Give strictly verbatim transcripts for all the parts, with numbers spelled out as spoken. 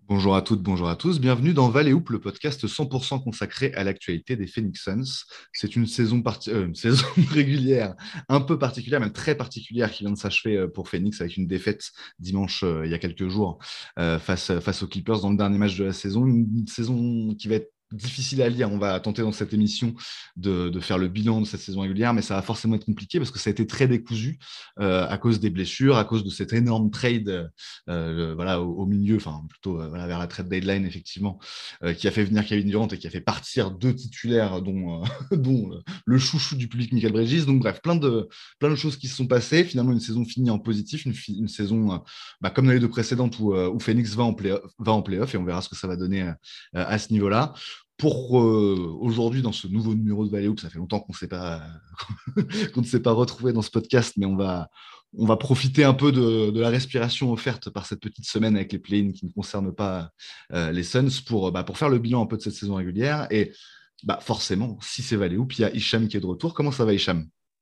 Bonjour à toutes, bonjour à tous. Bienvenue dans Valley Hoop, le podcast cent pour cent consacré à l'actualité des Phoenix Suns. C'est une saison, parti- euh, une saison régulière un peu particulière, même très particulière, qui vient de s'achever euh, pour Phoenix avec une défaite dimanche euh, il y a quelques jours euh, face, face aux Clippers dans le dernier match de la saison. Une, une saison qui va être difficile à lire. On va tenter dans cette émission de, de faire le bilan de cette saison régulière, mais ça va forcément être compliqué parce que ça a été très décousu euh, à cause des blessures, à cause de cet énorme trade euh, voilà, au, au milieu, enfin plutôt euh, voilà, vers la trade deadline, effectivement, euh, qui a fait venir Kevin Durant et qui a fait partir deux titulaires, dont, euh, dont euh, le chouchou du public, Michael Bridges. Donc, bref, plein de, plein de choses qui se sont passées. Finalement, une saison finie en positif, une, fi- une saison euh, bah, comme dans les deux précédentes où, euh, où Phoenix va en play va en play-off et on verra ce que ça va donner euh, à ce niveau-là. Pour euh, aujourd'hui, dans ce nouveau numéro de Valley Hoop, ça fait longtemps qu'on s'est pas, qu'on ne s'est pas retrouvé dans ce podcast, mais on va, on va profiter un peu de, de la respiration offerte par cette petite semaine avec les play-ins qui ne concernent pas euh, les Suns pour, bah, pour faire le bilan un peu de cette saison régulière. Et bah, forcément, si c'est Valley Hoop, il y a Hicham qui est de retour. Comment ça va, Hicham?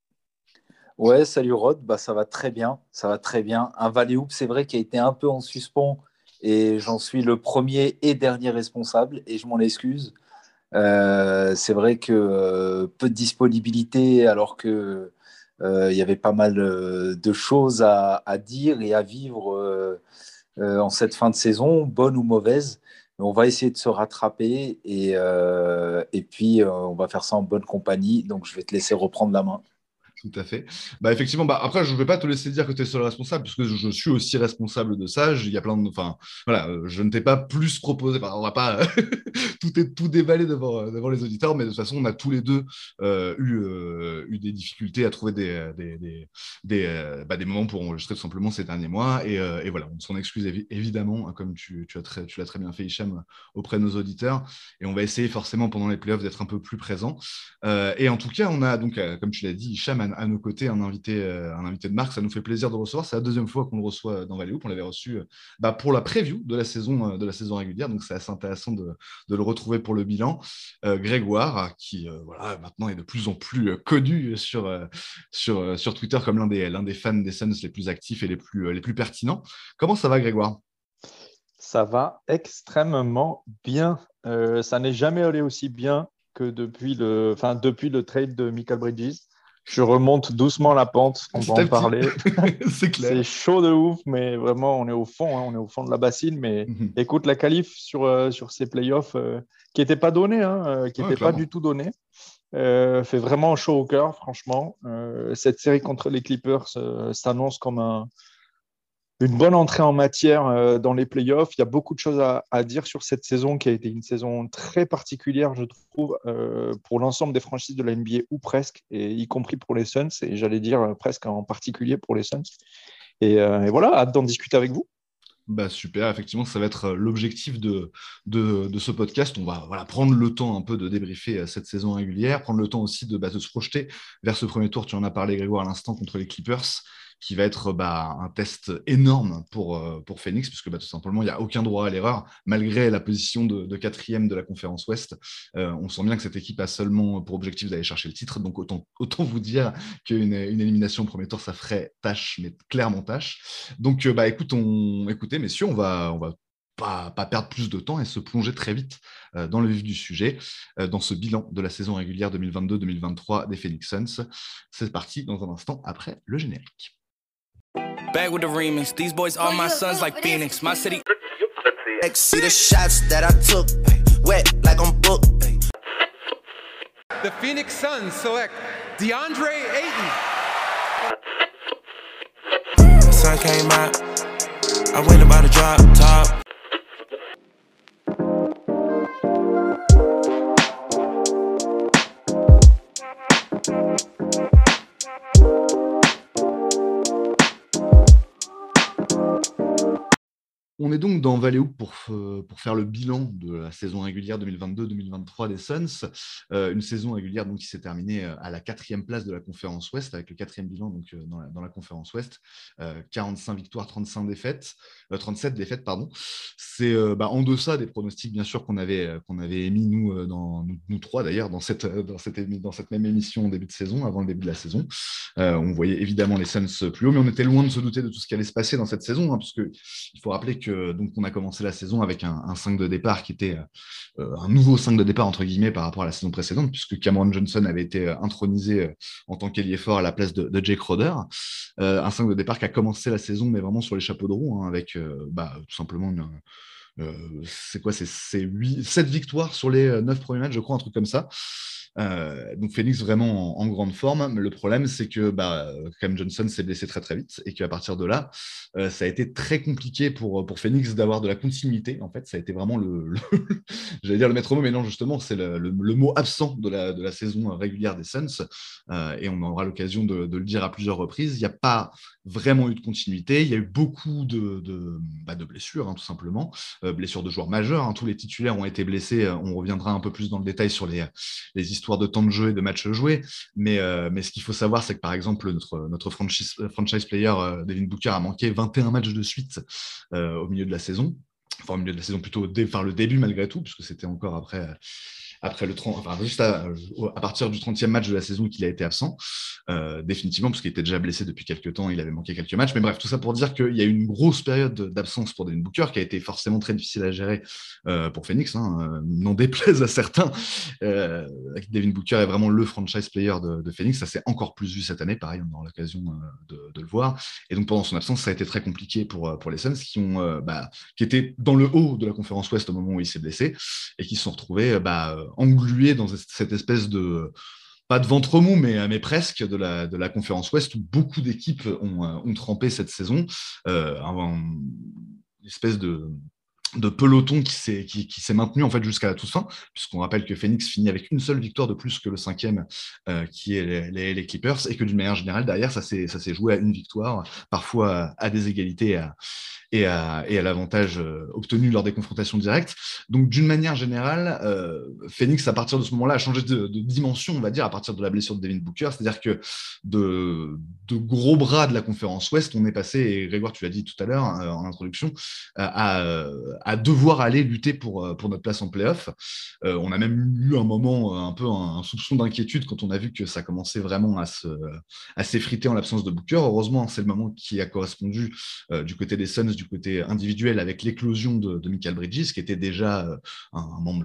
Ouais, salut Rod, bah, ça va très bien, ça va très bien. Un Valley Hoop, c'est vrai, qui a été un peu en suspens et j'en suis le premier et dernier responsable et je m'en excuse. Euh, c'est vrai que euh, peu de disponibilité alors que euh, il y avait pas mal euh, de choses à, à dire et à vivre euh, euh, en cette fin de saison, bonne ou mauvaise. Mais on va essayer de se rattraper et, euh, et puis euh, on va faire ça en bonne compagnie. Donc je vais te laisser reprendre la main. Tout à fait. Bah effectivement, bah après je ne vais pas te laisser dire que tu es seul responsable puisque je, je suis aussi responsable de ça. Il y a plein de, enfin voilà, euh, je ne t'ai pas plus proposé. Enfin, on va pas tout est tout déballer devant euh, devant les auditeurs, mais de toute façon on a tous les deux euh, eu euh, eu des difficultés à trouver des des des des, euh, bah, des moments pour enregistrer tout simplement ces derniers mois et, euh, et voilà, on s'en excuse évi- évidemment, hein, comme tu, tu as très tu l'as très bien fait, Hicham, auprès de nos auditeurs, et on va essayer forcément pendant les playoffs d'être un peu plus présent. Euh, et en tout cas, on a donc, euh, comme tu l'as dit, Hicham à, à nos côtés, un invité, euh, un invité de marque. Ça nous fait plaisir de le recevoir. C'est la deuxième fois qu'on le reçoit dans Valley Hoop. On l'avait reçu euh, bah, pour la preview de la saison, euh, de la saison régulière. Donc, c'est assez intéressant de, de le retrouver pour le bilan. Euh, Grégoire, qui euh, voilà, maintenant est de plus en plus euh, connu sur, euh, sur, euh, sur Twitter comme l'un des, l'un des fans des Suns les plus actifs et les plus, euh, les plus pertinents. Comment ça va, Grégoire? Ça va extrêmement bien. Euh, ça n'est jamais allé aussi bien que depuis le, enfin, depuis le trade de Michael Bridges. Je remonte doucement la pente, on va Petit à en petit, parler. c'est C'est clair. chaud de ouf, mais vraiment, on est au fond, hein, on est au fond de la bassine. Mais Mhm. écoute, la qualif sur, euh, sur ces playoffs euh, qui n'étaient pas donnés, hein, euh, qui Ouais, n'étaient pas clairement. du tout donnés, euh, fait vraiment chaud au cœur, franchement. Euh, cette série contre les Clippers euh, s'annonce comme un, une bonne entrée en matière euh, dans les playoffs. Il y a beaucoup de choses à, à dire sur cette saison qui a été une saison très particulière, je trouve, euh, pour l'ensemble des franchises de la N B A ou presque, et y compris pour les Suns, et j'allais dire euh, presque en particulier pour les Suns. Et, euh, et voilà, hâte d'en discuter avec vous. Bah super, effectivement, ça va être euh, l'objectif de, de, de ce podcast. On va voilà, prendre le temps un peu de débriefer euh, cette saison régulière, prendre le temps aussi de, bah, de se projeter vers ce premier tour. Tu en as parlé, Grégoire, à l'instant, contre les Clippers, qui va être bah, un test énorme pour, euh, pour Phoenix, puisque bah, tout simplement, il n'y a aucun droit à l'erreur, malgré la position de, de quatrième de la conférence Ouest. Euh, on sent bien que cette équipe a seulement pour objectif d'aller chercher le titre, donc autant, autant vous dire qu'une une élimination au premier tour, ça ferait tâche, mais clairement tâche. Donc, euh, bah, écoute, on, écoutez, messieurs, on va, on va pas, pas perdre plus de temps et se plonger très vite euh, dans le vif du sujet, euh, dans ce bilan de la saison régulière deux mille vingt-deux deux mille vingt-trois des Phoenix Suns. C'est parti dans un instant après le générique. Back with the remix. These boys are my sons like Phoenix. My city. See the shots that I took, wet like I'm booked. The Phoenix Suns select DeAndre Ayton. The sun came out. I went about to drop top. On est donc dans Valley Hoop pour, euh, pour faire le bilan de la saison régulière deux mille vingt-deux deux mille vingt-trois des Suns. Euh, une saison régulière donc, qui s'est terminée euh, à la quatrième place de la conférence Ouest, avec le quatrième bilan donc, euh, dans, la, dans la conférence Ouest. Euh, quarante-cinq victoires, trente-cinq défaites, euh, trente-sept défaites, pardon. C'est euh, bah, en deçà des pronostics, bien sûr, qu'on avait, euh, qu'on avait émis, nous, euh, dans, nous, nous trois d'ailleurs, dans cette, euh, dans, cette, dans cette même émission au début de saison, avant le début de la saison. Euh, on voyait évidemment les Suns plus haut, mais on était loin de se douter de tout ce qui allait se passer dans cette saison, hein, parce qu'il faut rappeler que donc, on a commencé la saison avec un, un cinq de départ qui était euh, un nouveau cinq de départ, entre guillemets, par rapport à la saison précédente, puisque Cameron Johnson avait été intronisé euh, en tant qu'ailier fort à la place de, de Jake Roder. Euh, un cinq de départ qui a commencé la saison, mais vraiment sur les chapeaux de roue, hein, avec euh, bah, tout simplement une. Euh, c'est quoi, c'est, c'est huit, sept victoires sur les neuf premiers matchs, je crois, un truc comme ça. Euh, donc Phoenix vraiment en, en grande forme, mais le problème c'est que bah, Cam Johnson s'est blessé très très vite et qu'à partir de là, euh, ça a été très compliqué pour, pour Phoenix d'avoir de la continuité. En fait, ça a été vraiment le, le j'allais dire le maître mot, mais non, justement, c'est le, le, le mot absent de la, de la saison régulière des Suns, euh, et on aura l'occasion de, de le dire à plusieurs reprises. Il n'y a pas vraiment eu de continuité, il y a eu beaucoup de, de, bah, de blessures, hein, tout simplement, euh, blessures de joueurs majeurs, hein. Tous les titulaires ont été blessés, on reviendra un peu plus dans le détail sur les, les histoires de temps de jeu et de matchs joués, mais, euh, mais ce qu'il faut savoir, c'est que par exemple, notre, notre franchise, franchise player, euh, Devin Booker, a manqué vingt et un matchs de suite euh, au milieu de la saison, enfin au milieu de la saison plutôt, dès, enfin, le début malgré tout, puisque c'était encore après... après le trente, enfin juste à, à partir du trentième match de la saison qu'il a été absent, euh, définitivement, parce qu'il était déjà blessé depuis quelques temps, il avait manqué quelques matchs, mais bref, tout ça pour dire qu'il y a eu une grosse période d'absence pour Devin Booker, qui a été forcément très difficile à gérer euh, pour Phoenix, hein, euh, n'en déplaise à certains. Euh, Devin Booker est vraiment le franchise player de, de Phoenix, ça s'est encore plus vu cette année, pareil, on aura l'occasion euh, de, de le voir, et donc pendant son absence, ça a été très compliqué pour, pour les Suns, qui, ont, euh, bah, qui étaient dans le haut de la conférence Ouest au moment où il s'est blessé, et qui se sont retrouvés bah, englués dans cette espèce de, pas de ventre mou, mais, mais presque, de la, de la conférence Ouest, où beaucoup d'équipes ont, ont trempé cette saison. Euh, une espèce de, de peloton qui s'est, qui, qui s'est maintenu en fait jusqu'à la toute fin, puisqu'on rappelle que Phoenix finit avec une seule victoire de plus que le cinquième, euh, qui est les, les, les Clippers, et que d'une manière générale, derrière, ça s'est, ça s'est joué à une victoire, parfois à, à des égalités, à, et à, et à l'avantage euh, obtenu lors des confrontations directes. Donc, d'une manière générale, euh, Phoenix, à partir de ce moment-là, a changé de, de dimension, on va dire, à partir de la blessure de Devin Booker. C'est-à-dire que de, de gros bras de la conférence Ouest, on est passé, et Grégoire, tu l'as dit tout à l'heure euh, en introduction, à, à devoir aller lutter pour, pour notre place en play-off. Euh, on a même eu un moment, un peu un, un soupçon d'inquiétude quand on a vu que ça commençait vraiment à, se, à s'effriter en l'absence de Booker. Heureusement, c'est le moment qui a correspondu euh, du côté des Suns, du côté individuel, avec l'éclosion de, de Mikal Bridges, qui était déjà euh, un, un membre...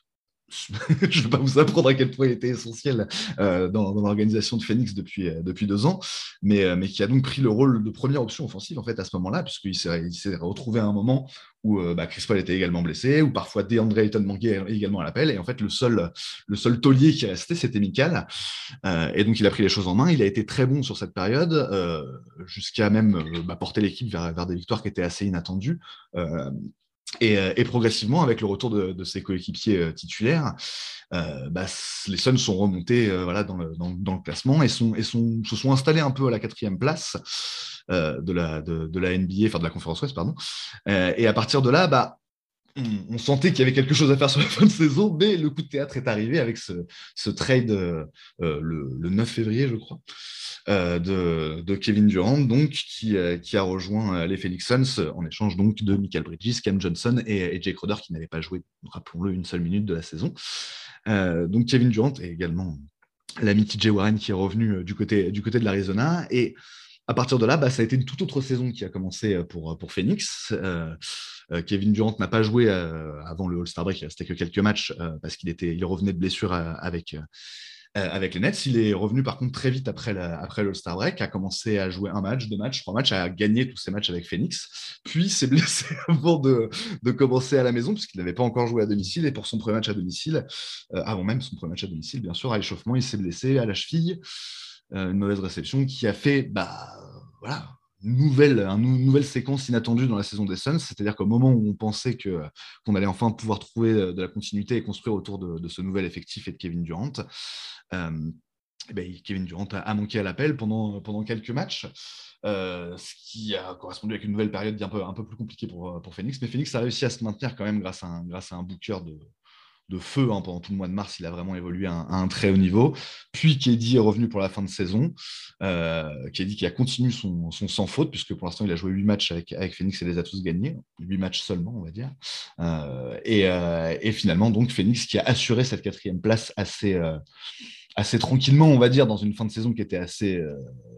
je ne vais pas vous apprendre à quel point il était essentiel euh, dans, dans l'organisation de Phoenix depuis, euh, depuis deux ans, mais, euh, mais qui a donc pris le rôle de première option offensive en fait, à ce moment-là, puisqu'il s'est, il s'est retrouvé à un moment où euh, bah, Chris Paul était également blessé, où parfois DeAndre Ayton manquait également à l'appel, et en fait le seul, le seul taulier qui restait, c'était Mikal, euh, et donc il a pris les choses en main, il a été très bon sur cette période, euh, jusqu'à même euh, bah, porter l'équipe vers, vers des victoires qui étaient assez inattendues, euh, Et, et progressivement, avec le retour de, de ses coéquipiers euh, titulaires, euh, bah, les Suns sont remontés euh, voilà, dans, le, dans, dans le classement et, sont, et sont, se sont installés un peu à la quatrième place euh, de, la, de, de la N B A, enfin de la conférence Ouest, pardon. Euh, et à partir de là, bah, on, on sentait qu'il y avait quelque chose à faire sur la fin de saison, mais le coup de théâtre est arrivé avec ce, ce trade euh, le, le neuf février, je crois. Euh, de, de Kevin Durant, donc, qui, euh, qui a rejoint euh, les Phoenix Suns en échange donc de Mikal Bridges, Cam Johnson et, et Jake Roder, qui n'avait pas joué, rappelons-le, une seule minute de la saison. Euh, donc Kevin Durant et également l'ami T J Warren qui est revenu euh, du, côté, du côté de l'Arizona. Et à partir de là, bah, ça a été une toute autre saison qui a commencé pour, pour Phoenix. Euh, euh, Kevin Durant n'a pas joué euh, avant le All-Star Break, il restait que quelques matchs euh, parce qu'il était, il revenait de blessure euh, avec... Euh, Euh, avec les Nets. Il est revenu par contre très vite après, la, après le Star Break, a commencé à jouer un match, deux matchs, trois matchs, a gagné tous ses matchs avec Phoenix, puis s'est blessé avant de, de commencer à la maison, puisqu'il n'avait pas encore joué à domicile, et pour son premier match à domicile, euh, avant même son premier match à domicile, bien sûr, à l'échauffement, il s'est blessé à la cheville, euh, une mauvaise réception qui a fait, bah, voilà, Nouvelle, une nouvelle séquence inattendue dans la saison des Suns, c'est-à-dire qu'au moment où on pensait que, qu'on allait enfin pouvoir trouver de la continuité et construire autour de, de ce nouvel effectif et de Kevin Durant, euh, et ben, Kevin Durant a, a manqué à l'appel pendant, pendant quelques matchs, euh, ce qui a correspondu avec une nouvelle période un peu, un peu plus compliquée pour, pour Phoenix, mais Phoenix a réussi à se maintenir quand même grâce à un, grâce à un Booker de... de feu, hein, pendant tout le mois de mars, il a vraiment évolué à un, à un très haut niveau. Puis K D est revenu pour la fin de saison. Euh, K D qui a continué son, son sans faute, puisque pour l'instant, il a joué huit matchs avec, avec Phoenix et les a tous gagnés. huit matchs seulement, on va dire. Euh, et, euh, et finalement, donc, Phoenix qui a assuré cette quatrième place assez, euh, assez tranquillement, on va dire, dans une fin de saison qui était assez... Euh,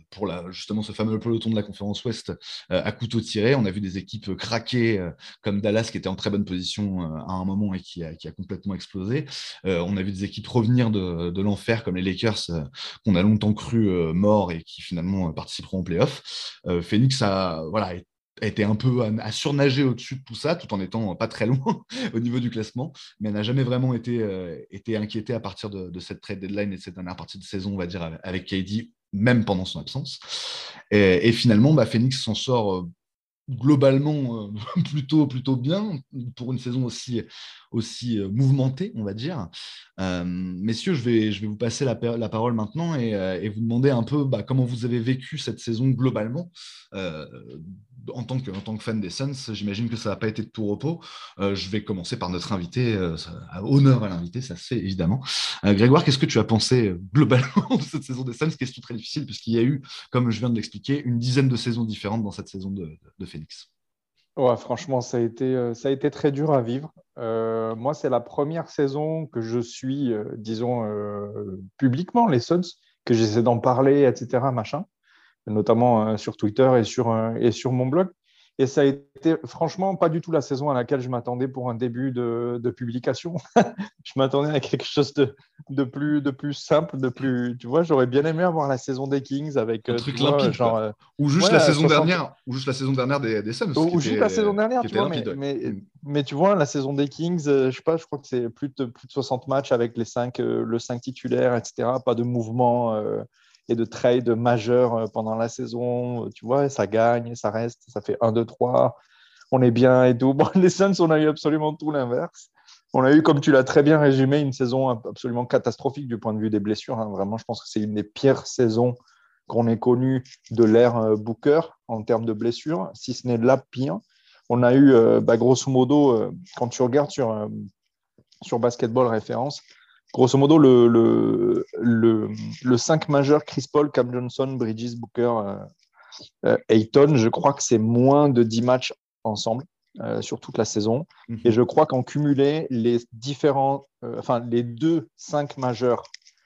pour la, justement ce fameux peloton de la conférence Ouest euh, à couteau tiré. On a vu des équipes craquer euh, comme Dallas qui était en très bonne position euh, à un moment et qui a, qui a complètement explosé. Euh, on a vu des équipes revenir de, de l'enfer comme les Lakers euh, qu'on a longtemps cru euh, morts et qui finalement euh, participeront en playoff. Euh, Phoenix a, voilà, a été un peu à, à surnager au-dessus de tout ça, tout en étant pas très loin au niveau du classement, mais elle n'a jamais vraiment été, euh, été inquiétée à partir de, de cette trade deadline et de cette dernière partie de saison, on va dire, avec K D, même pendant son absence. Et, et finalement, bah, Phoenix s'en sort euh, globalement euh, plutôt, plutôt bien pour une saison aussi, aussi euh, mouvementée, on va dire. Euh, messieurs, je vais, je vais vous passer la, la parole maintenant et, euh, et vous demander un peu bah, comment vous avez vécu cette saison globalement. Euh, en tant que, en tant que fan des Suns, j'imagine que ça n'a pas été de tout repos. Euh, je vais commencer par notre invité, euh, ça, honneur à l'invité, ça se fait évidemment. Euh, Grégoire, qu'est-ce que tu as pensé euh, globalement de cette saison des Suns? Question très difficile puisqu'il y a eu, comme je viens de l'expliquer, une dizaine de saisons différentes dans cette saison de, de, de Phoenix. Ouais, franchement, ça a été, euh, ça a été très dur à vivre. Euh, moi, c'est la première saison que je suis, euh, disons, euh, publiquement, les Suns, que j'essaie d'en parler, et cetera, machin, notamment euh, sur Twitter et sur, euh, et sur mon blog. Et ça a été, franchement, pas du tout la saison à laquelle je m'attendais pour un début de, de publication. Je m'attendais à quelque chose de, de, plus, de plus simple, de plus. Tu vois, j'aurais bien aimé avoir la saison des Kings avec. Un euh, truc tu vois, limpide, genre. quoi. Euh, Ou juste ouais, la saison soixante dernière, ou juste la saison dernière des, des Suns, Ou, qui ou juste la était, saison dernière, qui tu était vois, mais, limpide. mais, Mm. mais tu vois, la saison des Kings, euh, je sais pas, je crois que c'est plus de, plus de soixante matchs avec les cinq, euh, le cinq titulaires, et cetera. Pas de mouvement euh, et de trade majeur euh, pendant la saison. Tu vois, ça gagne, ça reste, ça fait un, deux, trois. On est bien et tout. Bon, les Suns, on a eu absolument tout l'inverse. On a eu, comme tu l'as très bien résumé, une saison absolument catastrophique du point de vue des blessures. Hein. Vraiment, je pense que c'est une des pires saisons qu'on ait connues de l'ère euh, Booker en termes de blessures, si ce n'est la pire. On a eu, euh, bah, grosso modo, euh, quand tu regardes sur, euh, sur Basketball Référence, grosso modo, le, le, le, le cinq majeur, Chris Paul, Cam Johnson, Bridges, Booker, euh, euh, Ayton, je crois que c'est moins de dix matchs ensemble euh, sur toute la saison. Mm-hmm. Et je crois qu'en cumulé, les différents, euh, enfin, les deux cinq majeurs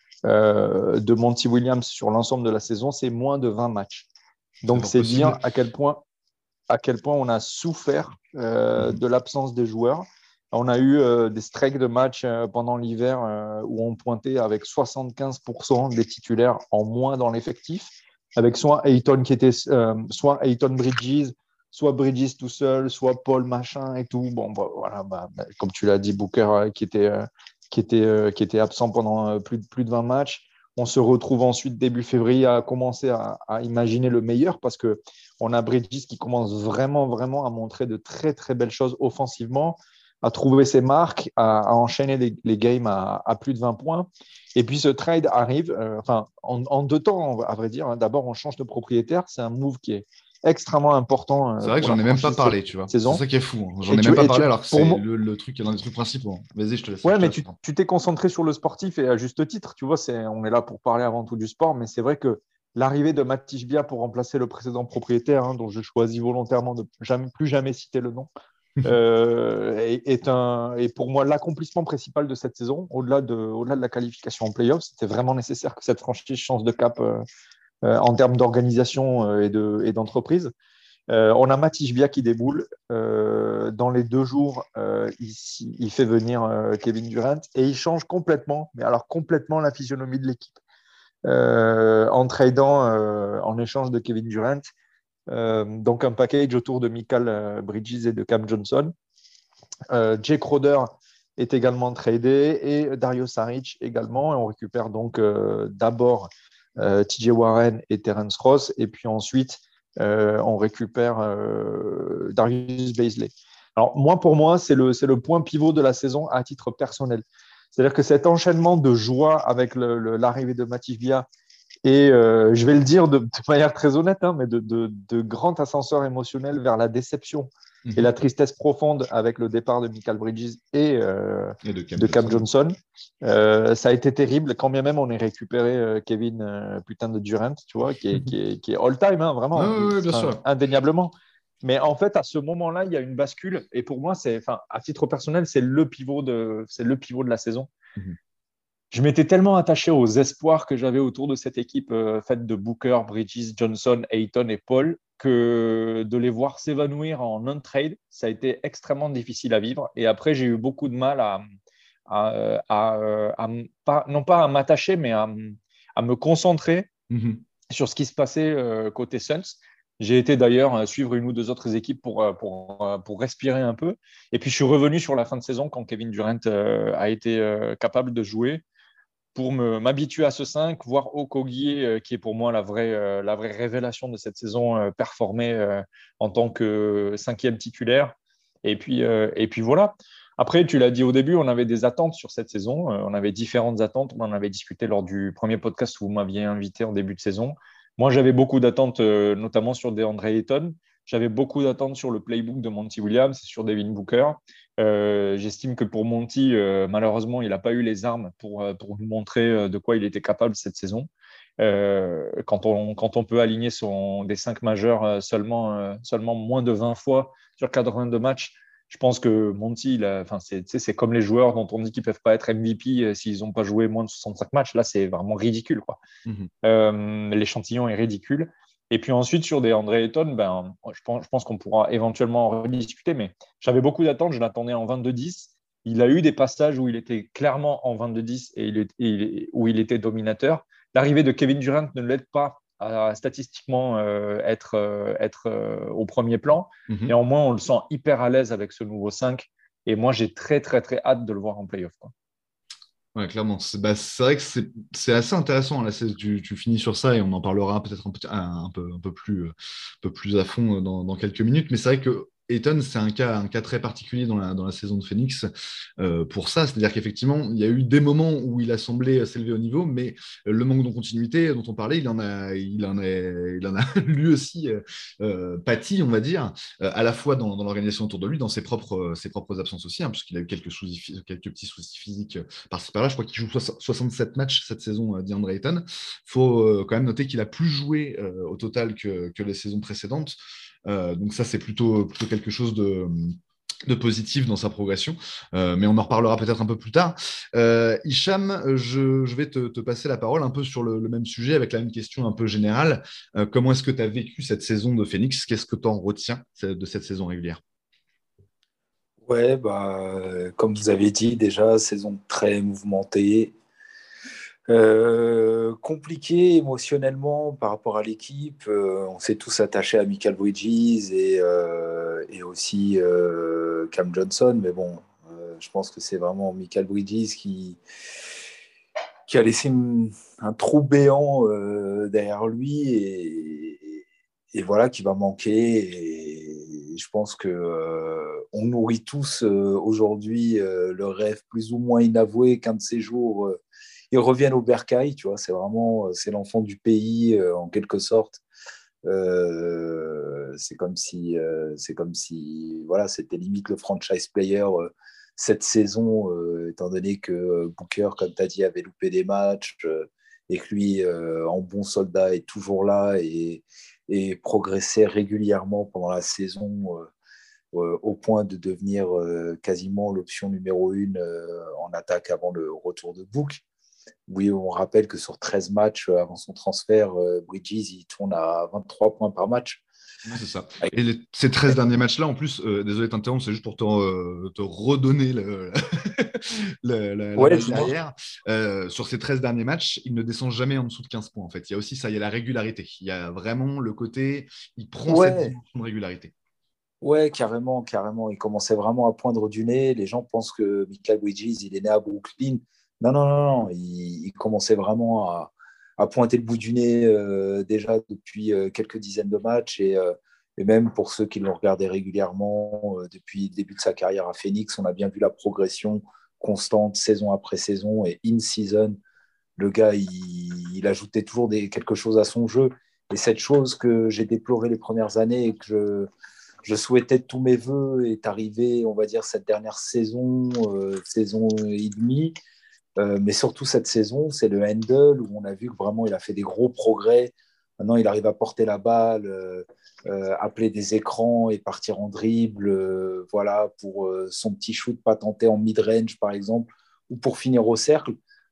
euh, de Monty Williams sur l'ensemble de la saison, c'est moins de vingt matchs. Donc, c'est, c'est dire à quel point, à quel point on a souffert euh, mm-hmm. de l'absence des joueurs. On a eu euh, des streaks de matchs euh, pendant l'hiver euh, où on pointait avec soixante-quinze pour cent des titulaires en moins dans l'effectif, avec soit Ayton qui était, euh, soit Ayton Bridges, soit Bridges tout seul, soit Paul machin et tout. Bon, bah, voilà, bah, bah, comme tu l'as dit, Booker euh, qui était, euh, qui était, euh, qui était absent pendant euh, plus de plus de vingt matchs. On se retrouve ensuite début février à commencer à, à imaginer le meilleur parce que on a Bridges qui commence vraiment, vraiment à montrer de très, très belles choses offensivement, à trouver ses marques, à, à enchaîner les, les games à, à plus de vingt points. Et puis ce trade arrive, euh, enfin, en, en deux temps, à vrai dire. Hein. D'abord, on change de propriétaire. C'est un move qui est extrêmement important. Euh, c'est vrai que j'en ai même pas parlé, tu vois. Saison. C'est ça qui est fou. Hein. J'en et ai tu, même pas parlé tu, alors que c'est mo- le, le truc qui est l'un des trucs principaux. Vas-y, je te laisse. Ouais, te mais laisse tu, tu t'es concentré sur le sportif et à juste titre. Tu vois, c'est, on est là pour parler avant tout du sport, mais c'est vrai que l'arrivée de Matisse Bia pour remplacer le précédent propriétaire, hein, dont j'ai choisi volontairement de jamais, plus jamais citer le nom, euh, est, est, un, est pour moi l'accomplissement principal de cette saison. Au-delà de, au-delà de la qualification en playoff, c'était vraiment nécessaire que cette franchise change de cap euh, euh, en termes d'organisation euh, et, de, et d'entreprise. Euh, on a Matisse Bia qui déboule. Euh, dans les deux jours, euh, il, il fait venir euh, Kevin Durant et il change complètement, mais alors complètement la physionomie de l'équipe. Euh, en tradant euh, en échange de Kevin Durant, euh, donc un package autour de Mikal euh, Bridges et de Cam Johnson. Euh, Jay Crowder est également tradé et Dario Saric également. Et on récupère donc euh, d'abord euh, T J Warren et Terence Ross et puis ensuite euh, on récupère euh, Darius Bazley. Alors moi, pour moi, c'est le, c'est le point pivot de la saison à titre personnel. C'est-à-dire que cet enchaînement de joie avec le, le, l'arrivée de Matisse Bia et euh, je vais le dire de, de manière très honnête, hein, mais de, de, de grand ascenseur émotionnel vers la déception mm-hmm. et la tristesse profonde avec le départ de Mikal Bridges et, euh, et de Cam, de Cam Johnson. Johnson. Euh, ça a été terrible, quand bien même on ait récupéré euh, Kevin euh, putain de Durant, tu vois, qui est, qui est, qui est all-time, hein, vraiment, oui, oui, bien enfin, sûr. indéniablement. Mais en fait, à ce moment-là, il y a une bascule. Et pour moi, c'est, enfin, à titre personnel, c'est le pivot de, c'est le pivot de la saison. Mm-hmm. je m'étais tellement attaché aux espoirs que j'avais autour de cette équipe euh, faite de Booker, Bridges, Johnson, Ayton et Paul, que de les voir s'évanouir en non-trade, ça a été extrêmement difficile à vivre. Et après, j'ai eu beaucoup de mal à, à, à, à, à pas, non pas à m'attacher, mais à, à me concentrer Mm-hmm. sur ce qui se passait euh, côté Suns. J'ai été d'ailleurs suivre une ou deux autres équipes pour, pour, pour respirer un peu. Et puis, je suis revenu sur la fin de saison quand Kevin Durant euh, a été euh, capable de jouer pour me, m'habituer à ce cinq, voir Okogie, euh, qui est pour moi la vraie, euh, la vraie révélation de cette saison, euh, performer euh, en tant que cinquième titulaire. Et puis, euh, et puis voilà. Après, tu l'as dit au début, on avait des attentes sur cette saison. Euh, on avait différentes attentes. On en avait discuté lors du premier podcast où vous m'aviez invité en début de saison. Moi, j'avais beaucoup d'attentes, euh, notamment sur DeAndre Ayton. J'avais beaucoup d'attentes sur le playbook de Monty Williams et sur Devin Booker. Euh, j'estime que pour Monty, euh, malheureusement, il n'a pas eu les armes pour, euh, pour nous montrer euh, de quoi il était capable cette saison. Euh, quand, on, quand on peut aligner son, des cinq majeurs euh, seulement, euh, seulement moins de vingt fois sur quatre-vingt-deux matchs, je pense que Monty, il a, c'est, c'est comme les joueurs dont on dit qu'ils ne peuvent pas être M V P euh, s'ils n'ont pas joué moins de soixante-cinq matchs. Là, c'est vraiment ridicule, quoi. Mm-hmm. Euh, l'échantillon est ridicule. Et puis ensuite, sur des André Ayton, ben, je pense, je pense qu'on pourra éventuellement en rediscuter, mais j'avais beaucoup d'attentes, je l'attendais en vingt-deux dix. Il a eu des passages où il était clairement en vingt-deux dix et, il est, et il, où il était dominateur. L'arrivée de Kevin Durant ne l'aide pas à statistiquement euh, être, euh, être euh, au premier plan. Mm-hmm. Néanmoins, on le sent hyper à l'aise avec ce nouveau cinq. Et moi, j'ai très, très, très hâte de le voir en playoff, quoi. Ouais, clairement. C'est, bah, c'est vrai que c'est, c'est assez intéressant. Là, c'est, tu, tu finis sur ça et on en parlera peut-être un, petit- un, un peu, un, peu plus, un peu plus à fond dans, dans quelques minutes. Mais c'est vrai que Ayton, c'est un cas, un cas très particulier dans la, dans la saison de Phoenix euh, pour ça. C'est-à-dire qu'effectivement, il y a eu des moments où il a semblé s'élever au niveau, mais le manque de continuité dont on parlait, il en a, il en a, il en a lui aussi euh, euh, pâti, on va dire, euh, à la fois dans, dans l'organisation autour de lui, dans ses propres, ses propres absences aussi, hein, puisqu'il a eu quelques, soucis, quelques petits soucis physiques par-ci par-là. Je crois qu'il joue soixante-sept matchs cette saison, euh, DeAndre Ayton. Il faut euh, quand même noter qu'il a plus joué euh, au total que, que les saisons précédentes. Euh, donc ça, c'est plutôt, plutôt quelque chose de, de positif dans sa progression. Euh, mais on en reparlera peut-être un peu plus tard. Euh, Hicham, je, je vais te, te passer la parole un peu sur le, le même sujet, avec la même question un peu générale. Euh, comment est-ce que tu as vécu cette saison de Phoenix? Qu'est-ce que tu en retiens de cette saison régulière? Ouais, bah, comme vous avez dit, déjà, saison très mouvementée. Euh, compliqué émotionnellement par rapport à l'équipe. Euh, on s'est tous attachés à Mikal Bridges et, euh, et aussi euh, Cam Johnson, mais bon, euh, je pense que c'est vraiment Mikal Bridges qui, qui a laissé une, un trou béant euh, derrière lui et, et voilà qui va manquer. Et je pense que euh, on nourrit tous euh, aujourd'hui euh, le rêve plus ou moins inavoué qu'un de ces jours. Euh, ils reviennent au bercail, tu vois, c'est vraiment c'est l'enfant du pays euh, en quelque sorte. Euh, c'est comme si euh, c'est comme si voilà, c'était limite le franchise player euh, cette saison, euh, étant donné que Booker, comme tu as dit, avait loupé des matchs euh, et que lui, euh, en bon soldat, est toujours là et, et progressait régulièrement pendant la saison euh, euh, au point de devenir euh, quasiment l'option numéro une euh, en attaque avant le retour de Book. Oui, on rappelle que sur treize matchs avant son transfert, euh, Bridges, il tourne à vingt-trois points par match. Ouais, c'est ça. Et les, ces treize derniers matchs-là, en plus, euh, désolé de t'interrompre, c'est juste pour te, euh, te redonner le, le, la, ouais, la balle derrière. Euh, sur ces treize derniers matchs, il ne descend jamais en dessous de quinze points, en fait. Il y a aussi ça, il y a la régularité. Il y a vraiment le côté, il prend ouais. cette dimension de régularité. Ouais, carrément, carrément. Il commençait vraiment à poindre du nez. Les gens pensent que Mikal Bridges, il est né à Brooklyn. Non, non, non, non. Il, il commençait vraiment à, à pointer le bout du nez euh, déjà depuis euh, quelques dizaines de matchs. Et, euh, et même pour ceux qui l'ont regardé régulièrement euh, depuis le début de sa carrière à Phoenix, on a bien vu la progression constante, saison après saison et in-season. Le gars, il, il ajoutait toujours des, quelque chose à son jeu. Et cette chose que j'ai déplorée les premières années et que je je souhaitais de tous mes voeux est arrivé, on va dire, cette dernière saison, euh, saison et demie. Euh, mais surtout cette saison, c'est le handle où on a vu que vraiment il a fait des gros progrès. Maintenant, il arrive à porter la balle, euh, euh, appeler des écrans et partir en dribble, euh, voilà, pour euh, son petit shoot patenté en mid-range, par exemple, ou pour finir au cercle,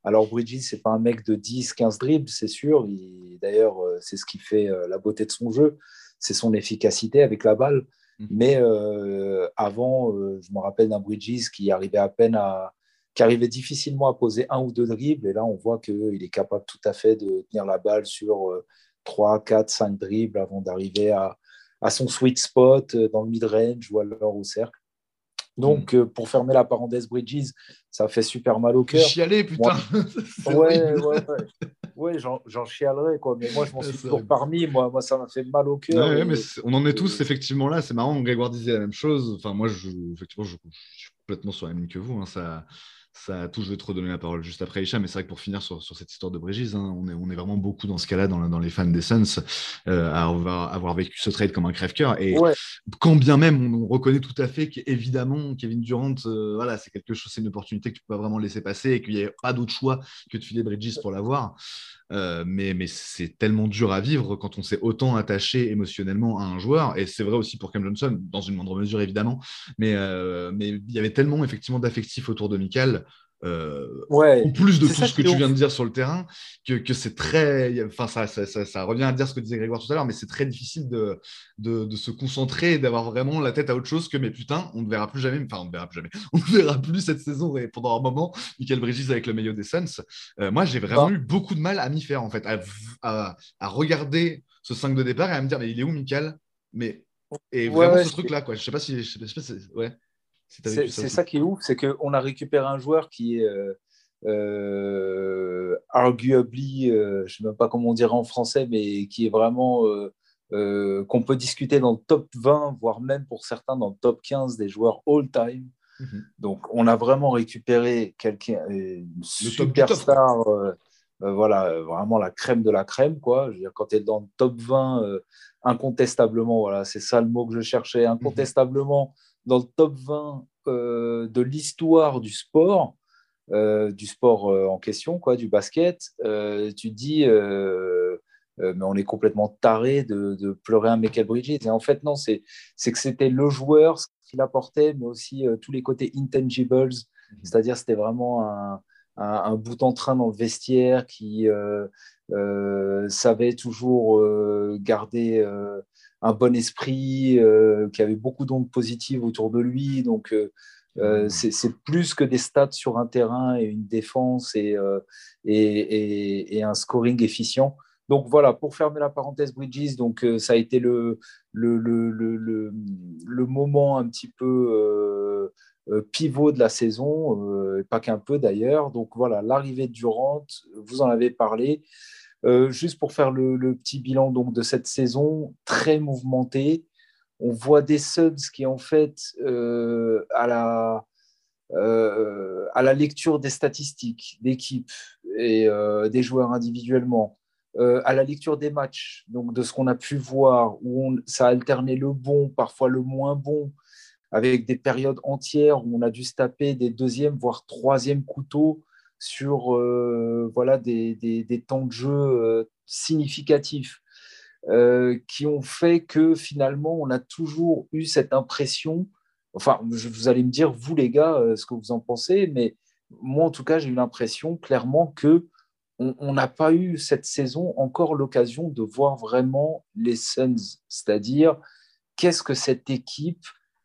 Alors, Bridges, ce n'est pas un mec de dix quinze dribbles, c'est sûr. Il, d'ailleurs, euh, c'est ce qui fait euh, la beauté de son jeu. C'est son efficacité avec la balle. Mmh. Mais euh, avant, euh, je me rappelle d'un Bridges qui arrivait à peine à... qui arrivait difficilement à poser un ou deux dribbles. Et là, on voit qu'il est capable tout à fait de tenir la balle sur euh, trois, quatre, cinq dribbles avant d'arriver à, à son sweet spot euh, dans le mid-range ou alors au cercle. Donc, euh, pour fermer la parenthèse Bridges, ça fait super mal au cœur. Chialer, putain. Moi, ouais, ouais, ouais, ouais, j'en, j'en chialerais, quoi. Mais moi, je m'en suis toujours parmi. Moi, moi, ça m'a fait mal au cœur. Ouais, et... mais on en est tous, effectivement, là. C'est marrant, Grégoire disait la même chose. Enfin, moi, je, effectivement, je, je suis complètement sur la même ligne que vous. Hein. Ça, ça a tout. Je vais te redonner la parole juste après, Hicham. Mais c'est vrai que pour finir sur, sur cette histoire de Bridges, hein, on, est, on est vraiment beaucoup dans ce cas-là, dans, dans les fans des Suns, euh, à avoir, avoir vécu ce trade comme un crève-cœur. Et ouais. quand bien même, on, on reconnaît tout à fait qu'évidemment, Kevin Durant, euh, voilà, c'est quelque chose, c'est une opportunité que tu peux pas vraiment laisser passer et qu'il n'y a pas d'autre choix que de filer Bridges pour l'avoir. Euh, mais, mais c'est tellement dur à vivre quand on s'est autant attaché émotionnellement à un joueur, et c'est vrai aussi pour Cam Johnson, dans une moindre mesure évidemment, mais, euh, mais il y avait tellement effectivement d'affectifs autour de Mikal, euh, ouais, en plus de tout ce que tu viens de dire sur le terrain, que, que c'est très, enfin ça, ça, ça, ça revient à dire ce que disait Grégoire tout à l'heure, mais c'est très difficile de, de, de se concentrer et d'avoir vraiment la tête à autre chose que mais putain, on ne verra plus jamais, enfin on ne verra plus jamais, on ne verra plus cette saison et pendant un moment, Mikal Bridges avec le maillot des Suns. Euh, moi j'ai vraiment bah. eu beaucoup de mal à m'y faire en fait, à, à, à regarder ce cinq de départ et à me dire mais il est où Mikal, mais et vraiment ouais, ouais, ce truc là quoi, je sais pas si, je sais pas si ouais. Si c'est c'est ça qui est ouf, c'est qu'on a récupéré un joueur qui est euh, euh, arguably, euh, je ne sais même pas comment on dirait en français, mais qui est vraiment, euh, euh, qu'on peut discuter dans le top vingt, voire même pour certains dans le top quinze des joueurs all-time. Mm-hmm. Donc, on a vraiment récupéré quelqu'un, une superstar, euh, euh, voilà, vraiment la crème de la crème, quoi. Je veux dire, quand tu es dans le top vingt, euh, incontestablement, voilà, c'est ça le mot que je cherchais, incontestablement. Mm-hmm. Dans le top vingt euh, de l'histoire du sport, euh, du sport euh, en question, quoi, du basket, euh, tu te dis, euh, euh, mais on est complètement taré de, de pleurer un Mikal Bridges. Et en fait, non, c'est, c'est que c'était le joueur, ce qu'il apportait, mais aussi euh, tous les côtés intangibles, mm-hmm. c'est-à-dire c'était vraiment un, un, un bout en train dans le vestiaire qui euh, euh, savait toujours euh, garder... Euh, un bon esprit, euh, qui avait beaucoup d'ondes positives autour de lui. Donc, euh, euh, c'est, c'est plus que des stats sur un terrain et une défense et, euh, et, et, et un scoring efficient. Donc, voilà, pour fermer la parenthèse Bridges, donc, euh, ça a été le, le, le, le, le, le moment un petit peu euh, pivot de la saison, euh, pas qu'un peu d'ailleurs. Donc, voilà, l'arrivée de Durant, vous en avez parlé. Euh, juste pour faire le, le petit bilan donc, de cette saison, très mouvementée. On voit des Suns qui, en fait, euh, à, la, euh, à la lecture des statistiques d'équipe et euh, des joueurs individuellement, euh, à la lecture des matchs, donc de ce qu'on a pu voir, où on, ça a alterné le bon, parfois le moins bon, avec des périodes entières où on a dû se taper des deuxièmes, voire troisièmes couteaux sur euh, voilà, des, des, des temps de jeu euh, significatifs euh, qui ont fait que finalement, on a toujours eu cette impression, enfin, je, vous allez me dire, vous les gars, euh, ce que vous en pensez, mais moi, en tout cas, j'ai eu l'impression clairement que on n'a pas eu cette saison encore l'occasion de voir vraiment les Suns, c'est-à-dire qu'est-ce que cette équipe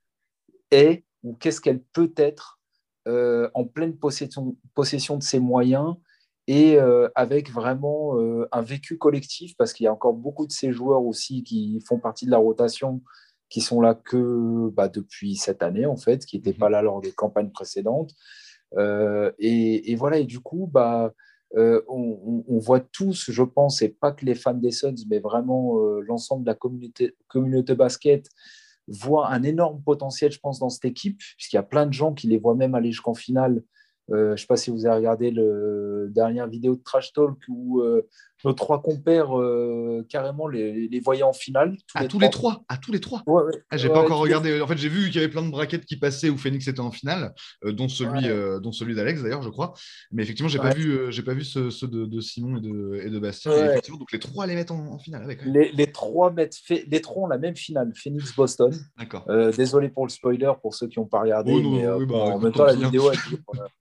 est ou qu'est-ce qu'elle peut être Euh, en pleine possession, possession de ses moyens et euh, avec vraiment euh, un vécu collectif, parce qu'il y a encore beaucoup de ces joueurs aussi qui font partie de la rotation, qui sont là que bah, depuis cette année, en fait, qui n'étaient pas là lors des campagnes précédentes. Euh, et, et voilà, et du coup, bah, euh, on, on voit tous, je pense, et pas que les fans des Suns, mais vraiment euh, l'ensemble de la communauté, communauté basket, voit un énorme potentiel, je pense, dans cette équipe, puisqu'il y a plein de gens qui les voient même aller jusqu'en finale. Euh, je ne sais pas si vous avez regardé la dernière vidéo de Trash Talk où euh, nos trois compères euh, carrément les, les voyaient en finale. Tous à les tous trois. les trois À tous les trois ouais, ouais. ah, J'ai ouais, pas encore regardé. Les... En fait, j'ai vu qu'il y avait plein de brackets qui passaient où Phoenix était en finale, euh, dont celui, ouais. euh, dont celui d'Alex d'ailleurs, je crois. Mais effectivement, j'ai ouais. pas vu, euh, j'ai pas vu ceux, ceux de, de Simon et de, et de Bastien. Ouais. Et effectivement, donc les trois les mettent en, en finale. Avec, ouais. les, les, trois mettent, les trois ont la même finale, Phoenix-Boston. D'accord. Euh, désolé pour le spoiler pour ceux qui n'ont pas regardé, oh, non, mais euh, oui, bah, bon, écoute, en même temps, la bien. vidéo, elle dure, euh,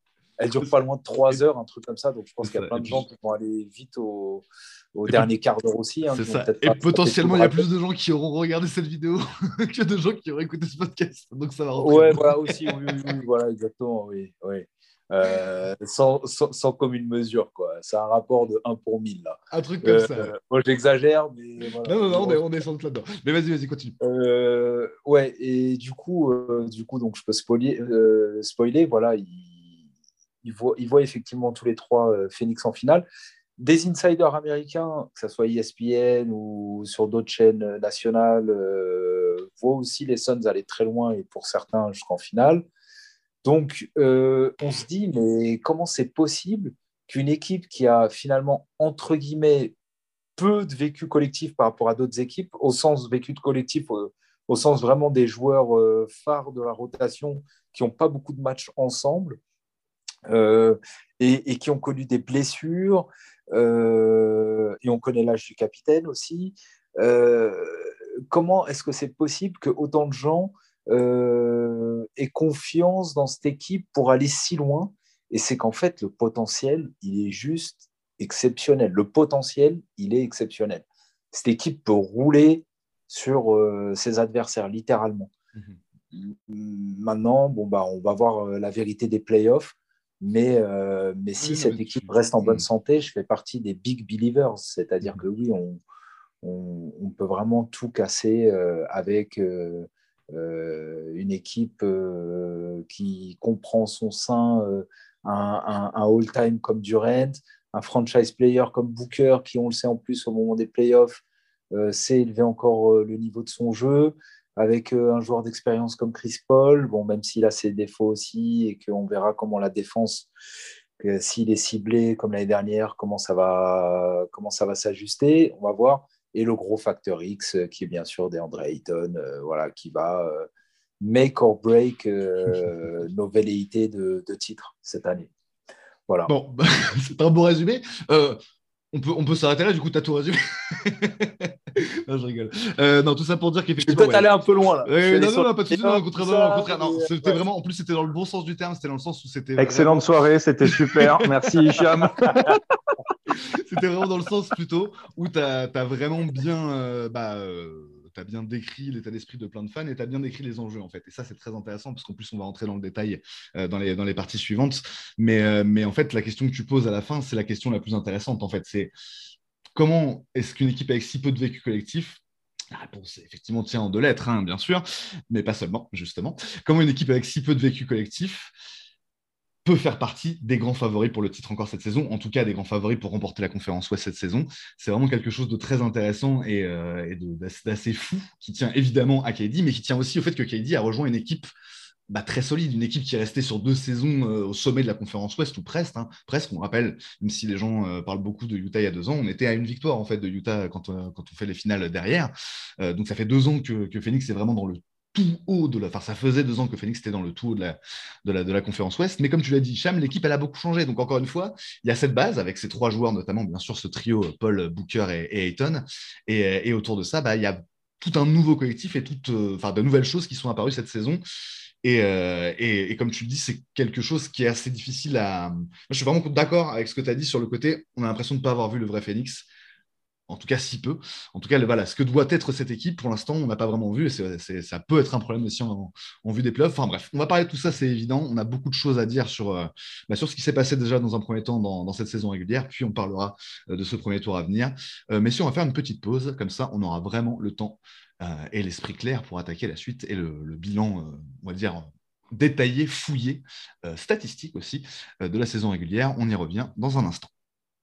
elle dure pas loin de trois heures, un truc comme ça. Donc, je pense qu'il y a plein de gens qui vont aller vite au, au dernier quart d'heure aussi. Hein, c'est ça. Et potentiellement, il y a plus de gens qui auront regardé cette vidéo que de gens qui auront écouté ce podcast. Donc, ça va rentrer. Ouais, voilà, aussi. Oui, oui, oui, voilà, exactement. Oui, oui. Euh, sans, sans, sans commune mesure, quoi. C'est un rapport de un pour mille, là. Un truc comme euh, ça. Ouais. Moi, j'exagère, mais voilà. Non, non, non, on est, on est sans doute là-dedans. Mais vas-y, vas-y, continue. Euh, ouais, et du coup, euh, du coup, donc je peux spoiler. Euh, spoiler voilà, ils, ils, voient, ils voient effectivement tous les trois euh, Phoenix en finale. Des insiders américains, que ce soit E S P N ou sur d'autres chaînes nationales, euh, voient aussi les Suns aller très loin et pour certains jusqu'en finale. Donc, euh, on se dit, mais comment c'est possible qu'une équipe qui a finalement, entre guillemets, peu de vécu collectif par rapport à d'autres équipes, au sens vécu de collectif, au, au sens vraiment des joueurs euh, phares de la rotation qui n'ont pas beaucoup de matchs ensemble euh, et, et qui ont connu des blessures, euh, et on connaît l'âge du capitaine aussi. Euh, comment est-ce que c'est possible que autant de gens euh, aient confiance dans cette équipe pour aller si loin? Et c'est qu'en fait, le potentiel, il est juste exceptionnel. Le potentiel, il est exceptionnel. Cette équipe peut rouler sur euh, ses adversaires, littéralement. Mm-hmm. Maintenant, bon, bah, on va voir euh, la vérité des playoffs. Mais, euh, mais si oui, cette mais équipe tu... reste en bonne santé, je fais partie des big believers. C'est-à-dire mm-hmm. que oui, on, on, on peut vraiment tout casser euh, avec euh, euh, une équipe euh, qui comprend son sein, euh, un, un, un all-time comme Durant, un franchise player comme Booker, qui, on le sait en plus, au moment des playoffs, euh, sait élever encore euh, le niveau de son jeu, avec euh, un joueur d'expérience comme Chris Paul, bon, même s'il a ses défauts aussi, et qu'on verra comment la défense, que s'il est ciblé comme l'année dernière, comment ça va, comment ça va s'ajuster, on va voir. Et le gros facteur X, qui est bien sûr DeAndre Ayton, euh, voilà, qui va euh, make or break euh, nos velléités de, de titre cette année. Voilà. Bon, bah, c'est un beau résumé. Euh, on peut, on peut s'arrêter là, du coup, tu as tout résumé. Non, je rigole. Euh, non, tout ça pour dire qu'effectivement. Je vais peut-être ouais, aller un peu loin là. Euh, non, non, non, pas de soucis. Non, au contraire, non, au contraire. Non, c'était ouais. vraiment. En plus, c'était dans le bon sens du terme. C'était dans le sens où c'était. Excellente vraiment... soirée, c'était super. Merci, Hicham. C'était vraiment dans le sens plutôt où tu as vraiment bien. Euh, bah, euh, tu as bien décrit l'état d'esprit de plein de fans et tu as bien décrit les enjeux en fait. Et ça, c'est très intéressant parce qu'en plus, on va rentrer dans le détail euh, dans, les, dans les parties suivantes. Mais, euh, mais en fait, la question que tu poses à la fin, c'est la question la plus intéressante en fait. C'est comment est-ce qu'une équipe avec si peu de vécu collectif, la réponse effectivement tient en deux lettres, hein, bien sûr, mais pas seulement, justement. Comment une équipe avec si peu de vécu collectif peut faire partie des grands favoris pour le titre encore cette saison, en tout cas des grands favoris pour remporter la conférence Ouest cette saison. C'est vraiment quelque chose de très intéressant et, euh, et de, d'assez fou, qui tient évidemment à K D, mais qui tient aussi au fait que K D a rejoint une équipe bah, très solide, une équipe qui est restée sur deux saisons euh, au sommet de la conférence Ouest, ou presque, hein, presque, on rappelle, même si les gens euh, parlent beaucoup de Utah il y a deux ans, on était à une victoire en fait de Utah quand, euh, quand on fait les finales derrière. Euh, donc ça fait deux ans que, que Phoenix est vraiment dans le tout haut de la... Enfin, ça faisait deux ans que Phoenix était dans le tout haut de la, de la, de la conférence Ouest. Mais comme tu l'as dit, Hicham, l'équipe, elle a beaucoup changé. Donc, encore une fois, il y a cette base avec ces trois joueurs, notamment, bien sûr, ce trio Paul, Booker et, et Ayton. Et, et autour de ça, bah, il y a tout un nouveau collectif et toutes, euh, enfin, de nouvelles choses qui sont apparues cette saison. Et, euh, et, et comme tu le dis, c'est quelque chose qui est assez difficile à... Moi, je suis vraiment d'accord avec ce que tu as dit sur le côté. On a l'impression de ne pas avoir vu le vrai Phoenix. En tout cas, si peu. En tout cas, le, voilà, ce que doit être cette équipe, pour l'instant, on n'a pas vraiment vu. Et c'est, c'est, ça peut être un problème aussi en, en vue des playoffs. Enfin bref, on va parler de tout ça, c'est évident. On a beaucoup de choses à dire sur, euh, bah, sur ce qui s'est passé déjà dans un premier temps dans, dans cette saison régulière. Puis on parlera euh, de ce premier tour à venir. Euh, mais si on va faire une petite pause, comme ça, on aura vraiment le temps euh, et l'esprit clair pour attaquer la suite et le, le bilan, euh, on va dire, détaillé, fouillé, euh, statistique aussi, euh, de la saison régulière. On y revient dans un instant.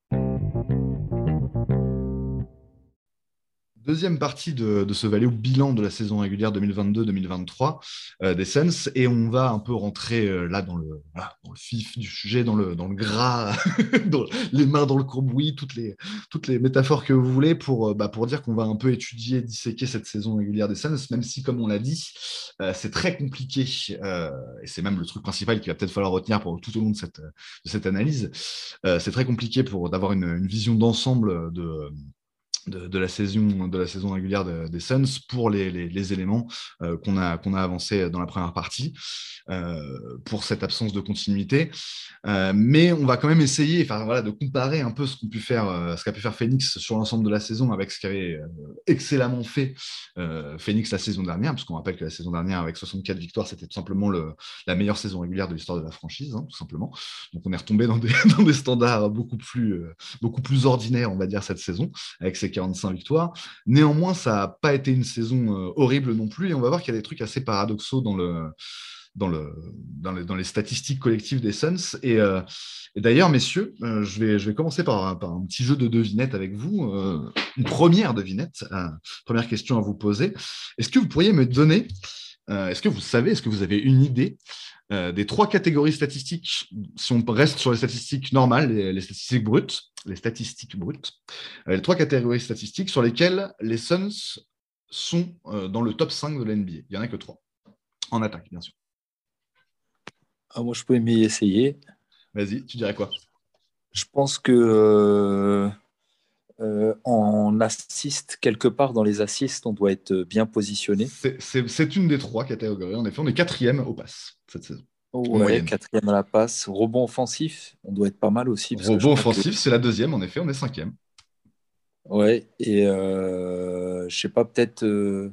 Deuxième partie de, de ce Value bilan de la saison régulière deux mille vingt-deux deux mille vingt-trois euh, des Suns, et on va un peu rentrer euh, là dans le, voilà, dans le vif du sujet, dans le, dans le gras, dans les mains dans le courbouillis, toutes les, toutes les métaphores que vous voulez pour, bah, pour dire qu'on va un peu étudier, disséquer cette saison régulière des Suns, même si, comme on l'a dit, euh, c'est très compliqué, euh, et c'est même le truc principal qu'il va peut-être falloir retenir pour, tout au long de cette, de cette analyse, euh, c'est très compliqué pour d'avoir une, une vision d'ensemble de de, de, la saison, de la saison régulière de, des Suns pour les, les, les éléments euh, qu'on a, qu'on a avancés dans la première partie, euh, pour cette absence de continuité. Euh, mais on va quand même essayer enfin, voilà, de comparer un peu ce, qu'on pu faire, euh, ce qu'a pu faire Phoenix sur l'ensemble de la saison avec ce qu'avait euh, excellemment fait euh, Phoenix la saison dernière, parce qu'on rappelle que la saison dernière, avec soixante-quatre victoires, c'était tout simplement le, la meilleure saison régulière de l'histoire de la franchise, hein, tout simplement. Donc on est retombé dans des, dans des standards beaucoup plus, euh, beaucoup plus ordinaires, on va dire, cette saison, avec ces quarante-cinq victoires. Néanmoins, ça n'a pas été une saison euh, horrible non plus, et on va voir qu'il y a des trucs assez paradoxaux dans le... Dans, le, dans, les, dans les statistiques collectives des Suns. Et, euh, et d'ailleurs, messieurs, euh, je, vais, je vais commencer par, par un petit jeu de devinettes avec vous. Euh, une première devinette, euh, première question à vous poser. Est-ce que vous pourriez me donner, euh, est-ce que vous savez, est-ce que vous avez une idée euh, des trois catégories statistiques, si on reste sur les statistiques normales, les, les statistiques brutes, les statistiques brutes, euh, les trois catégories statistiques sur lesquelles les Suns sont euh, dans le top cinq de la N B A. Il n'y en a que trois. En attaque, bien sûr. Ah, moi, je peux m'y essayer. Vas-y, tu dirais quoi? Je pense que euh, euh, en assist, quelque part dans les assists, on doit être bien positionné. C'est, c'est, c'est une des trois catégories. En effet, on est quatrième au pass cette saison. Ouais, quatrième à la passe. Rebond offensif, on doit être pas mal aussi. Parce Rebond que offensif, que... c'est la deuxième. En effet, on est cinquième. Ouais, et euh, je sais pas, peut-être. Euh,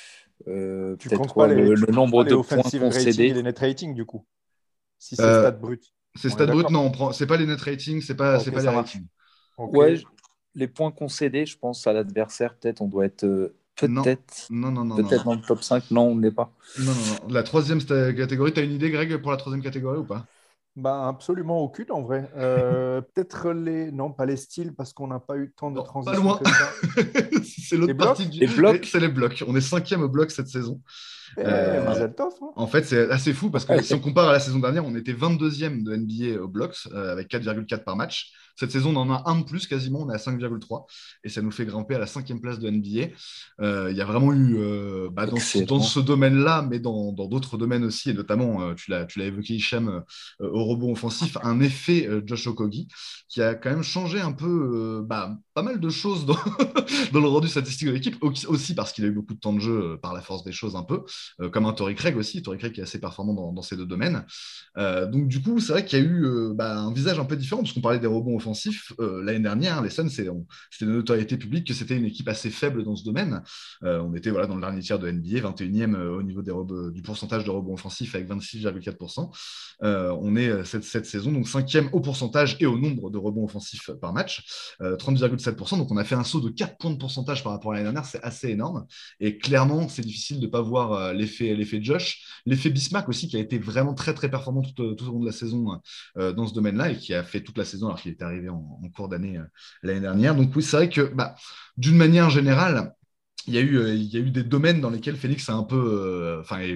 euh, tu peut-être comptes quoi, pas les, le, tu le comptes nombre pas les de points offensive rating concédés. et les net rating, du coup. Si c'est euh, stat brut. C'est stat brut, non, on prend... c'est pas les net ratings, c'est pas, okay, c'est pas les ratings. Okay. Ouais, les points concédés, je pense à l'adversaire, peut-être, on doit être euh, peut-être, non, non, non, peut-être non, dans le top cinq. Non, on ne l'est pas. Non, non, non. La troisième catégorie, tu as une idée, Greg, pour la troisième catégorie ou pas? Bah, absolument aucune en vrai. Euh, peut-être les. Non, pas les styles parce qu'on n'a pas eu tant de non, transition pas loin. que ça. C'est l'autre les partie blocs du. Les blocs. C'est les blocs. On est cinquième au bloc cette saison. Eh, Euh, Mazeltov, hein. En fait, c'est assez fou parce que si on compare à la saison dernière, on était vingt-deuxième de N B A au blocks euh, avec quatre virgule quatre par match. Cette saison, on en a un de plus quasiment, on est à cinq virgule trois et ça nous fait grimper à la cinquième place de N B A. Euh, Il y a vraiment eu, euh, bah, dans, ce, dans ce domaine-là, mais dans, dans d'autres domaines aussi, et notamment, euh, tu l'as, tu l'as évoqué, Hicham, euh, au rebond offensif, un effet euh, Josh Okogie qui a quand même changé un peu euh, bah, pas mal de choses dans, dans le rendu statistique de l'équipe, aussi parce qu'il a eu beaucoup de temps de jeu euh, par la force des choses un peu, euh, comme un Torrey Craig aussi, Torrey Craig qui est assez performant dans, dans ces deux domaines. Euh, donc du coup, c'est vrai qu'il y a eu euh, bah, un visage un peu différent, parce qu'on parlait des rebonds offensifs. Euh, l'année dernière, les Suns, c'est, on, c'était de notoriété publique que c'était une équipe assez faible dans ce domaine. Euh, on était voilà, dans le dernier tiers de N B A, vingt et unième euh, au niveau des rebonds, du pourcentage de rebonds offensifs avec vingt-six virgule quatre pour cent. Euh, on est cette, cette saison, donc cinquième au pourcentage et au nombre de rebonds offensifs par match, euh, trente virgule sept pour cent. Donc on a fait un saut de quatre points de pourcentage par rapport à l'année dernière, c'est assez énorme. Et clairement, c'est difficile de ne pas voir euh, l'effet, l'effet Josh, l'effet Bismack aussi, qui a été vraiment très très performant tout, tout au long de la saison euh, dans ce domaine-là et qui a fait toute la saison alors qu'il est arrivé en, en cours d'année euh, l'année dernière. Donc oui, c'est vrai que bah, d'une manière générale, il y a eu, euh, il y a eu des domaines dans lesquels Phoenix a un peu, enfin, euh,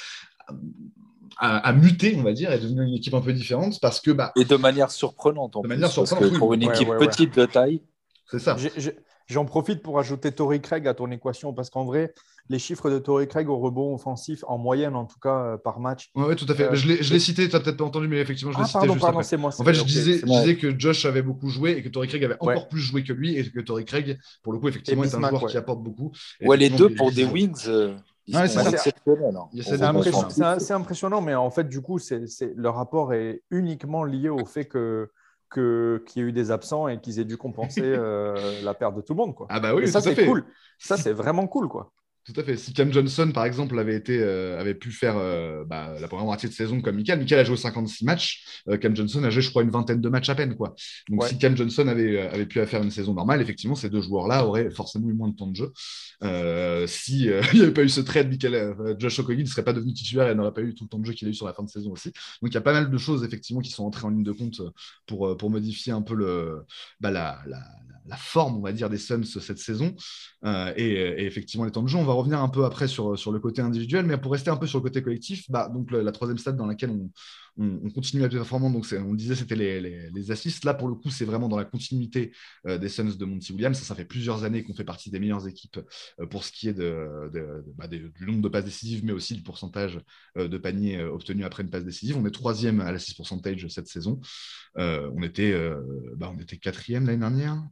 à, à muter, on va dire, et devenir une équipe un peu différente parce que bah, et de manière surprenante en de plus, manière parce surprenante, que oui. pour une Ouais, équipe ouais, ouais. petite de taille. C'est ça. J'ai, j'ai, j'en profite pour ajouter Torrey Craig à ton équation parce qu'en vrai, les chiffres de Torrey Craig au rebond offensif, en moyenne en tout cas euh, par match. Oui, ouais, tout à fait. Euh, je l'ai, je l'ai cité, tu n'as peut-être pas entendu, mais effectivement, je l'ai ah, cité pardon, juste pardon, après. c'est moi. C'est en fait, je, okay, disais, je disais que Josh avait beaucoup joué et que Torrey Craig avait ouais. encore plus joué que lui et que Torrey Craig, pour le coup, effectivement, est un joueur ouais. qui apporte beaucoup. Ouais, les deux pour des wings. Euh... Ils ouais, sont c'est exceptionnels. Hein. C'est, c'est, impression, c'est, c'est impressionnant, mais en fait, du coup, c'est, c'est, le rapport est uniquement lié au fait que, que, qu'il y ait eu des absents et qu'ils aient dû compenser euh, la perte de tout le monde. Quoi. Ah bah oui, et ça, tout à c'est fait. cool. Ça, c'est vraiment cool. Quoi. Tout à fait. Si Cam Johnson, par exemple, avait, été, euh, avait pu faire euh, bah, la première moitié de saison comme Michael, Michael a joué cinquante-six matchs, euh, Cam Johnson a joué, je crois, une vingtaine de matchs à peine. Quoi. Donc, ouais. si Cam Johnson avait, avait pu faire une saison normale, effectivement, ces deux joueurs-là auraient forcément eu moins de temps de jeu. Euh, si euh, il n'y avait pas eu ce trade, Michael, euh, Josh Okogie ne serait pas devenu titulaire et n'aurait pas eu tout le temps de jeu qu'il a eu sur la fin de saison aussi. Donc, il y a pas mal de choses, effectivement, qui sont entrées en ligne de compte pour, pour modifier un peu le, bah, la, la, la forme, on va dire, des Suns cette saison. Euh, et, et effectivement, les temps de jeu, on va revenir un peu après sur, sur le côté individuel, mais pour rester un peu sur le côté collectif, bah, donc la, la troisième stade dans laquelle on, on, on continue à être performant, donc on le disait, c'était les, les, les assists. Là, pour le coup, c'est vraiment dans la continuité euh, des Suns de Monty Williams. Ça, ça fait plusieurs années qu'on fait partie des meilleures équipes euh, pour ce qui est de, de, de, bah, de, du nombre de passes décisives, mais aussi du pourcentage euh, de paniers euh, obtenus après une passe décisive. On est troisième à l'assist percentage cette saison. Euh, on, était, euh, bah, on était quatrième l'année dernière.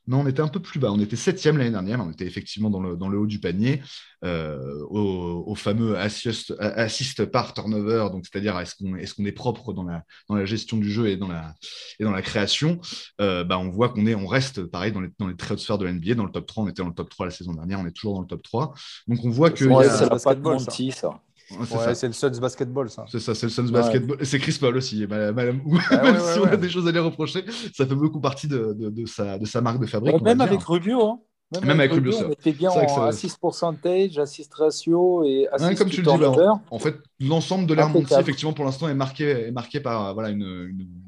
Non, on était un peu plus bas. On était septième l'année dernière. On était effectivement dans le, dans le haut du panier, euh, au, au fameux assist, assist par turnover. Donc, c'est-à-dire, est-ce qu'on, est-ce qu'on est propre dans la, dans la gestion du jeu et dans la, et dans la création. Euh, bah, on voit qu'on est, on reste pareil dans les, dans les très hautes sphères de l'N B A. Dans le top trois, on était dans le top trois la saison dernière. On est toujours dans le top trois. Donc, on voit que. Ouais, y a... c'est la patte Monty, ça. Ouais, c'est, ouais, c'est le Suns Basketball, ça. C'est ça, c'est le Suns Basketball. Ouais. Et c'est Chris Paul aussi. Madame, madame... Ah, même ouais, si ouais, on a ouais. des choses à lui reprocher, ça fait beaucoup partie de, de, de, sa, de sa marque de fabrique. Ouais, même avec Rubio, hein. Même, même avec Rubio, Rubio, ça. on était bien en ça... assist percentage, assist ratio et assist ouais, comme tu le dis, bah, en, en fait, l'ensemble de l'ère Monty, effectivement, pour l'instant, est marqué, est marqué par voilà, une, une, une,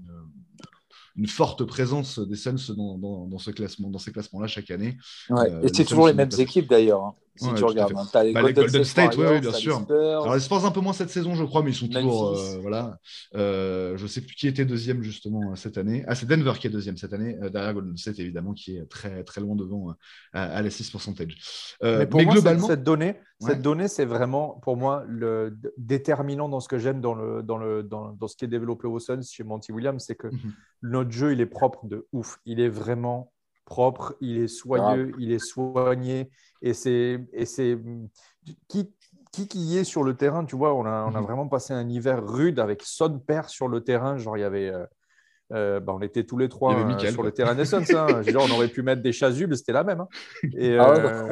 une forte présence des Suns dans, dans, dans, ce classement, dans ces classements-là chaque année. Ouais. Euh, et c'est toujours les mêmes équipes, d'ailleurs. Hein. Si ouais, tu regardes, hein. T'as les, bah, Golden, les Golden State, Warriors, oui, bien sûr. Les Spurs, alors les Spurs un peu moins cette saison, je crois, mais ils sont Memphis. toujours, euh, voilà. Euh, je sais plus qui était deuxième justement cette année. Ah, c'est Denver qui est deuxième cette année, euh, derrière Golden State évidemment, qui est très très loin devant euh, à, à l'assist percentage. Euh, mais pour mais moi, globalement, cette, cette donnée, ouais. cette donnée, c'est vraiment pour moi le déterminant dans ce que j'aime dans le dans le dans, dans ce qui est développé au Suns chez Monty Williams, c'est que mm-hmm. notre jeu il est propre de ouf. Il est vraiment propre, il est soyeux, ah. il est soigné et c'est, et c'est qui, qui qui y est sur le terrain, tu vois, on a, on a vraiment passé un hiver rude avec Son Père sur le terrain, genre il y avait euh, euh, bah, on était tous les trois euh, Michael, sur quoi. Le terrain des Suns, hein. Genre, on aurait pu mettre des chasubles, c'était la même. Hein. Et, ah euh...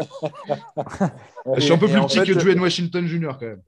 ouais. Je suis un peu plus petit fait... que Dwayne Washington Junior quand même.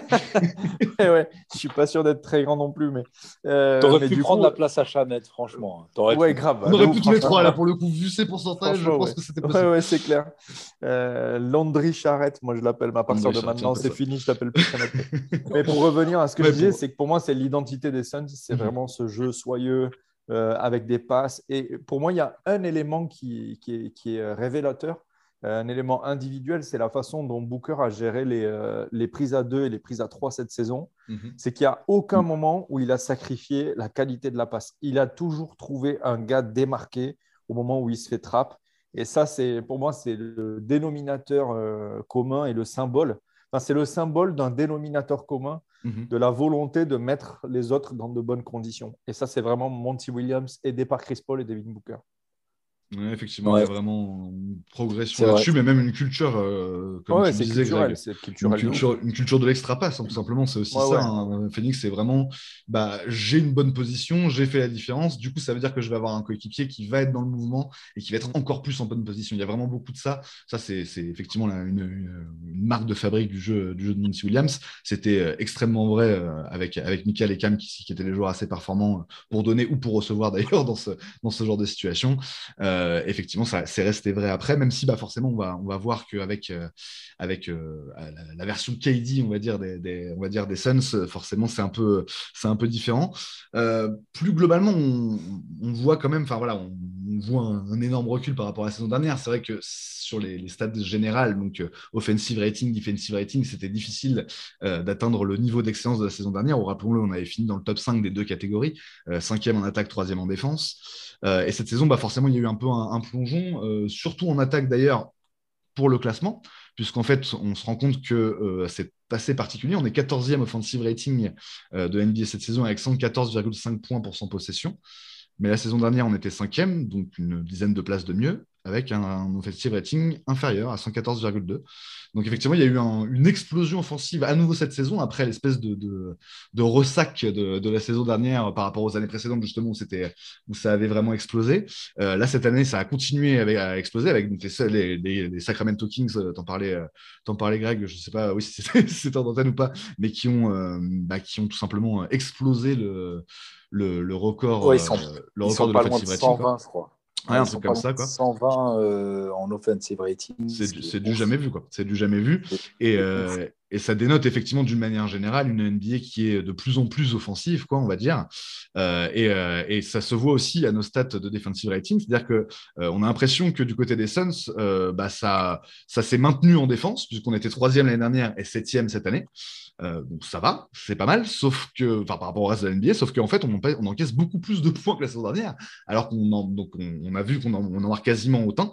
ouais, ouais. Je suis pas sûr d'être très grand non plus, mais. Euh, T'aurais mais pu prendre coup... la place à Chanette, franchement. T'aurais ouais, pu... grave. On aurait pu tous les trois là pour le coup, vu ces pourcentages, je pense ouais. que c'était possible. Ouais, ouais, c'est clair. Euh, Landry Charrette, moi je l'appelle, mais à partir de maintenant, c'est fini, je t'appelle plus Chanette. Mais pour revenir à ce que je disais, c'est que pour moi, c'est l'identité des Suns, c'est vraiment ce jeu soyeux. Euh, avec des passes. Et pour moi, il y a un élément qui, qui, est, qui est révélateur, euh, un élément individuel, c'est la façon dont Booker a géré les, euh, les prises à deux et les prises à trois cette saison. Mm-hmm. C'est qu'il n'y a aucun moment où il a sacrifié la qualité de la passe. Il a toujours trouvé un gars démarqué au moment où il se fait trappe. Et ça, c'est, pour moi, c'est le dénominateur euh, commun et le symbole. Enfin, c'est le symbole d'un dénominateur commun mmh. de la volonté de mettre les autres dans de bonnes conditions. Et ça, c'est vraiment Monty Williams aidé par Chris Paul et Devin Booker. Oui, effectivement, ouais. il y a vraiment une progression là-dessus, mais même une culture, euh, comme ouais, tu c'est disais, Greg, c'est une, culture, une culture de l'extra-pass, hein, tout simplement, c'est aussi ouais, ça. Ouais. Hein. Phoenix, c'est vraiment, bah, j'ai une bonne position, j'ai fait la différence, du coup, ça veut dire que je vais avoir un coéquipier qui va être dans le mouvement et qui va être encore plus en bonne position. Il y a vraiment beaucoup de ça. Ça, c'est, c'est effectivement là, une, une, une marque de fabrique du jeu, du jeu de Monty Williams. C'était euh, extrêmement vrai euh, avec, avec Michael et Cam, qui, qui étaient des joueurs assez performants pour donner ou pour recevoir d'ailleurs dans ce, dans ce genre de situation. Euh, Euh, effectivement, ça c'est resté vrai après, même si bah, forcément, on va, on va voir qu'avec euh, avec, euh, la, la version K D, on va dire, des, des, on va dire, des Suns, forcément, c'est un peu, c'est un peu différent. Euh, plus globalement, on, on voit quand même, enfin voilà, on, on voit un, un énorme recul par rapport à la saison dernière. C'est vrai que sur les, les stats générales, donc euh, offensive rating, defensive rating, c'était difficile euh, d'atteindre le niveau d'excellence de la saison dernière. Ou rappelons-le, on avait fini dans le top cinq des deux catégories, euh, cinquième en attaque, troisième en défense. Euh, et cette saison, bah, forcément, il y a eu un peu un, un plongeon, euh, surtout en attaque d'ailleurs pour le classement, puisqu'en fait, on se rend compte que euh, c'est assez particulier. On est quatorzième offensive rating euh, de N B A cette saison avec cent quatorze virgule cinq points pour cent possession. Mais la saison dernière, on était cinquième, donc une dizaine de places de mieux, avec un, un offensive rating inférieur à cent quatorze virgule deux. Donc effectivement, il y a eu un, une explosion offensive à nouveau cette saison, après l'espèce de, de, de ressac de, de la saison dernière par rapport aux années précédentes, justement, où, c'était, où ça avait vraiment explosé. Euh, là, cette année, ça a continué avec, à exploser avec donc, les, les, les Sacramento Kings, t'en parlais, t'en parlais Greg, je ne sais pas oui, si c'est, si c'est en antenne ou pas, mais qui ont, euh, bah, qui ont tout simplement explosé le, le, le record, ouais, ils sont, euh, le ils record sont de pas l'offensive loin de cent vingt, rating. Je crois. Ouais, un truc comme ça, quoi. cent vingt euh, en offensive rating. C'est, du, c'est du jamais vu, quoi. C'est du jamais vu. Et, euh, et ça dénote effectivement d'une manière générale une N B A qui est de plus en plus offensive, quoi, on va dire. Euh, et, euh, et ça se voit aussi à nos stats de defensive rating. C'est-à-dire qu'on euh, a l'impression que du côté des Suns, euh, bah, ça, ça s'est maintenu en défense, puisqu'on était troisième l'année dernière et septième cette année. Euh, donc ça va, c'est pas mal, sauf que, enfin par rapport au reste de la N B A, sauf qu'en fait on, on encaisse beaucoup plus de points que la saison dernière, alors qu'on en, donc on, on a vu qu'on en, on en marque quasiment autant.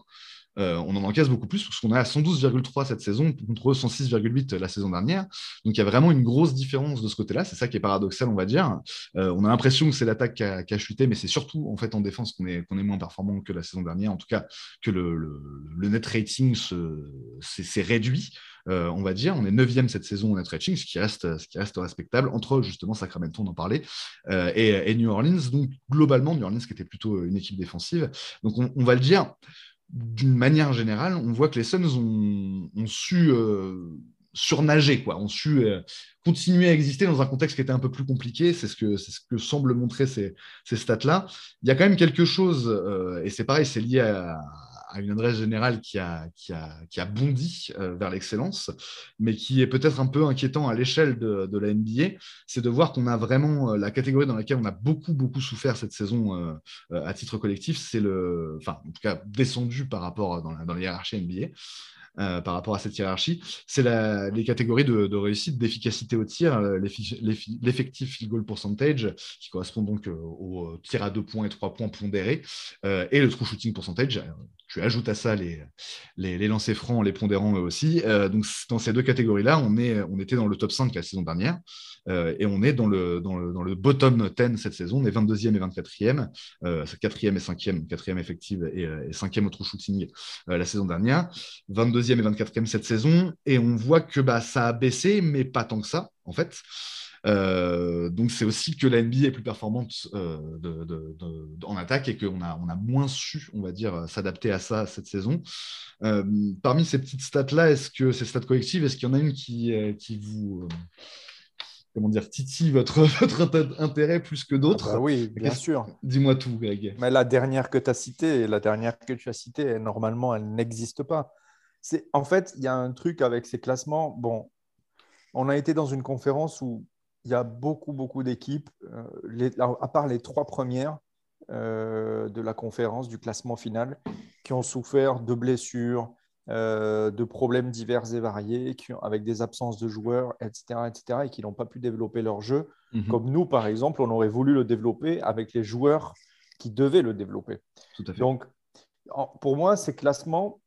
euh, on en encaisse beaucoup plus, parce qu'on est à cent douze virgule trois cette saison contre cent six virgule huit la saison dernière. Donc il y a vraiment une grosse différence de ce côté-là. C'est ça qui est paradoxal, on va dire. Euh, on a l'impression que c'est l'attaque qui a, qui a chuté, mais c'est surtout en fait en défense qu'on est, qu'on est moins performant que la saison dernière. En tout cas, que le, le, le net rating se, s'est réduit. Euh, on va dire, on est neuvième cette saison en net rating, ce qui reste, ce qui reste respectable, entre justement Sacramento, on en parlait, euh, et, et New Orleans. Donc globalement, New Orleans qui était plutôt une équipe défensive. Donc on, on va le dire, d'une manière générale, on voit que les Suns ont, ont su euh, surnager, quoi, ont su euh, continuer à exister dans un contexte qui était un peu plus compliqué. C'est ce que, c'est ce que semblent montrer ces, ces stats-là. Il y a quand même quelque chose, euh, et c'est pareil, c'est lié à à une adresse générale qui a, qui a, qui a bondi euh, vers l'excellence, mais qui est peut-être un peu inquiétant à l'échelle de, de la N B A, c'est de voir qu'on a vraiment euh, la catégorie dans laquelle on a beaucoup, beaucoup souffert cette saison euh, euh, à titre collectif, c'est le, enfin, en tout cas, descendu par rapport dans la, dans la hiérarchie N B A. Euh, par rapport à cette hiérarchie, c'est la, les catégories de, de réussite, d'efficacité au tir, l'effectif field goal percentage, qui correspond donc au tir à deux points et trois points pondérés, euh, et le true shooting percentage. Tu ajoutes à ça les, les, les lancers francs, les pondérants eux aussi. Euh, donc, dans ces deux catégories-là, on, est, on était dans le top cinq la saison dernière, euh, et on est dans le, dans, le, dans le bottom dix cette saison. On est vingt-deuxième et vingt-quatrième, euh, quatrième et cinquième, quatrième effective et, et cinquième au true shooting euh, la saison dernière. vingt-deuxième et vingt-quatrième cette saison, et on voit que bah, ça a baissé, mais pas tant que ça, en fait. Euh, donc c'est aussi que la N B A est plus performante euh, de, de, de, en attaque et qu'on a, on a moins su, on va dire, s'adapter à ça cette saison. Euh, parmi ces petites stats-là, est-ce que ces stats collectives, est-ce qu'il y en a une qui, qui vous... Euh, comment dire, titille votre, votre intérêt plus que d'autres? Ah bah oui, bien sûr. Dis-moi tout, Greg. Mais la dernière que tu as citée, la dernière que tu as citée, normalement, elle n'existe pas. C'est, en fait, il y a un truc avec ces classements. Bon, on a été dans une conférence où il y a beaucoup, beaucoup d'équipes, euh, les, à part les trois premières euh, de la conférence, du classement final, qui ont souffert de blessures, euh, de problèmes divers et variés, qui ont, avec des absences de joueurs, et cetera, et cetera, et qui n'ont pas pu développer leur jeu. Mm-hmm. Comme nous, par exemple, on aurait voulu le développer avec les joueurs qui devaient le développer. Tout à fait. Donc, en, pour moi, ces classements,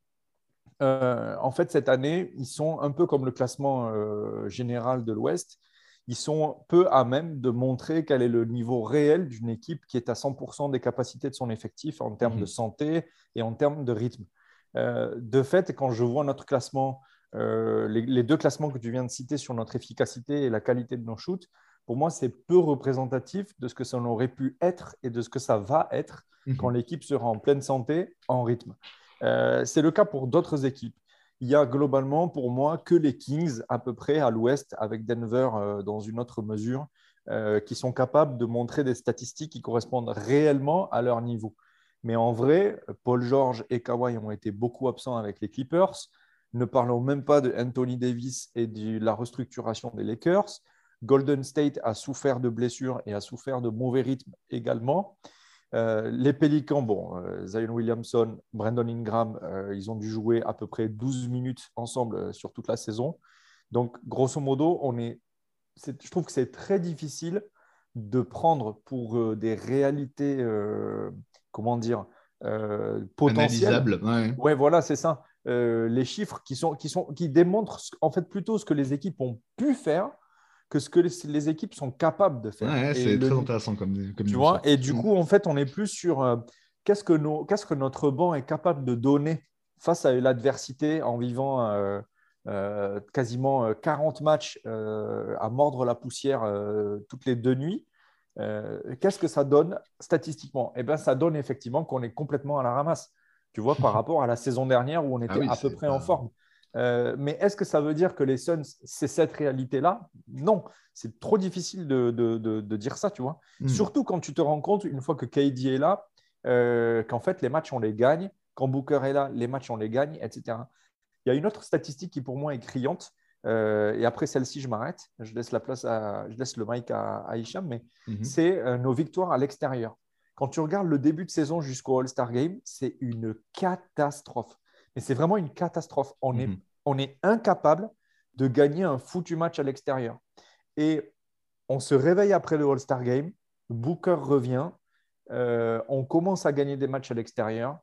euh, en fait, cette année, ils sont un peu comme le classement euh, général de l'Ouest. Ils sont peu à même de montrer quel est le niveau réel d'une équipe qui est à cent pour cent des capacités de son effectif en termes mmh. de santé et en termes de rythme. Euh, de fait, quand je vois notre classement, euh, les, les deux classements que tu viens de citer sur notre efficacité et la qualité de nos shoots, pour moi, c'est peu représentatif de ce que ça aurait pu être et de ce que ça va être mmh. quand l'équipe sera en pleine santé, en rythme. Euh, c'est le cas pour d'autres équipes. Il y a globalement, pour moi, que les Kings, à peu près à l'ouest, avec Denver euh, dans une autre mesure, euh, qui sont capables de montrer des statistiques qui correspondent réellement à leur niveau. Mais en vrai, Paul George et Kawhi ont été beaucoup absents avec les Clippers. Ne parlons même pas de Anthony Davis et de la restructuration des Lakers. Golden State a souffert de blessures et a souffert de mauvais rythme également. Euh, les Pélicans, bon, euh, Zion Williamson, Brandon Ingram, euh, ils ont dû jouer à peu près douze minutes ensemble euh, sur toute la saison. Donc, grosso modo, on est, c'est, je trouve que c'est très difficile de prendre pour euh, des réalités, euh, comment dire, euh, potentielles. Analysables, ouais. Ouais, voilà, c'est ça. Euh, les chiffres qui, sont, qui, sont, qui démontrent en fait plutôt ce que les équipes ont pu faire que ce que les, les équipes sont capables de faire. Ouais, c'est le, très intéressant comme, comme tu vois. Et du coup, en fait, on est plus sur euh, qu'est-ce, que nos, qu'est-ce que notre banc est capable de donner face à l'adversité en vivant euh, euh, quasiment quarante matchs euh, à mordre la poussière euh, toutes les deux nuits. Euh, qu'est-ce que ça donne statistiquement? Eh bien, ça donne effectivement qu'on est complètement à la ramasse. Tu vois, par rapport à la saison dernière où on était ah oui, à peu près pas... en forme. Euh, mais est-ce que ça veut dire que les Suns, c'est cette réalité-là? Non, c'est trop difficile de, de, de, de dire ça, tu vois. Mm. Surtout quand tu te rends compte, une fois que K D est là, euh, qu'en fait, les matchs, on les gagne. Quand Booker est là, les matchs, on les gagne, et cetera. Il y a une autre statistique qui, pour moi, est criante. Euh, et après celle-ci, je m'arrête. Je laisse, la place à, je laisse le mic à, à Hicham, mais mm-hmm. c'est euh, nos victoires à l'extérieur. Quand tu regardes le début de saison jusqu'au All-Star Game, c'est une catastrophe. Mais c'est vraiment une catastrophe. On, mm-hmm. est, on est incapable de gagner un foutu match à l'extérieur. Et on se réveille après le All-Star Game. Booker revient. Euh, on commence à gagner des matchs à l'extérieur.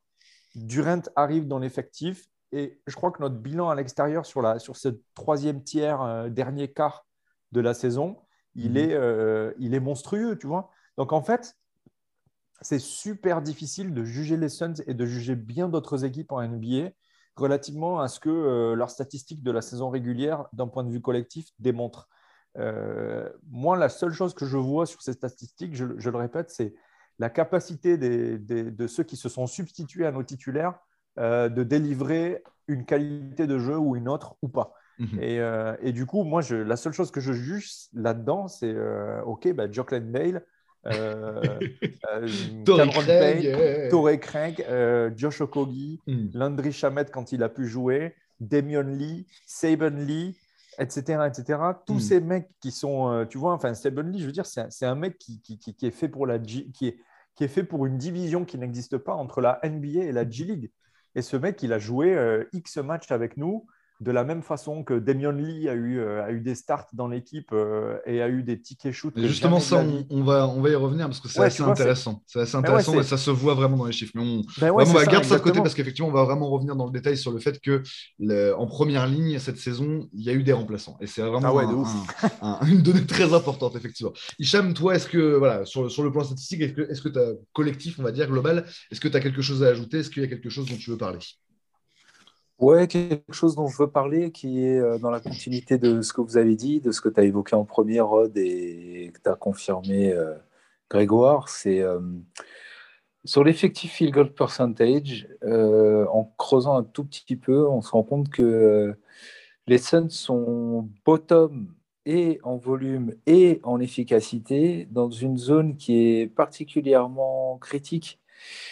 Durant arrive dans l'effectif et je crois que notre bilan à l'extérieur sur, la, sur ce troisième tiers, euh, dernier quart de la saison, il, Mhm. est, euh, il est monstrueux, tu vois. Donc en fait, c'est super difficile de juger les Suns et de juger bien d'autres équipes en N B A relativement à ce que euh, leurs statistiques de la saison régulière, d'un point de vue collectif, démontrent. Euh, moi, la seule chose que je vois sur ces statistiques, je, je le répète, c'est la capacité des, des, de ceux qui se sont substitués à nos titulaires euh, de délivrer une qualité de jeu ou une autre ou pas. Mhm. Et, euh, et du coup, moi, je, la seule chose que je juge là-dedans, c'est euh, OK, bah, Jockland Bale, euh, euh, Torrey Cameron Craig, Payne, yeah. Torrey Craig, euh, Josh Okogie, Mhm. Landry Shamet quand il a pu jouer, Damian Lee, Saban Lee, et cetera, et cetera. Tous Mhm. ces mecs qui sont, euh, tu vois, enfin, Saban Lee, je veux dire, c'est un, c'est un mec qui, qui, qui, qui est fait pour la G, qui est, qui est fait pour une division qui n'existe pas entre la N B A et la G League. Et ce mec, il a joué euh, X matchs avec nous, de la même façon que Damian Lee a eu, euh, a eu des starts dans l'équipe euh, et a eu des tickets shoot Mais que justement, jamais de ça, la on, vie. on va, on va y revenir parce que c'est Ouais, tu assez vois, c'est. intéressant. C'est assez Ben ouais, intéressant et c'est. ça se voit vraiment dans les chiffres. Mais on, Ben ouais, vraiment, on c'est va ça, garder ça de côté exactement. parce qu'effectivement, on va vraiment revenir dans le détail sur le fait que le- en première ligne, cette saison, il y a eu des remplaçants. Et c'est Ah vraiment ouais, de un- ouf. un- un- une donnée très importante, effectivement. Hicham, toi, est-ce que, voilà, sur, sur le plan statistique, est-ce que, est-ce que tu as collectif, on va dire, global, est-ce que tu as quelque chose à ajouter? Est-ce qu'il y a quelque chose dont tu veux parler? Ouais, quelque chose dont je veux parler qui est euh, dans la continuité de ce que vous avez dit, de ce que tu as évoqué en premier, Rod, et que tu as confirmé, euh, Grégoire, c'est euh, sur l'effectif field goal percentage, euh, en creusant un tout petit peu, on se rend compte que euh, les Suns sont bottom et en volume et en efficacité dans une zone qui est particulièrement critique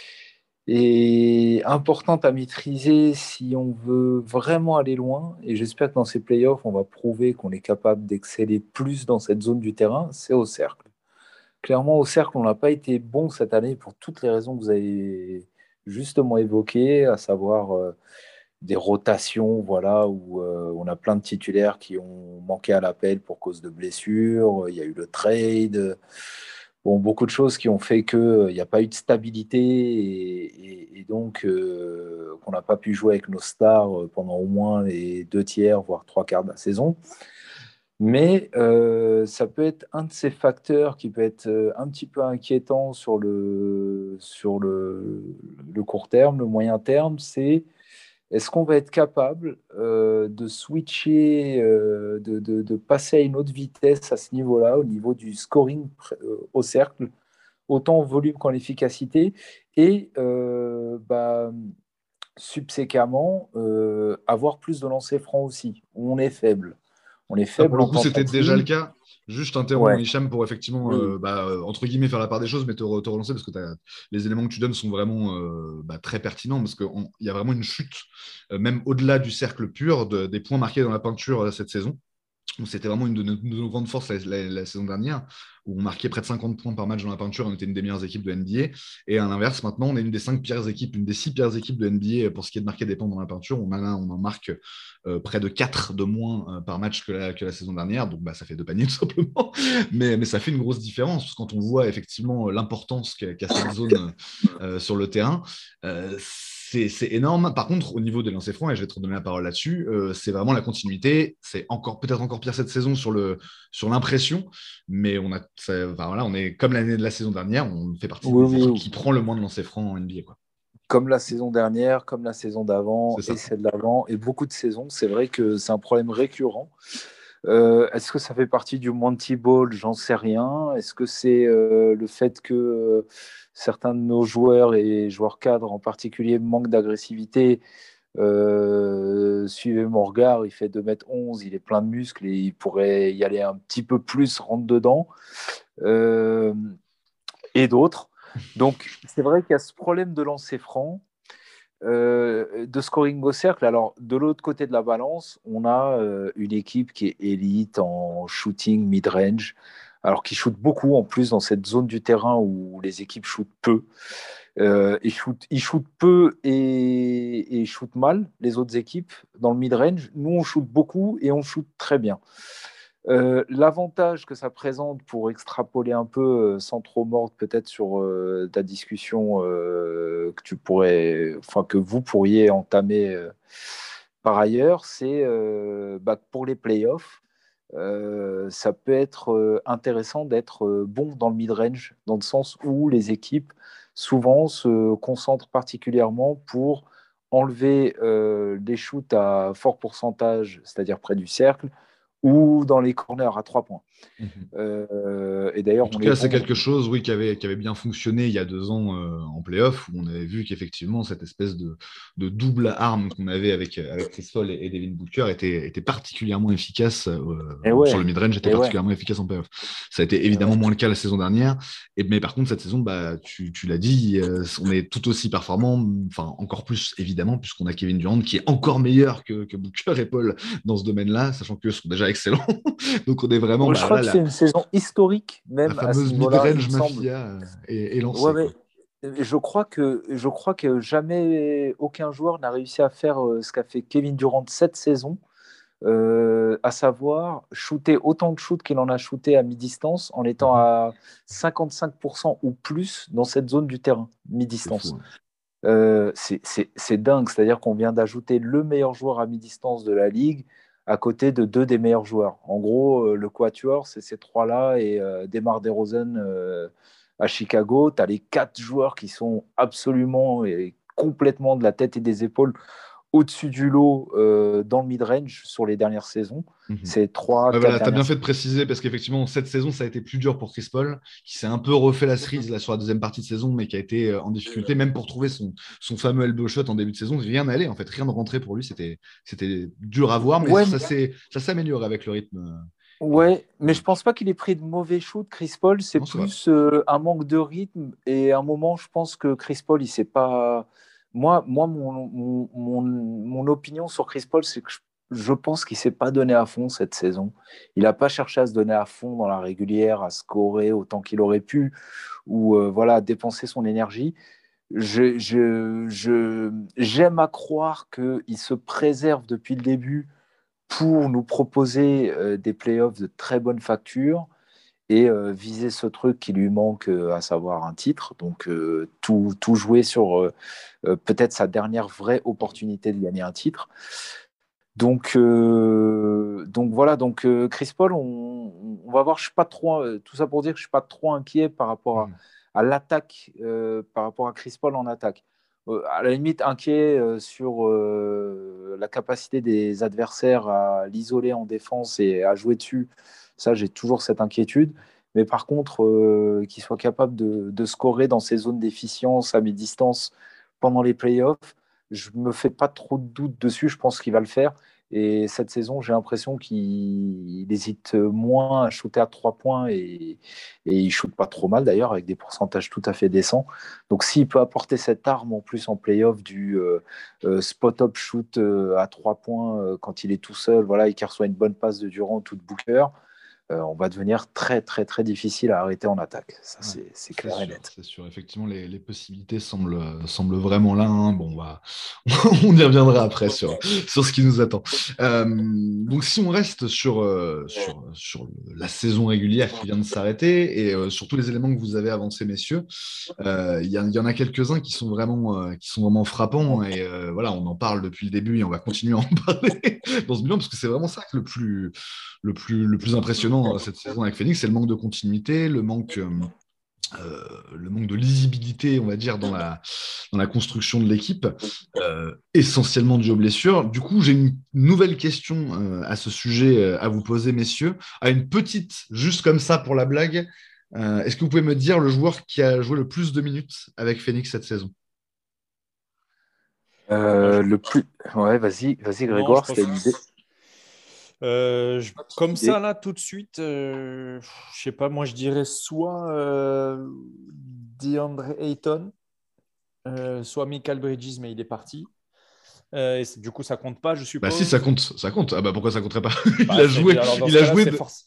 et importante à maîtriser si on veut vraiment aller loin. Et j'espère que dans ces playoffs, on va prouver qu'on est capable d'exceller plus dans cette zone du terrain, c'est au cercle. Clairement, au cercle, on n'a pas été bon cette année pour toutes les raisons que vous avez justement évoquées, à savoir euh, des rotations, voilà, où euh, on a plein de titulaires qui ont manqué à l'appel pour cause de blessures. Il y a eu le trade. Bon, beaucoup de choses qui ont fait qu'il n'y a pas eu de stabilité et, et- et donc euh, qu'on n'a pas pu jouer avec nos stars pendant au moins les deux tiers, voire trois quarts de la saison. Mais euh, ça peut être un de ces facteurs qui peut être euh, un petit peu inquiétant sur le, sur le, le court terme, le moyen terme, c'est est-ce qu'on va être capable euh, de switcher, euh, de, de- de passer à une autre vitesse à ce niveau-là, au niveau du scoring euh, au cercle, autant en volume qu'en efficacité, et euh, bah, subséquemment euh, avoir plus de lancers francs aussi, où on est faible. On est Ça, pour faible le en coup, c'était déjà le tentative. cas. Juste, je t'interromps, Ouais, Hicham, pour effectivement, oui. euh, bah, euh, entre guillemets, faire la part des choses, mais te, re- te relancer parce que t'as- les éléments que tu donnes sont vraiment euh, bah, très pertinents parce qu'il y a vraiment une chute, euh, même au-delà du cercle pur, de- des points marqués dans la peinture euh, cette saison. Donc, c'était vraiment une de nos, de nos grandes forces la, la- la saison dernière, où on marquait près de cinquante points par match dans la peinture, on était une des meilleures équipes de N B A. Et à l'inverse, maintenant, on est une des cinq pires équipes, une des six pires équipes de N B A pour ce qui est de marquer des points dans la peinture. On, a, on en marque euh, près de quatre de moins euh, par match que la, que la saison dernière, donc bah, ça fait deux paniers tout simplement. Mais, mais ça fait une grosse différence quand on voit effectivement l'importance qu'a qu'a cette zone euh, sur le terrain. Euh, c'est c'est énorme. Par contre, au niveau des lancers francs, et je vais te redonner la parole là-dessus, euh, c'est vraiment la continuité. C'est encore peut-être encore pire cette saison sur le sur l'impression, mais on a, ça- enfin, voilà, on est comme l'année de la saison dernière, on fait partie Oui, des oui, équipes oui. qui prend le moins de lancers francs en N B A, quoi. Comme la saison dernière, comme la saison d'avant C'est et ça. celle d'avant, et beaucoup de saisons. C'est vrai que c'est un problème récurrent. Euh, est-ce que ça fait partie du Monty Ball? J'en sais rien. Est-ce que c'est euh, le fait que euh, certains de nos joueurs et joueurs cadres en particulier manquent d'agressivité? Euh, suivez mon regard, il fait deux mètres onze, il est plein de muscles et il pourrait y aller un petit peu plus, rentre dedans. Euh, et d'autres. Donc, c'est vrai qu'il y a ce problème de lancer franc. Euh, de scoring au cercle. Alors, de l'autre côté de la balance, on a euh, une équipe qui est élite en shooting mid-range, alors qui shoot beaucoup en plus dans cette zone du terrain où les équipes shootent peu. Euh, ils, shoot, ils shootent peu et, et ils shootent mal, les autres équipes, dans le mid-range. Nous, on shoot beaucoup et on shoot très bien. Euh, l'avantage que ça présente, pour extrapoler un peu, euh, sans trop mordre peut-être sur euh, ta discussion euh, que tu pourrais, enfin que vous pourriez entamer euh, par ailleurs, c'est euh, bah, pour les playoffs, euh, ça peut être euh, intéressant d'être euh, bon dans le mid-range, dans le sens où les équipes souvent se concentrent particulièrement pour enlever euh, des shoots à fort pourcentage, c'est-à-dire près du cercle, ou dans les corners à trois points. Mhm. Euh, et En d'ailleurs, tout on cas, est c'est bon. quelque chose, oui, qui avait, qui avait bien fonctionné il y a deux ans euh, en playoff, où on avait vu qu'effectivement, cette espèce de, de double arme qu'on avait avec, avec Chris Paul et, et Devin Booker était, était particulièrement efficace euh, Et sur ouais, le mid-range, était et ouais, particulièrement efficace en playoff. Ça a été et évidemment ouais. moins le cas la saison dernière, et, mais par contre, cette saison, bah, tu, tu l'as dit, euh, on est tout aussi performant, enfin encore plus évidemment, puisqu'on a Kevin Durant qui est encore meilleur que, que Booker et Paul dans ce domaine-là, sachant qu'eux sont déjà excellents. Donc on est vraiment Bon, je bah, crois là, que c'est là une saison historique, la même à ce fameuse niveau-là, il mid-range me semble. mafia euh, est, est Ouais, lancée, quoi. ouais. Je crois que, je crois que jamais aucun joueur n'a réussi à faire euh, ce qu'a fait Kevin Durant cette saison, euh, à savoir shooter autant de shoots qu'il en a shooté à mi-distance en étant Mhm. à cinquante-cinq pour cent ou plus dans cette zone du terrain, C'est fou, mi-distance. hein. Euh, c'est c'est- c'est dingue, c'est-à-dire qu'on vient d'ajouter le meilleur joueur à mi-distance de la ligue à côté de deux des meilleurs joueurs. En gros, euh, le quatuor, c'est ces trois-là et euh, DeMar DeRozan euh, à Chicago. Tu as les quatre joueurs qui sont absolument et complètement de la tête et des épaules au-dessus du lot euh, dans le mid-range sur les dernières saisons. Mhm. Ces trois, Ouais, quatre voilà, tu as bien dernières fait de saisons. préciser parce qu'effectivement, cette saison, ça a été plus dur pour Chris Paul, qui s'est un peu refait la cerise là, sur la deuxième partie de saison, mais qui a été euh, en difficulté, même pour trouver son, son fameux elbow shot en début de saison. Rien n'allait, en fait, rien ne rentrait pour lui. C'était, c'était dur à voir, mais Ouais, ça s'est, ça s'est amélioré avec le rythme. euh, Et, ouais, mais je pense pas qu'il ait pris de mauvais shoots, Chris Paul. C'est non, c'est vrai. plus euh, un manque de rythme. Et à un moment, je pense que Chris Paul, il sait pas. Moi, moi mon, mon, mon, mon opinion sur Chris Paul, c'est que je, je pense qu'il s'est pas donné à fond cette saison. Il n'a pas cherché à se donner à fond dans la régulière, à scorer autant qu'il aurait pu, ou euh, voilà, à dépenser son énergie. Je, je, je, j'aime à croire qu'il se préserve depuis le début pour nous proposer euh, des playoffs de très bonne facture et euh, viser ce truc qui lui manque, euh, à savoir un titre. Donc, euh, tout, tout jouer sur euh, euh, peut-être sa dernière vraie opportunité de gagner un titre. Donc, euh, donc voilà, donc euh, Chris Paul, on, on va voir, je suis pas trop, euh, tout ça pour dire que je suis pas trop inquiet par rapport à, Mhm. à l'attaque, euh, par rapport à Chris Paul en attaque. Euh, à la limite, inquiet euh, sur euh, la capacité des adversaires à l'isoler en défense et à jouer dessus. Ça, j'ai toujours cette inquiétude. Mais par contre, euh, qu'il soit capable de, de scorer dans ces zones d'efficience à mi-distance pendant les playoffs, je me fais pas trop de doute dessus. Je pense qu'il va le faire. Et cette saison, j'ai l'impression qu'il hésite moins à shooter à trois points et, et il shoot pas trop mal d'ailleurs, avec des pourcentages tout à fait décents. Donc s'il peut apporter cette arme en plus en playoff du euh, euh, spot-up shoot euh, à trois points euh, quand il est tout seul, voilà, et qu'il reçoit une bonne passe de Durant ou de Booker, euh, on va devenir très très très difficile à arrêter en attaque. Ça, Ouais, c'est c'est c'est clair et sûr, net. c'est sûr. Effectivement, les, les possibilités semblent, semblent vraiment là, hein. Bon, bah, on y reviendra après sur, sur ce qui nous attend. Euh, donc, si on reste sur, euh, sur, sur la saison régulière qui vient de s'arrêter et euh, sur tous les éléments que vous avez avancés, messieurs, euh, il y, a- il y en a quelques-uns qui sont vraiment, euh, qui sont vraiment frappants. Et euh, voilà, on en parle depuis le début et on va continuer à en parler dans ce bilan parce que c'est vraiment ça que le plus, le plus, le plus impressionnant euh, cette saison avec Phoenix, c'est le manque de continuité, le manque. euh, euh, le manque de lisibilité, on va dire, dans la, dans la construction de l'équipe, euh, essentiellement dû aux blessures. Du coup, j'ai une nouvelle question euh, à ce sujet euh, à vous poser, messieurs. À une petite, juste comme ça pour la blague, euh, est-ce que vous pouvez me dire le joueur qui a joué le plus de minutes avec Phoenix cette saison? Moi, je- Euh, le plus... Ouais, vas-y, vas-y Non, je Grégoire, pense. c'était l'idée. Euh, je- Comme Idée. ça, là, tout de suite, euh, je sais pas, moi, je dirais soit euh, DeAndre Ayton, euh, soit Michael Bridges, mais il est parti. Euh, et c'est- du coup, ça compte pas, je Bah si, ça suppose. compte, ça compte. Ah bah pourquoi ça compterait pas? Il Bah, a c'est- joué, alors, dans il ce a cas-là, joué c'est de... force.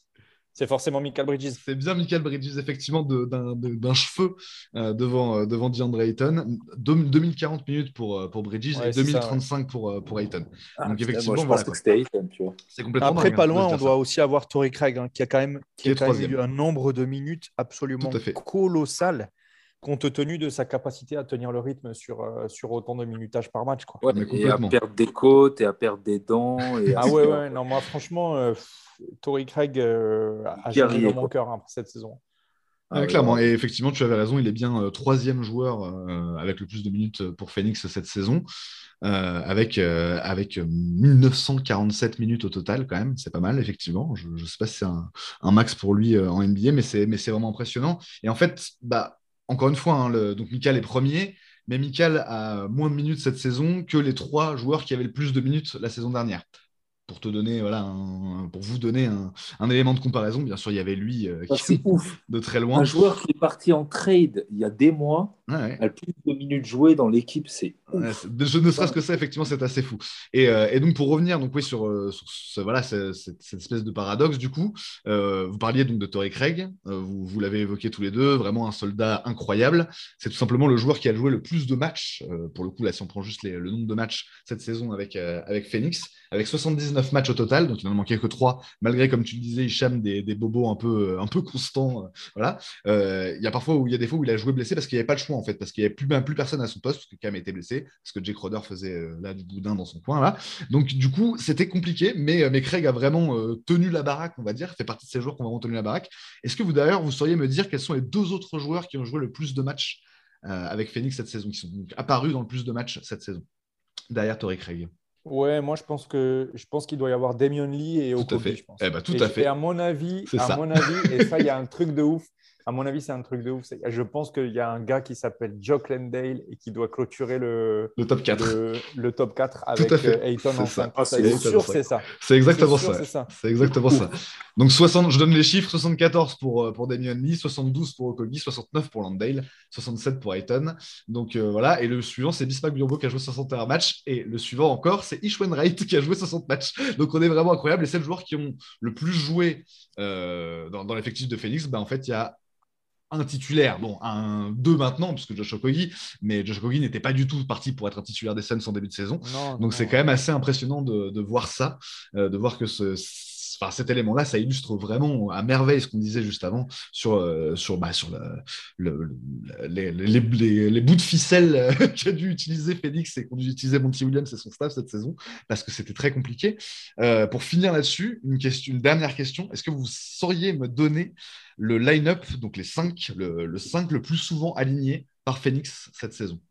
C'est forcément Michael Bridges. C'est bien Michael Bridges, effectivement, de, d'un, de, d'un cheveu euh, devant, euh, devant DeAndre Ayton. deux mille quarante minutes pour, pour Bridges Ouais, et c'est deux mille trente-cinq ça, ouais. pour, pour Ayton. Ah, Donc, putain, effectivement, moi, je voilà, pensais quoi. que c'était Ayton, tu vois. C'est complètement Après, dingue, pas hein, de loin, se on dire doit ça. aussi avoir Torrey Craig, hein, qui a quand même, qui Qui a est quand même troisième. eu un nombre de minutes absolument Tout à fait. colossal, compte tenu de sa capacité à tenir le rythme sur, euh, sur autant de minutages par match, quoi. Ouais, Mais et à complètement. perdre des côtes, et à perdre des dents. Et à Ah se ouais, faire- ouais, non, moi, franchement, euh, Torrey Craig euh, a Guerrier, jamais dans mon quoi. cœur, hein, cette saison. Ah Ouais, ouais, clairement, bravo. et effectivement, tu avais raison, il est bien euh, troisième joueur euh, avec le plus de minutes pour Phoenix cette saison, euh, avec, euh, avec mille neuf cent quarante-sept minutes au total, quand même, c'est pas mal, effectivement. Je ne sais pas si c'est un, un max pour lui euh, en N B A, mais c'est, mais c'est vraiment impressionnant. Et en fait, bah, encore une fois, hein, le, donc Mikal est premier, mais Mikal a moins de minutes cette saison que les trois joueurs qui avaient le plus de minutes la saison dernière. Pour te donner, voilà, un- pour vous donner un, un élément de comparaison, bien sûr, il y avait lui euh, Ça, qui c'est ouf. de très Un loin. joueur qui est parti en trade il y a des mois, Ouais, ouais. a le plus de minutes jouées dans l'équipe, c'est Ouais, ouf. c'est- je ne serait-ce que ça, effectivement, c'est assez fou. Et, euh, et donc, pour revenir donc, oui, sur, euh, sur ce, voilà, c'est- c'est- cette espèce de paradoxe, du coup, euh, vous parliez donc de Torrey Craig, euh, vous, vous l'avez évoqué tous les deux, vraiment un soldat incroyable. C'est tout simplement le joueur qui a joué le plus de matchs, euh, pour le coup, là, si on prend juste les- le nombre de matchs cette saison avec, euh, avec Phoenix, avec soixante-dix-neuf matchs au total, donc il n'en manquait que trois, malgré, comme tu le disais, Hicham, des, des bobos un peu, un peu constants. euh, voilà. Euh, Il y a parfois où il y a des fois où il a joué blessé parce qu'il n'y avait pas le choix, en fait, parce qu'il n'y avait plus, ben, plus personne à son poste, parce que Cam était blessé, parce que Jake Crowder faisait euh, là du boudin dans son coin là. Donc du coup, c'était compliqué, mais, euh, mais Craig a vraiment euh, tenu la baraque, on va dire, fait partie de ces joueurs qui ont vraiment tenu la baraque. Est-ce que vous d'ailleurs, vous sauriez me dire quels sont les deux autres joueurs qui ont joué le plus de matchs euh, avec Phoenix cette saison, qui sont donc apparus dans le plus de matchs cette saison, derrière Torrey Craig? Ouais, moi je pense que je pense qu'il doit y avoir Damian Lee et Tout à Okogie, fait. je pense. Eh ben, tout et, à je- fait. et à mon avis, C'est à ça. mon avis, et ça, il y a un truc de ouf. À mon avis, c'est un truc de ouf. C'est- Je pense qu'il y a un gars qui s'appelle Jock Landale et qui doit clôturer le, Le top quatre. le, le top quatre Tout à avec fait. euh, Ayton C'est en ça. cinq. Ah, Ça, c'est c'est Ayton en sûr, cinq. c'est ça. C'est exactement C'est sûr, ça. c'est ça. C'est exactement ça. Donc soixante, je donne les chiffres, soixante-quatorze pour, euh, pour Damian Lee, soixante-douze pour Okogie, soixante-neuf pour Landale, soixante-sept pour Ayton. Donc euh, voilà, et le suivant, c'est Bismack Biyombo qui a joué soixante et un matchs, et le suivant encore, c'est Ish Wainwright qui a joué soixante matchs. Donc on est vraiment incroyable, et c'est le joueur qui ont le plus joué euh, dans, dans l'effectif de Phoenix. Ben, en fait, il y a un titulaire, bon, un deux maintenant, puisque Josh Okogie, mais Josh Okogie n'était pas du tout parti pour être un titulaire des Suns en début de saison. Non, non, Donc c'est non. quand même assez impressionnant de, de voir ça, euh, de voir que ce, enfin, cet élément-là, ça illustre vraiment à merveille ce qu'on disait juste avant sur, euh, sur, bah, sur le, le, le, les, les, les, les bouts de ficelle qu'a dû utiliser Phoenix et qu'ont dû utiliser Monty Williams et son staff cette saison, parce que c'était très compliqué. Euh, pour finir là-dessus, une, question, une dernière question, est-ce que vous sauriez me donner le line-up, donc les cinq, le, le cinq le plus souvent aligné par Phoenix cette saison?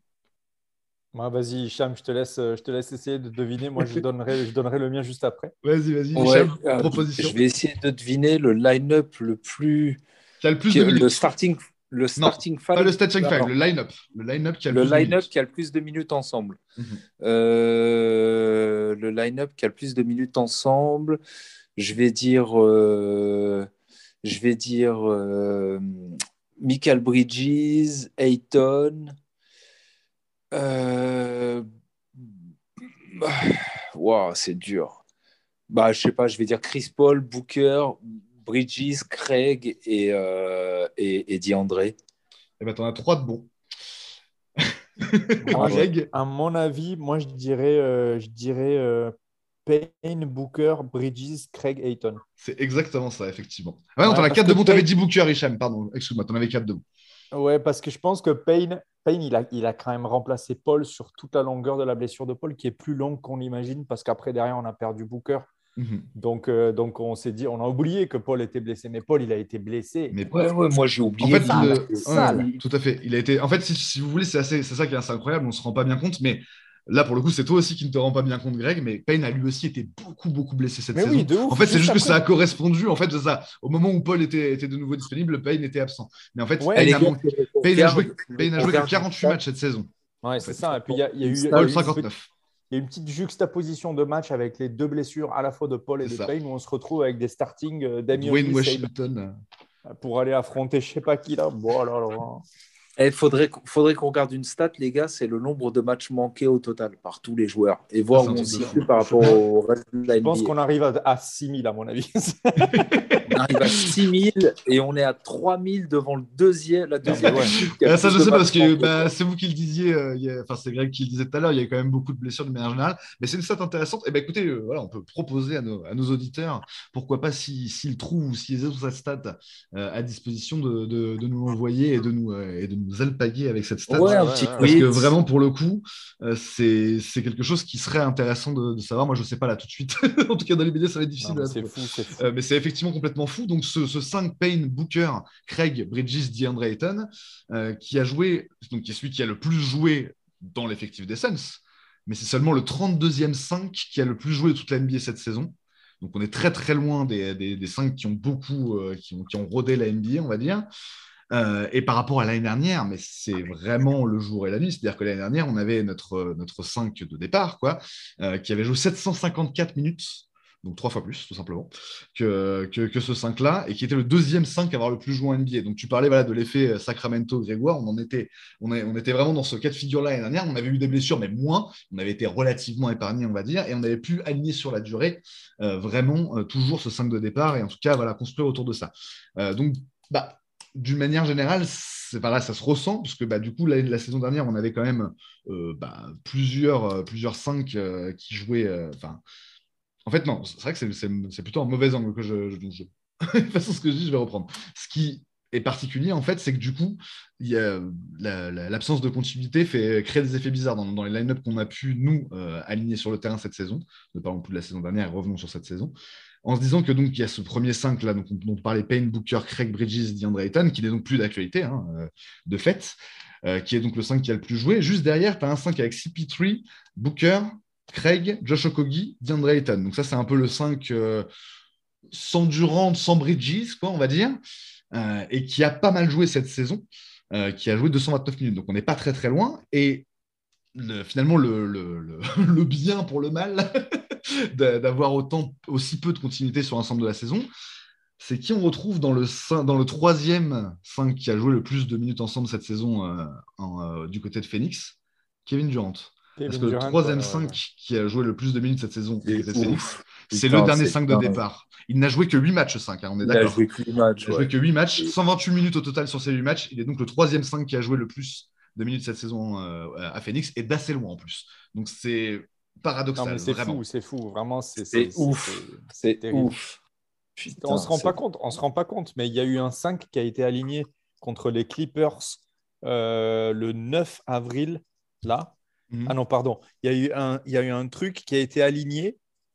Ouais, vas-y, Hicham, je te laisse, je te laisse essayer de deviner. Moi, je donnerai, je donnerai le mien juste après. Vas-y, vas-y, Ouais, Hicham, euh, proposition. je vais essayer de deviner le line-up le plus. Qui a le plus qui- de minutes. le starting, le Non, starting five. pas le starting five, Alors, le line-up. Le line-up qui a le, le plus de line-up minutes. qui a le plus de minutes ensemble. Mhm. Euh, le line-up qui a le plus de minutes ensemble. Je vais dire. euh, je vais dire. euh, Michael Bridges, Ayton. Euh... Wow, c'est dur. Bah, je sais pas, je vais dire Chris Paul, Booker, Bridges, Craig et, euh, et, et DeAndre. Eh ben, t'en as trois de bons. Moi, Greg. à mon avis, moi, je dirais, euh, je dirais euh, Payne, Booker, Bridges, Craig, Ayton. C'est exactement ça, effectivement. Ah ouais, non, Ouais, t'en as parce quatre que de bons. T'avais Payne- dit Booker, Hicham, pardon. Excuse-moi, t'en avais quatre de bons. Ouais, parce que je pense que Payne, Payne il, a, il a quand même remplacé Paul sur toute la longueur de la blessure de Paul, qui est plus longue qu'on l'imagine, parce qu'après, derrière, on a perdu Booker. Mhm. Donc, euh, donc on s'est dit, on a oublié que Paul était blessé, mais Paul, il a été blessé. Mais Ouais, ouais, moi j'ai en oublié. fait, sale, le- sale. ouais, tout à fait. Il a été. En fait, si, si vous voulez, c'est assez, c'est ça qui est assez incroyable. On se rend pas bien compte, mais là, pour le coup, c'est toi aussi qui ne te rends pas bien compte, Greg. Mais Payne a lui aussi été beaucoup, beaucoup blessé cette Mais saison. oui, de ouf, En fait, c'est juste juste que après. ça a correspondu. En fait, c'est ça. Au moment où Paul était, était de nouveau disponible, Payne était absent. Mais en fait, Ouais, Payne, les a, gars, mon- on Payne a regarde- joué, Payne a on joué que regarde quarante-huit une matchs cette saison. Ouais, c'est ça. Et puis, il y a, il y a eu, il y a Paul, eu- cinquante-neuf. il y a eu une petite juxtaposition de match avec les deux blessures à la fois de Paul et C'est de ça. Payne, où on se retrouve avec des startings euh, Damian Dwayne Lee, Washington. Saban, pour aller affronter je sais pas qui là. Bon, là, là. Il faudrait, qu- faudrait qu'on regarde une stat, les gars, c'est le nombre de matchs manqués au total par tous les joueurs et voir c'est un où on truc se de situe fou. par rapport au reste de la Je pense N B A. qu'on arrive à, à six mille à mon avis. Non, arrive à six mille et on est à trois mille devant le deuxième, la deuxième. Ouais. équipe qui a Ah, ça, plus je de sais matchs parce que remportés. bah, c'est vous qui le disiez, euh, il y a- enfin c'est Greg qui le disait tout à l'heure, il y a quand même beaucoup de blessures de manière générale, mais c'est une stat intéressante. Et ben écoutez, euh, voilà, on peut proposer à nos, à nos auditeurs, pourquoi pas si- s'ils trouvent ou s'ils ont cette stat euh, à disposition de, de- de nous l'envoyer et de nous, euh, et de nous alpaguer avec cette stat. Ouais, un Ouais, petit ouais, ouais. Parce que quiz. vraiment, pour le coup, euh, c'est c'est quelque chose qui serait intéressant de, de savoir. Moi, je sais pas là tout de suite. En tout cas, dans les B D, ça va être difficile Non, à mais c'est trouver. fou, c'est fou. Euh, mais c'est effectivement complètement fou. Donc, ce, ce cinq, Payne, Booker, Craig, Bridges, DeAndre Ayton, euh, qui a joué, donc qui est celui qui a le plus joué dans l'effectif des Suns, mais c'est seulement le trente-deuxième cinq qui a le plus joué de toute la N B A cette saison. Donc, on est très très loin des, des, des cinq qui ont beaucoup, euh, qui, ont, qui ont rodé la N B A, on va dire. Euh, et par rapport à l'année dernière, mais c'est vraiment le jour et la nuit. C'est-à-dire que l'année dernière, on avait notre, notre cinq de départ, quoi, euh, qui avait joué sept cent cinquante-quatre minutes, donc trois fois plus, tout simplement, que, que, que ce cinq-là, et qui était le deuxième cinq à avoir le plus joué en N B A. Donc tu parlais voilà, de l'effet Sacramento-Grégoire, on, en était, on, est, on était vraiment dans ce cas de figure-là l'année dernière. On avait eu des blessures, mais moins. On avait été relativement épargné, on va dire, et on avait pu aligner sur la durée euh, vraiment euh, toujours ce cinq de départ, et en tout cas, voilà, construire autour de ça. Euh, donc, bah, d'une manière générale, c'est, bah là, ça se ressent, parce que bah, du coup, la, la saison dernière, on avait quand même euh, bah, plusieurs, euh, plusieurs cinq euh, qui jouaient. Enfin, euh, en fait, non, c'est vrai que c'est, c'est, c'est plutôt un mauvais angle que je. je, je... De toute façon, ce que je dis, je vais reprendre. Ce qui est particulier, en fait, c'est que du coup, il y a, la, la, l'absence de continuité fait créer des effets bizarres dans, dans les line-up qu'on a pu, nous, euh, aligner sur le terrain cette saison. Ne parlons plus de la saison dernière et revenons sur cette saison. En se disant que donc il y a ce premier cinq là, donc, dont on parlait, Payne, Booker, Craig, Bridges, DeAndre Ayton, qui n'est donc plus d'actualité, hein, euh, de fait, euh, qui est donc le cinq qui a le plus joué. Juste derrière, tu as un cinq avec C P trois, Booker, Craig, Josh Okogie, DeAndre Ayton. Donc ça, c'est un peu le cinq euh, sans Durant, sans Bridges, quoi, on va dire, euh, et qui a pas mal joué cette saison, euh, qui a joué deux cent vingt-neuf minutes. Donc on n'est pas très très loin. Et le, finalement, le, le, le, le bien pour le mal d'avoir autant, aussi peu de continuité sur l'ensemble de la saison, c'est qui on retrouve dans le, dans le troisième cinq qui a joué le plus de minutes ensemble cette saison euh, en, euh, du côté de Phoenix, Kevin Durant. Kevin Parce que le Durant, troisième ouais, cinq ouais. qui a joué le plus de minutes cette saison du côté de Ouf. Phoenix, c'est Putain, le dernier c'est cinq de dingue. départ. Il n'a joué que huit matchs, cinq, hein, on est Il a d'accord. joué que huit matchs. Il a ouais. joué que huit matchs, Et- cent vingt-huit minutes au total sur ces huit matchs. Il est donc le troisième cinq qui a joué le plus de minutes cette saison euh, à Phoenix, et d'assez loin en plus. Donc c'est paradoxal, Non, mais c'est vraiment. fou, c'est fou. Vraiment, c'est, C'est c'est ouf. c'est- C'est terrible. ouf. Putain, On se rend c'est- pas compte, on se rend pas compte, mais il y a eu un cinq qui a été aligné contre les Clippers euh, le neuf avril, là. Mhm. Ah non, pardon. Il y a eu un, il y a eu un truc qui a été aligné.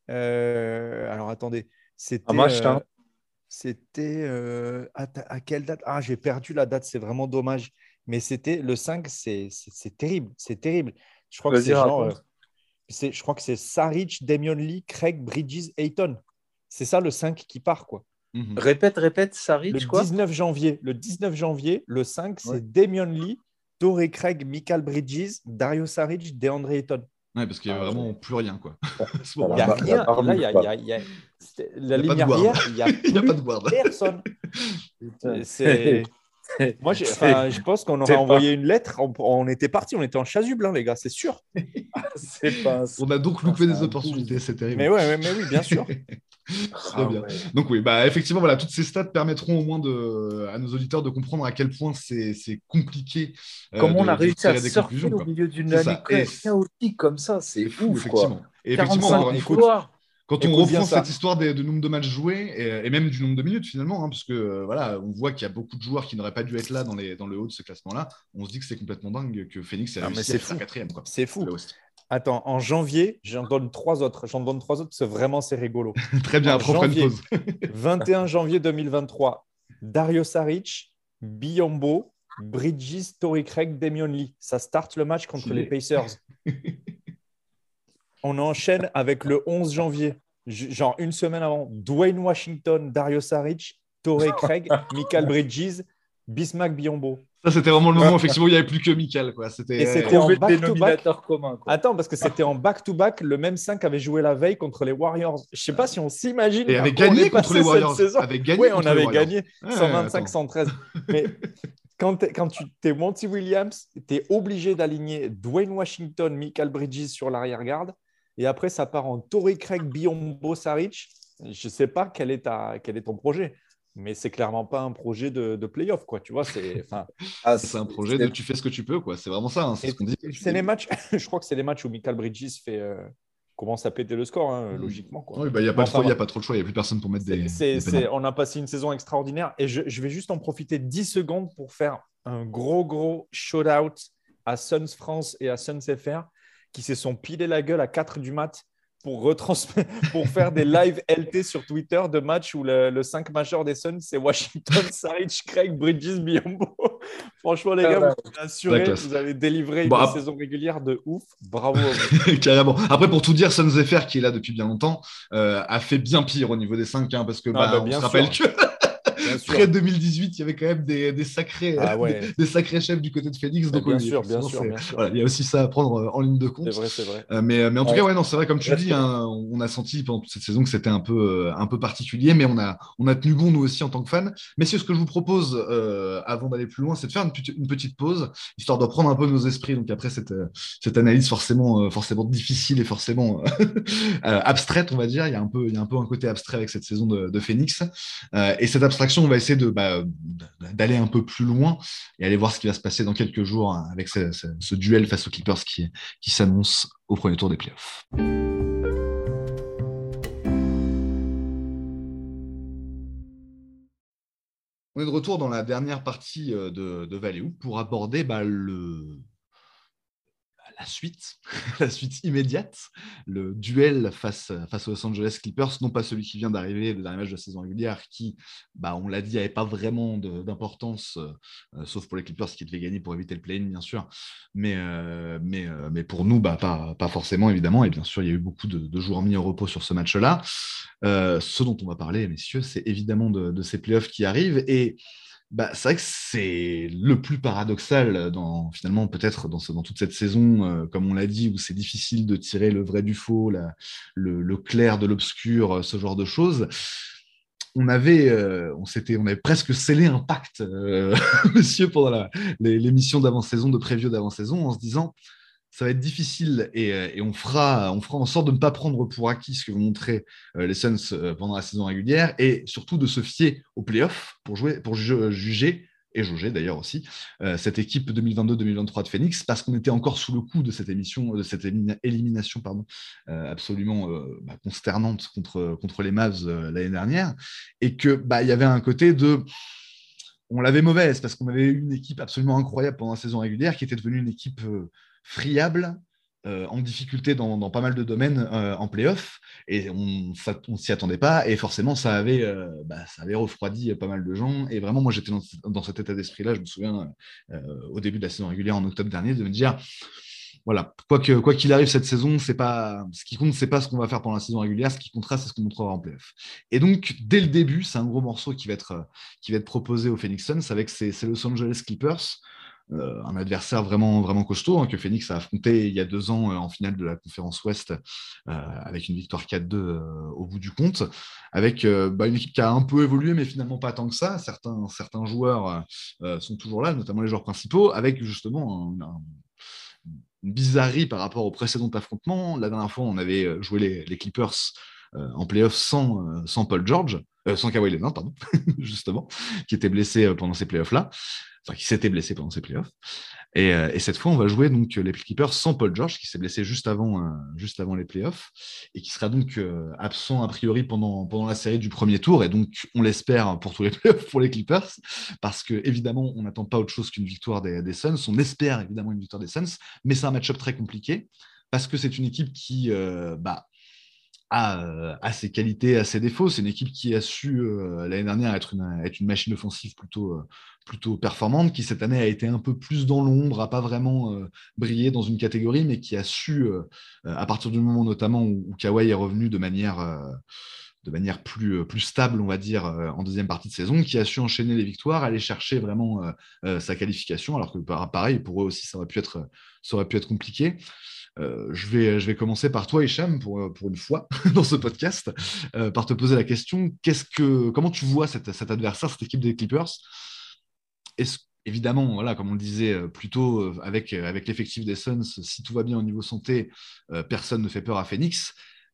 Euh, alors, attendez. C'était, Un match, euh, hein. c'était euh, à, ta- à quelle date? Ah, j'ai perdu la date, c'est vraiment dommage. Mais c'était le cinq, c'est, c'est, c'est terrible. C'est terrible. Je crois que Vas-y, c'est genre. raconte. euh, c'est, je crois que c'est Saric, Damian Lee, Craig, Bridges, Ayton. C'est ça le cinq qui part, quoi. Mhm. Répète, répète, Le Saric, quoi. dix-neuf janvier, le dix-neuf janvier, le cinq, c'est Ouais. Damian Lee, Torrey Craig, Michael Bridges, Dario Saric, DeAndre Ayton. Ouais, parce qu'il n'y a Ah, vraiment ouais. plus rien, quoi. À ce Il Ah, n'y moment-là. a bah, rien. la barre Là, il y a, nulle, il y a- il y a- c'était- la Il y a ligne pas de guard. arrière, il n'y a, Il n'y a plus pas de guard. personne. Putain. C'est... Moi, j'ai- enfin, je pense qu'on aurait c'est envoyé une lettre. On, on était parti, on était en chasuble, hein, les gars, c'est sûr. C'est pas un- On a donc Ah, loupé c'est des un opportunités, c'est terrible. Mais ouais, mais, mais oui, bien sûr. Très Ah bien. ouais. Donc oui, bah effectivement, voilà, toutes ces stats permettront au moins de, à nos auditeurs de comprendre à quel point c'est, c'est compliqué. euh, Comment on de- a de réussi tirer à des surfer conclusions, au quoi. milieu d'une C'est année ça. Et chaotique comme ça, c'est, C'est fou, ouf, effectivement. quoi. Et effectivement, quarante-cinq encore une fois, victoires. quand on Écoute bien reprend ça. cette histoire des, de nombre de matchs joués et, et même du nombre de minutes finalement, hein, parce que euh, voilà, on voit qu'il y a beaucoup de joueurs qui n'auraient pas dû être là dans, les, dans le haut de ce classement-là. On se dit que c'est complètement dingue que Phoenix ait Ah, mais réussi c'est à faire fou. quatrième, quoi. C'est fou. Là aussi. Attends, en janvier, j'en donne trois autres. J'en donne trois autres parce que vraiment, c'est rigolo. Très bien, En après on fera une janvier. pause. vingt et un janvier deux mille vingt-trois, Dario Saric, Biyombo, Bridges, Torrey Craig, Damian Lee. Ça starte le match contre Stylé. les Pacers. On enchaîne avec le onze janvier, J- genre une semaine avant, Dwayne Washington, Dario Saric, Torrey Craig, Michael Bridges, Bismack Biyombo. Ça, c'était vraiment le moment où effectivement il n'y avait plus que Michael, quoi. C'était, Et ouais, c'était en Trouver le back-to-back. dénominateur commun, quoi. Attends, parce que c'était en back-to-back, le même cinq avait joué la veille contre les Warriors. Je ne sais pas si on s'imagine. Et avait par où on gagné est contre passé les cette Warriors. saison. Avait gagné Oui, on contre les avait Warriors. gagné Ouais, cent vingt-cinq attends. cent treize. Mais quand, t'es- quand tu es Monty Williams, tu es obligé d'aligner Dwayne Washington, Michael Bridges sur l'arrière-garde. Et après, ça part en Torrey Craig, Biyombo, Saric. Je ne sais pas quel est, ta, quel est ton projet. mais c'est clairement pas un projet de, de play-off, quoi. Tu vois, c'est, enfin, Ah, C'est un projet de tu fais ce que tu peux, quoi. C'est vraiment ça, hein, c'est et ce qu'on dit. c'est les matchs. Je crois que c'est les matchs où Michael Bridges fait euh, commence à péter le score, hein, logiquement, quoi. Oui, bah, il n'y a, Mais pas enfin, trop- il y a voilà. pas trop de choix, il n'y a plus personne pour mettre C'est, des, c'est- des c'est- pénals. on a passé une saison extraordinaire et je, je vais juste en profiter dix secondes pour faire un gros, gros shout-out à Suns France et à Suns F R qui se sont pilés la gueule à quatre du mat pour, retransmettre, pour faire des live L T sur Twitter de matchs où le, le cinq majeur des Suns, c'est Washington, Saric, Craig, Bridges, Biombo. Franchement, les gars, vous avez assuré, La classe. vous avez délivré Bon, une ap- saison régulière de ouf. Bravo à vous. Carrément. Après, pour tout dire, Suns F R, qui est là depuis bien longtemps, euh, a fait bien pire au niveau des cinq, hein, parce que Ah, bah, bah, on bien se rappelle sûr. que Bien sûr. près deux mille dix-huit, il y avait quand même des, des sacrés, Ah des, ouais. des sacrés chefs du côté de Phoenix. Mais Donc, bien oui, sûr, bien effectivement, sûr, c'est- bien sûr. voilà, il y a aussi ça à prendre euh, en ligne de compte. C'est vrai, c'est vrai. Euh, mais, mais en tout Ouais. cas, ouais, non, c'est vrai, comme tu Bref, dis, hein, on a senti pendant toute cette saison que c'était un peu, euh, un peu particulier, mais on a, on a tenu bon, nous aussi, en tant que fans. Messieurs, ce que je vous propose, euh, avant d'aller plus loin, c'est de faire une, petite- une petite pause, histoire de reprendre un peu nos esprits. Donc, après cette, euh, cette analyse forcément, euh, forcément difficile et forcément euh, abstraite, on va dire, il y a un peu, il y a un peu un côté abstrait avec cette saison de, de Phoenix. Euh, et cette abstraction, on va essayer de, bah, d'aller un peu plus loin et aller voir ce qui va se passer dans quelques jours hein, avec ce, ce, ce duel face aux Clippers qui, qui s'annonce au premier tour des playoffs. On est de retour dans la dernière partie euh, de, de Valley Hoop pour aborder bah, le, la suite, la suite immédiate, le duel face, face aux Los Angeles Clippers, non pas celui qui vient d'arriver, le dernier match de la saison régulière, qui, bah, on l'a dit, n'avait pas vraiment de, d'importance, euh, sauf pour les Clippers qui devaient gagner pour éviter le play-in, bien sûr, mais, euh, mais, euh, mais pour nous, bah, pas, pas forcément, évidemment, et bien sûr, il y a eu beaucoup de, de joueurs mis au repos sur ce match-là. Euh, ce dont on va parler, messieurs, c'est évidemment de, de ces playoffs qui arrivent, et bah, c'est vrai que c'est le plus paradoxal dans, finalement, peut-être dans, ce, dans toute cette saison, euh, comme on l'a dit, où c'est difficile de tirer le vrai du faux, la, le, le clair de l'obscur, ce genre de choses. On avait, euh, on, s'était, on avait presque scellé un pacte, euh, monsieur, pendant la, les, l'émission d'avant-saison, de preview d'avant-saison, en se disant ça va être difficile et, et on, fera, on fera en sorte de ne pas prendre pour acquis ce que vont montrer euh, les Suns euh, pendant la saison régulière et surtout de se fier aux playoffs pour, jouer, pour ju- juger et jauger d'ailleurs aussi euh, cette équipe deux mille vingt-deux deux mille vingt-trois de Phoenix parce qu'on était encore sous le coup de cette émission, de cette élimina- élimination pardon, euh, absolument euh, bah, consternante contre, contre les Mavs euh, l'année dernière et que bah, y avait un côté de on l'avait mauvaise parce qu'on avait eu une équipe absolument incroyable pendant la saison régulière qui était devenue une équipe euh, friable, euh, en difficulté dans, dans, pas mal de domaines euh, en playoff, et on ne s'y attendait pas, et forcément, ça avait, euh, bah, ça avait refroidi pas mal de gens, et vraiment, moi, j'étais dans, dans cet état d'esprit-là, je me souviens, euh, au début de la saison régulière, en octobre dernier, de me dire, voilà, quoi, que, quoi qu'il arrive cette saison, c'est pas, ce qui compte, c'est pas ce qu'on va faire pendant la saison régulière, ce qui comptera, c'est ce qu'on montrera en playoff. Et donc, dès le début, c'est un gros morceau qui va être, qui va être proposé aux Phoenix Suns avec ces, ces Los Angeles Clippers, Euh, un adversaire vraiment, vraiment costaud hein, que Phoenix a affronté il y a deux ans euh, en finale de la conférence Ouest euh, avec une victoire quatre deux euh, au bout du compte, avec euh, bah, une équipe qui a un peu évolué mais finalement pas tant que ça. Certains, certains joueurs euh, sont toujours là, notamment les joueurs principaux, avec justement un, un, une bizarrerie par rapport au précédent affrontement. La dernière fois, on avait joué les, les Clippers euh, en playoff sans, euh, sans Paul George, euh, sans Kawhi Leonard, pardon, justement, qui était blessé pendant ces playoffs-là. Enfin, qui s'était blessé pendant ces playoffs. Et, euh, et cette fois, on va jouer donc les Clippers sans Paul George, qui s'est blessé juste avant, euh, juste avant les playoffs, et qui sera donc euh, absent a priori pendant, pendant la série du premier tour. Et donc, on l'espère pour tous les playoffs pour les Clippers, parce que évidemment, on n'attend pas autre chose qu'une victoire des, des Suns. On espère évidemment une victoire des Suns, mais c'est un match-up très compliqué, parce que c'est une équipe qui... Euh, bah, A, a ses qualités, a ses défauts. C'est une équipe qui a su euh, l'année dernière être une, être une machine offensive plutôt, euh, plutôt performante, qui cette année a été un peu plus dans l'ombre, a pas vraiment euh, brillé dans une catégorie, mais qui a su, euh, à partir du moment notamment où, où Kawhi est revenu de manière, euh, de manière plus, plus stable, on va dire, euh, en deuxième partie de saison, qui a su enchaîner les victoires, aller chercher vraiment euh, euh, sa qualification, alors que pareil, pour eux aussi, ça aurait pu être, ça aurait pu être compliqué. Euh, je, vais, je vais commencer par toi, Hicham, pour, pour une fois dans ce podcast, euh, par te poser la question qu'est-ce que, comment tu vois cette, cet adversaire, cette équipe des Clippers? Est-ce, évidemment, voilà, comme on le disait plus tôt, avec, avec l'effectif des Suns, si tout va bien au niveau santé, euh, personne ne fait peur à Phoenix.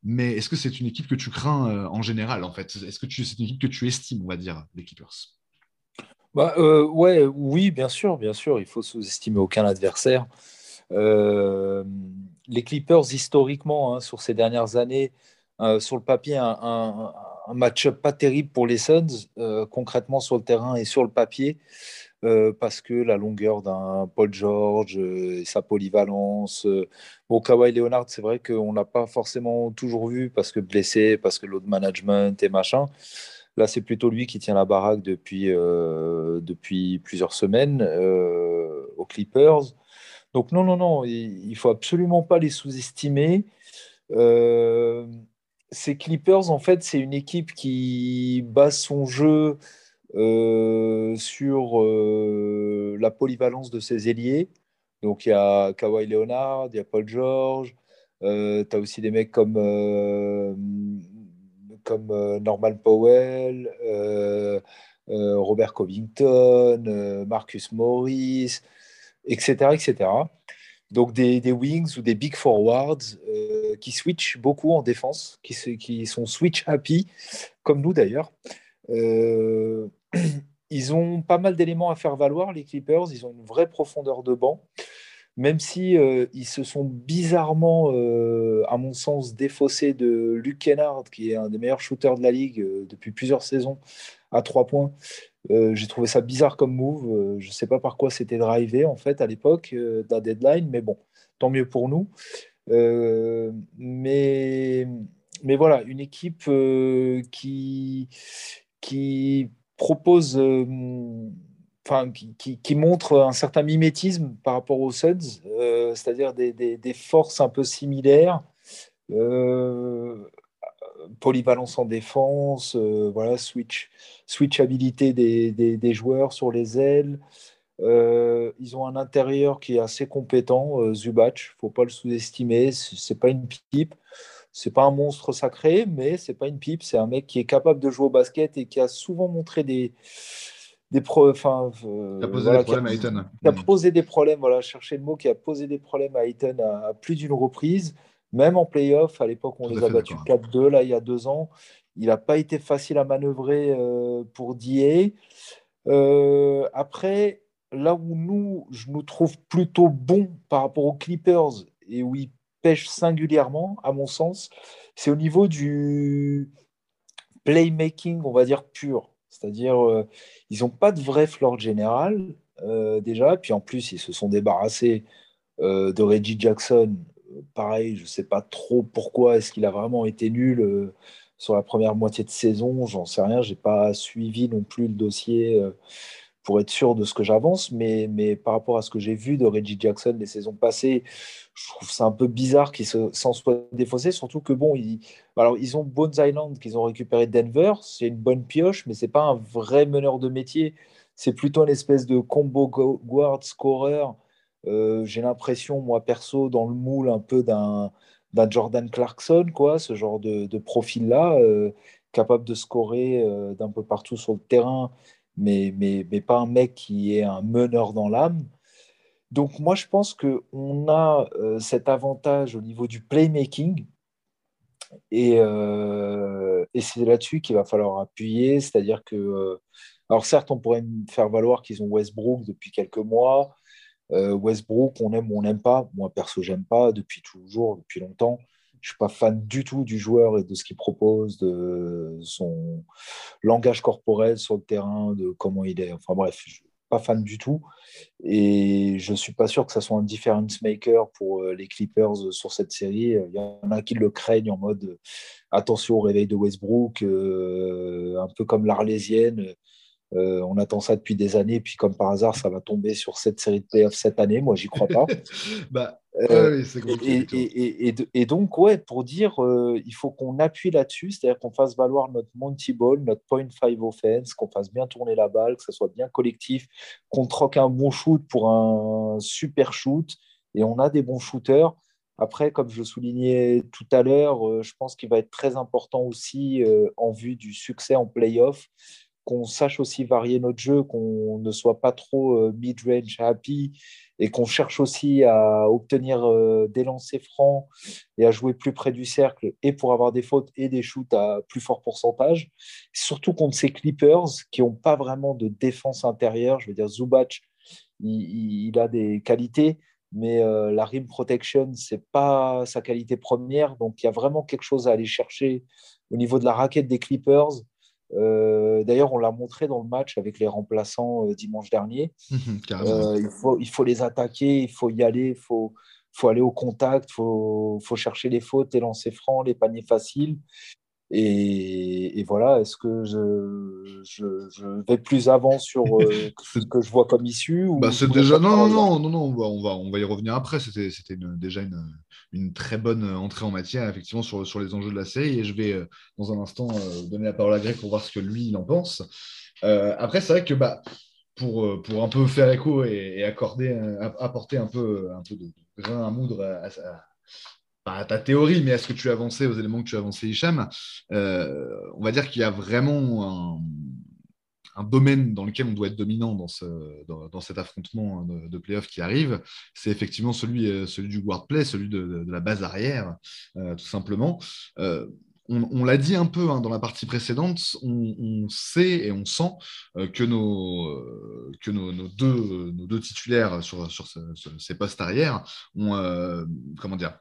Mais est-ce que c'est une équipe que tu crains euh, en général, en fait? Est-ce que tu, c'est une équipe que tu estimes, on va dire, les Clippers? Bah, euh, ouais, oui, bien sûr, bien sûr, il faut sous-estimer aucun adversaire. Euh, les Clippers, historiquement, hein, sur ces dernières années, euh, sur le papier, un, un, un match-up pas terrible pour les Suns, euh, concrètement sur le terrain et sur le papier, euh, parce que la longueur d'un Paul George euh, et sa polyvalence. Euh, bon, Kawhi Leonard, c'est vrai qu'on ne l'a pas forcément toujours vu parce que blessé, parce que load management et machin. Là, c'est plutôt lui qui tient la baraque depuis, euh, depuis plusieurs semaines euh, aux Clippers. Donc non, non, non, il ne faut absolument pas les sous-estimer. Euh, ces Clippers, en fait, c'est une équipe qui base son jeu euh, sur euh, la polyvalence de ses ailiers. Donc il y a Kawhi Leonard, il y a Paul George, euh, tu as aussi des mecs comme, euh, comme euh, Norman Powell, euh, euh, Robert Covington, euh, Marcus Morris, et cetera, et cetera. Donc des, des wings ou des big forwards euh, qui switchent beaucoup en défense, qui, se- qui sont switch happy, comme nous d'ailleurs. Euh, Ils ont pas mal d'éléments à faire valoir, les Clippers. Ils ont une vraie profondeur de banc, même si euh, ils se sont bizarrement, euh, à mon sens, défaussés de Luke Kennard, qui est un des meilleurs shooters de la ligue euh, depuis plusieurs saisons à trois points. Euh, j'ai trouvé ça bizarre comme move. Euh, je ne sais pas par quoi c'était drivé en fait à l'époque euh, de la deadline, mais bon, tant mieux pour nous. Euh, mais, mais voilà, une équipe euh, qui, qui propose, euh, enfin, qui, qui- qui montre un certain mimétisme par rapport aux Suns, euh, c'est-à-dire des, des- des forces un peu similaires, euh, polyvalence en défense, euh, voilà, switch, switchabilité des, des- des joueurs sur les ailes. Euh, ils ont un intérieur qui est assez compétent, euh, Zubac, faut pas le sous-estimer. C'est c'est pas une pipe, c'est pas un monstre sacré, mais c'est pas une pipe. C'est un mec qui est capable de jouer au basket et qui a souvent montré des des pro, enfin Tu as euh, posé des voilà, qui a, problèmes à Ayton. qui a Hmm. posé des problèmes. Voilà, chercher le mot, qui a posé des problèmes à Ayton à, à plus d'une reprise, même en playoff. À l'époque, on Tout à les a fait battus d'accord. quatre deux là il y a deux ans. Il n'a pas été facile à manœuvrer euh, pour D A. Euh, après, là où nous, je nous trouve plutôt bon par rapport aux Clippers et où ils pêchent singulièrement, à mon sens, c'est au niveau du playmaking, on va dire, pur. C'est-à-dire, euh, ils n'ont pas de vrai floor général, euh, déjà. Puis en plus, ils se sont débarrassés euh, de Reggie Jackson. Pareil, je ne sais pas trop pourquoi. Est-ce qu'il a vraiment été nul euh, sur la première moitié de saison? J'en sais rien. Je n'ai pas suivi non plus le dossier euh, pour être sûr de ce que j'avance. Mais, mais par rapport à ce que j'ai vu de Reggie Jackson les saisons passées, je trouve ça un peu bizarre qu'il se, s'en soit défaussé. Surtout que, bon, ils, alors, ils ont Bones Island qu'ils ont récupéré de Denver. C'est une bonne pioche, mais c'est pas un vrai meneur de métier. C'est plutôt une espèce de combo guard scorer. Euh, j'ai l'impression, moi perso, dans le moule un peu d'un d'un Jordan Clarkson, quoi, ce genre de, de profil-là, euh, capable de scorer euh, d'un peu partout sur le terrain, mais, mais, mais pas un mec qui est un meneur dans l'âme. Donc moi, je pense qu'on a euh, cet avantage au niveau du playmaking, et, euh, et c'est là-dessus qu'il va falloir appuyer, c'est-à-dire que, euh, alors certes, on pourrait faire valoir qu'ils ont Westbrook depuis quelques mois. Euh, Westbrook, on aime ou on n'aime pas. Moi, perso, j'aime pas depuis toujours, depuis longtemps. Je suis pas fan du tout du joueur et de ce qu'il propose, de son langage corporel sur le terrain, de comment il est. Enfin bref, je suis pas fan du tout. Et je suis pas sûr que ça soit un difference maker pour euh, les Clippers sur cette série. Il y en a qui le craignent en mode euh, attention au réveil de Westbrook, euh, un peu comme l'Arlésienne. Euh, on attend ça depuis des années, puis comme par hasard, ça va tomber sur cette série de playoffs cette année. Moi, j'y crois pas. Bah, Euh, ouais, oui, c'est et, compliqué, et- effectivement. et- et- et donc, ouais, pour dire, euh, il faut qu'on appuie là-dessus, c'est-à-dire qu'on fasse valoir notre Monty Ball, notre point five offense, qu'on fasse bien tourner la balle, que ça soit bien collectif, qu'on troque un bon shoot pour un super shoot, et on a des bons shooters. Après, comme je le soulignais tout à l'heure, euh, je pense qu'il va être très important aussi, euh, en vue du succès en playoff, qu'on sache aussi varier notre jeu, qu'on ne soit pas trop euh, mid-range happy et qu'on cherche aussi à obtenir euh, des lancers francs et à jouer plus près du cercle et pour avoir des fautes et des shoots à plus fort pourcentage. Surtout contre ces Clippers qui n'ont pas vraiment de défense intérieure. Je veux dire, Zubac, il, il a des qualités, mais euh, la rim protection, ce n'est pas sa qualité première. Donc, il y a vraiment quelque chose à aller chercher au niveau de la raquette des Clippers. Euh, d'ailleurs, on l'a montré dans le match avec les remplaçants euh, dimanche dernier. Mmh, carrément. Euh, il faut, il faut les attaquer, il faut y aller, il faut, faut aller au contact, il faut, faut chercher les fautes, les lancers francs, les paniers faciles. Et, et voilà, est-ce que je, je, je vais plus avant sur euh, C'est ce que je vois comme issue bah, ou je c'est vous laisse déjà. la Non, non, parole là? non, non, non, on va, on va, on va y revenir après. C'était, c'était une- déjà une, une très bonne entrée en matière, effectivement, sur, sur les enjeux de la série. Et je vais, euh, dans un instant, euh, donner la parole à Greg pour voir ce que lui, il en pense. Euh, après, c'est vrai que bah, pour, euh, pour un peu faire écho et, et accorder, euh, app- apporter un peu, un peu de, de grain à moudre à, à- pas à ta théorie, mais à ce que tu as avancé, aux éléments que tu as avancé, Hicham, euh, on va dire qu'il y a vraiment un, un domaine dans lequel on doit être dominant dans, ce, dans, dans cet affrontement de, de playoff qui arrive, c'est effectivement celui, euh, celui du wordplay, celui de, de, de la base arrière, euh, tout simplement. Euh, on, on l'a dit un peu hein, dans la partie précédente, on, on sait et on sent euh, que, nos, euh, que nos, nos, deux, nos deux titulaires sur, sur ce, ce, ces postes arrière ont, euh, comment dire,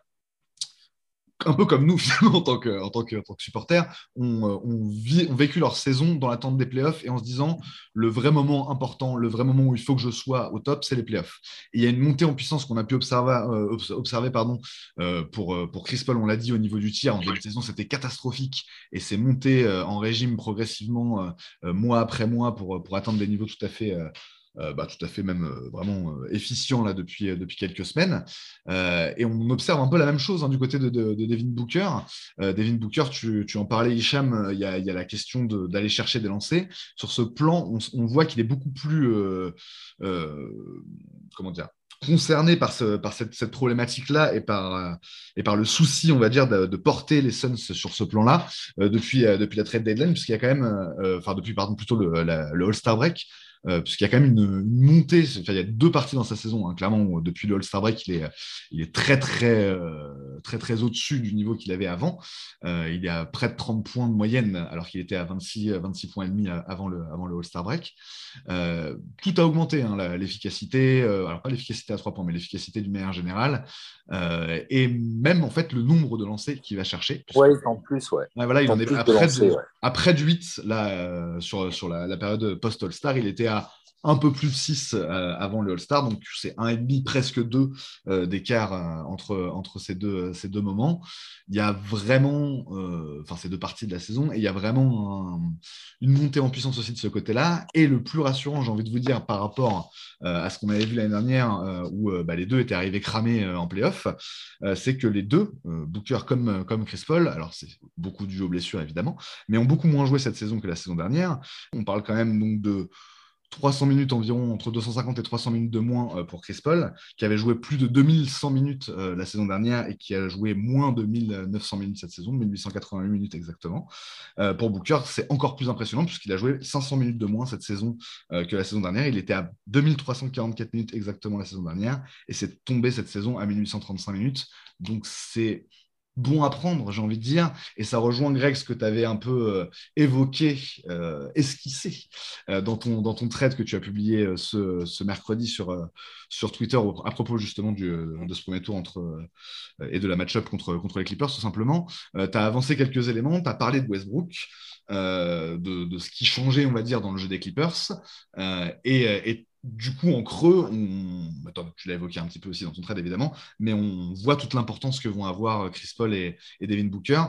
un peu comme nous, finalement, en tant que, en tant que, en tant que supporters, ont, euh, ont, vi- ont vécu leur saison dans l'attente des playoffs et en se disant le vrai moment important, le vrai moment où il faut que je sois au top, c'est les playoffs. Et il y a une montée en puissance qu'on a pu observer, euh, obs- observer pardon, euh, pour, euh, pour Chris Paul, on l'a dit, au niveau du tir. En début de saison, c'était catastrophique et c'est monté euh, en régime progressivement, euh, euh, mois après mois, pour, pour atteindre des niveaux tout à fait. Euh, euh, bah, tout à fait même euh, vraiment euh, efficient là depuis, euh, depuis quelques semaines. Euh, et on observe un peu la même chose hein, du côté de, de, de Devin Booker. Euh, Devin Booker, tu, tu en parlais, Hicham, il y a, y a la question de, d'aller chercher des lancers. Sur ce plan, on, on voit qu'il est beaucoup plus, euh, euh, comment dire, concerné par, ce, par cette, cette problématique-là et par, euh, et par le souci, on va dire, de, de porter les Suns sur ce plan-là euh, depuis, euh, depuis la trade deadline, puisqu'il y a quand même, euh, enfin depuis, pardon, plutôt le, la, le All-Star Break, euh, puisqu'il y a quand même une, une montée, enfin, il y a deux parties dans sa saison, hein, clairement, où, depuis le All-Star Break, il est, il est très, très, euh, très, très au-dessus du niveau qu'il avait avant. Euh, il est à près de trente points de moyenne, alors qu'il était à vingt-six, vingt-six points et demi avant le, avant le All-Star Break. Euh, tout a augmenté, hein, la, l'efficacité, euh, alors pas l'efficacité à trois points, mais l'efficacité d'une manière générale, euh, et même en fait le nombre de lancers qu'il va chercher. Puisque, Ouais, en plus, ouais. ouais, voilà, il En en est plus à de près lancer, de, ouais. à près de huit là, euh, sur, sur la, la période post-All-Star. Il était à un peu plus de six euh, avant le All-Star, donc c'est un virgule cinq, presque deux euh, d'écart euh, entre, entre ces, deux, ces deux moments. Il y a vraiment, euh, enfin ces deux parties de la saison, et il y a vraiment un, une montée en puissance aussi de ce côté-là. Et le plus rassurant, j'ai envie de vous dire, par rapport euh, à ce qu'on avait vu l'année dernière, euh, où euh, bah, les deux étaient arrivés cramés euh, en playoff, euh, c'est que les deux, euh, Booker comme, comme Chris Paul, alors c'est beaucoup dû aux blessures évidemment, mais ont beaucoup moins joué cette saison que la saison dernière. On parle quand même donc de trois cents minutes environ, entre deux cent cinquante et trois cents minutes de moins euh, pour Chris Paul, qui avait joué plus de deux mille cent minutes euh, la saison dernière et qui a joué moins de mille neuf cents minutes cette saison, mille huit cent quatre-vingt-huit minutes exactement. Euh, pour Booker, c'est encore plus impressionnant puisqu'il a joué cinq cents minutes de moins cette saison euh, que la saison dernière. Il était à deux mille trois cent quarante-quatre minutes exactement la saison dernière et c'est tombé cette saison à mille huit cent trente-cinq minutes. Donc c'est bon à prendre, j'ai envie de dire, et ça rejoint, Greg, ce que tu avais un peu euh, évoqué, euh, esquissé euh, dans, ton, dans ton thread que tu as publié euh, ce, ce mercredi sur, euh, sur Twitter à propos justement du, de ce premier tour entre, euh, et de la match-up contre, contre les Clippers, tout simplement. Euh, tu as avancé quelques éléments, tu as parlé de Westbrook, euh, de, de ce qui changeait, on va dire, dans le jeu des Clippers, euh, et, et du coup, en creux, on... Attends, tu l'as évoqué un petit peu aussi dans ton trade, évidemment, mais on voit toute l'importance que vont avoir Chris Paul et, et Devin Booker.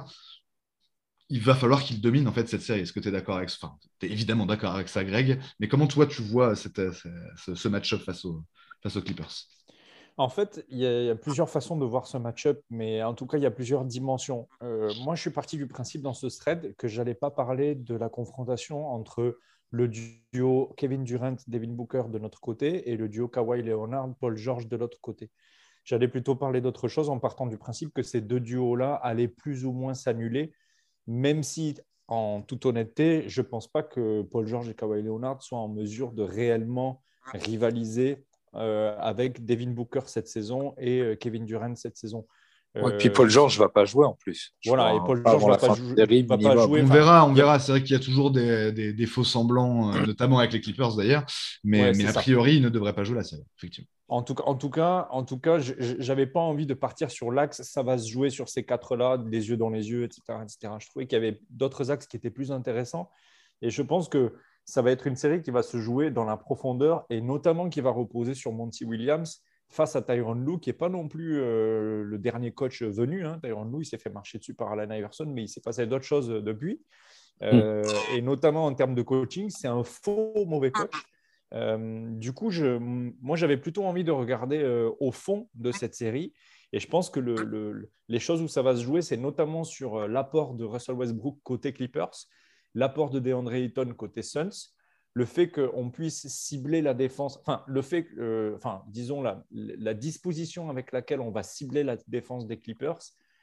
Il va falloir qu'ils dominent en fait cette série. Est-ce que tu es d'accord avec ça? Enfin, tu es évidemment d'accord avec ça, Greg, mais comment toi tu vois cette, ce, ce match-up face, au, face aux Clippers? En fait, il y, a, il y a plusieurs façons de voir ce match-up, mais en tout cas, il y a plusieurs dimensions. Euh, moi, je suis parti du principe dans ce thread que je n'allais pas parler de la confrontation entre le duo Kevin Durant, Devin Booker de notre côté et le duo Kawhi Leonard, Paul George de l'autre côté. J'allais plutôt parler d'autre chose en partant du principe que ces deux duos-là allaient plus ou moins s'annuler, même si en toute honnêteté, je ne pense pas que Paul George et Kawhi Leonard soient en mesure de réellement rivaliser euh, avec Devin Booker cette saison et euh, Kevin Durant cette saison. Ouais, puis Paul George ne va pas jouer en plus. Voilà, et Paul George ne va, pas, jou- série, va pas jouer. On verra, on verra. C'est vrai qu'il y a toujours des, des, des faux semblants, euh, notamment avec les Clippers d'ailleurs. Mais, Ouais, mais a ça. priori, il ne devrait pas jouer la série, effectivement. En tout, en tout cas, en tout cas, je n'avais pas envie de partir sur l'axe. Ça va se jouer sur ces quatre-là, des yeux dans les yeux, et cetera, et cetera. Je trouvais qu'il y avait d'autres axes qui étaient plus intéressants. Et je pense que ça va être une série qui va se jouer dans la profondeur et notamment qui va reposer sur Monty Williams face à Tyronn Lue, qui n'est pas non plus euh, le dernier coach venu. Hein. Tyronn Lue, il s'est fait marcher dessus par Allen Iverson, mais il s'est passé d'autres choses depuis. Euh, mm. Et notamment en termes de coaching, c'est un faux mauvais coach. Euh, du coup, je, moi, j'avais plutôt envie de regarder euh, au fond de cette série. Et je pense que le, le, les choses où ça va se jouer, c'est notamment sur euh, l'apport de Russell Westbrook côté Clippers, l'apport de DeAndre Ayton côté Suns, le fait qu'on puisse cibler la défense, enfin, le fait, euh, enfin, disons, la, la disposition avec laquelle on va cibler la défense des Clippers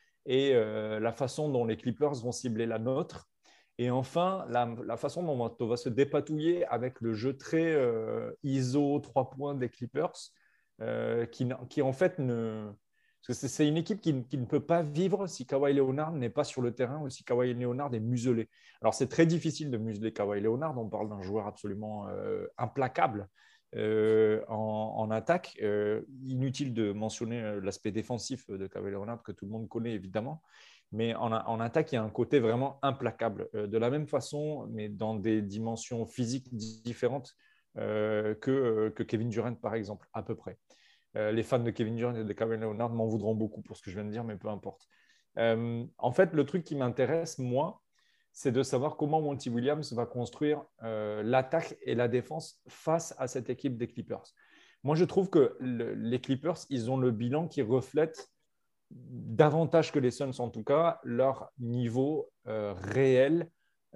et euh, la façon dont les Clippers vont cibler la nôtre. Et enfin, la, la façon dont on va, on va se dépatouiller avec le jeu très euh, I S O trois points des Clippers, euh, qui, qui en fait ne... Parce que c'est une équipe qui, qui ne peut pas vivre si Kawhi Leonard n'est pas sur le terrain ou si Kawhi Leonard est muselé. Alors, c'est très difficile de museler Kawhi Leonard. On parle d'un joueur absolument euh, implacable euh, en, en attaque. Euh, inutile de mentionner l'aspect défensif de Kawhi Leonard que tout le monde connaît, évidemment. Mais en, en attaque, il y a un côté vraiment implacable. Euh, de la même façon, mais dans des dimensions physiques différentes euh, que, que Kevin Durant, par exemple, à peu près. Euh, les fans de Kevin Durant et de Kawhi Leonard m'en voudront beaucoup pour ce que je viens de dire, mais peu importe. Euh, en fait, le truc qui m'intéresse, moi, c'est de savoir comment Monty Williams va construire euh, l'attaque et la défense face à cette équipe des Clippers. Moi, je trouve que le, les Clippers, ils ont le bilan qui reflète davantage que les Suns, en tout cas, leur niveau euh, réel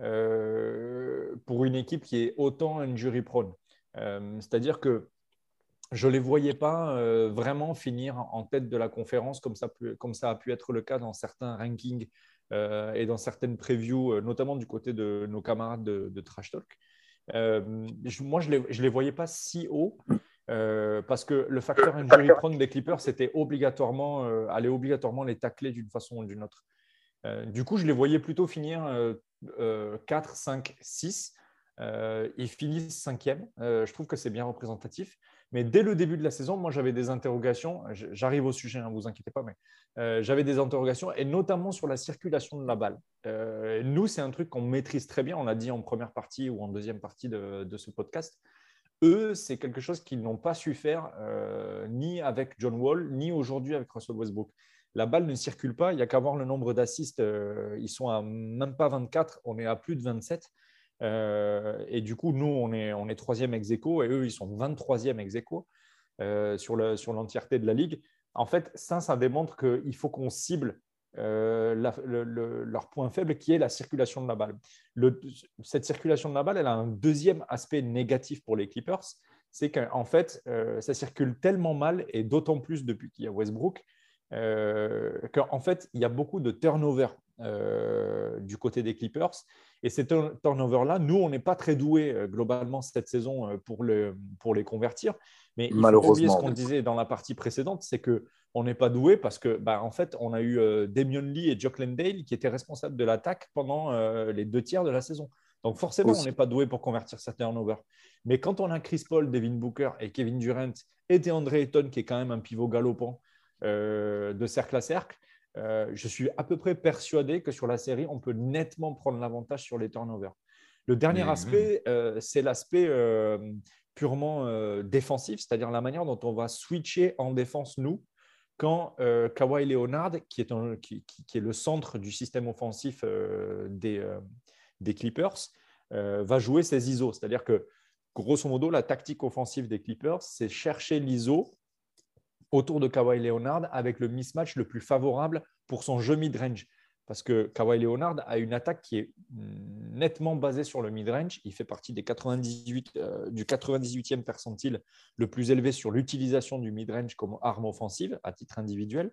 euh, pour une équipe qui est autant injury prone. Euh, c'est-à-dire que je ne les voyais pas euh, vraiment finir en tête de la conférence comme ça, pu, comme ça a pu être le cas dans certains rankings euh, et dans certaines previews, euh, notamment du côté de nos camarades de, de Trash Talk. Euh, je, moi, je ne les, je les voyais pas si haut euh, parce que le facteur injury prone des Clippers, c'était obligatoirement, euh, aller obligatoirement les tacler d'une façon ou d'une autre. Euh, du coup, je les voyais plutôt finir euh, euh, quatre, cinq, six. Euh, ils finissent cinquième. Euh, je trouve que c'est bien représentatif. Mais dès le début de la saison, moi, j'avais des interrogations. J'arrive au sujet, ne hein, vous inquiétez pas, mais euh, j'avais des interrogations, et notamment sur la circulation de la balle. Euh, nous, c'est un truc qu'on maîtrise très bien. On l'a dit en première partie ou en deuxième partie de, de ce podcast. Eux, c'est quelque chose qu'ils n'ont pas su faire euh, ni avec John Wall, ni aujourd'hui avec Russell Westbrook. La balle ne circule pas. Il n'y a qu'à voir le nombre d'assists. Euh, ils sont à même pas vingt-quatre. On est à plus de vingt-sept. Euh, et du coup, nous, on est, on est troisième ex aequo et eux, ils sont vingt-troisième ex aequo euh, sur, le, sur l'entièreté de la ligue. En fait, ça, ça démontre qu'il faut qu'on cible euh, la, le, le, leur point faible qui est la circulation de la balle. Le, cette circulation de la balle, elle a un deuxième aspect négatif pour les Clippers, c'est qu'en fait, euh, ça circule tellement mal, et d'autant plus depuis qu'il y a Westbrook, euh, qu'en fait, il y a beaucoup de turnover euh, du côté des Clippers. Et ces turnovers-là, nous, on n'est pas très doués euh, globalement cette saison euh, pour, le, pour les convertir. Mais il ne faut pas oublier ce qu'on disait dans la partie précédente, c'est qu'on n'est pas doué parce que, bah, en fait, on a eu euh, Damian Lee et Jock Landale qui étaient responsables de l'attaque pendant euh, les deux tiers de la saison. Donc forcément, Aussi. on n'est pas doué pour convertir ces turnovers. Mais quand on a Chris Paul, Devin Booker et Kevin Durant et DeAndre Ayton, qui est quand même un pivot galopant euh, de cercle à cercle, Euh, je suis à peu près persuadé que sur la série, on peut nettement prendre l'avantage sur les turnovers. Le dernier mmh. aspect, euh, c'est l'aspect euh, purement euh, défensif, c'est-à-dire la manière dont on va switcher en défense, nous, quand euh, Kawhi Leonard, qui est, un, qui, qui, qui est le centre du système offensif euh, des, euh, des Clippers, euh, va jouer ses I S O. C'est-à-dire que, grosso modo, la tactique offensive des Clippers, c'est chercher l'I S O autour de Kawhi Leonard avec le mismatch le plus favorable pour son jeu mid-range. Parce que Kawhi Leonard a une attaque qui est nettement basée sur le mid-range. Il fait partie des quatre-vingt-dix-huit, euh, du quatre-vingt-dix-huitième percentile le plus élevé sur l'utilisation du mid-range comme arme offensive à titre individuel.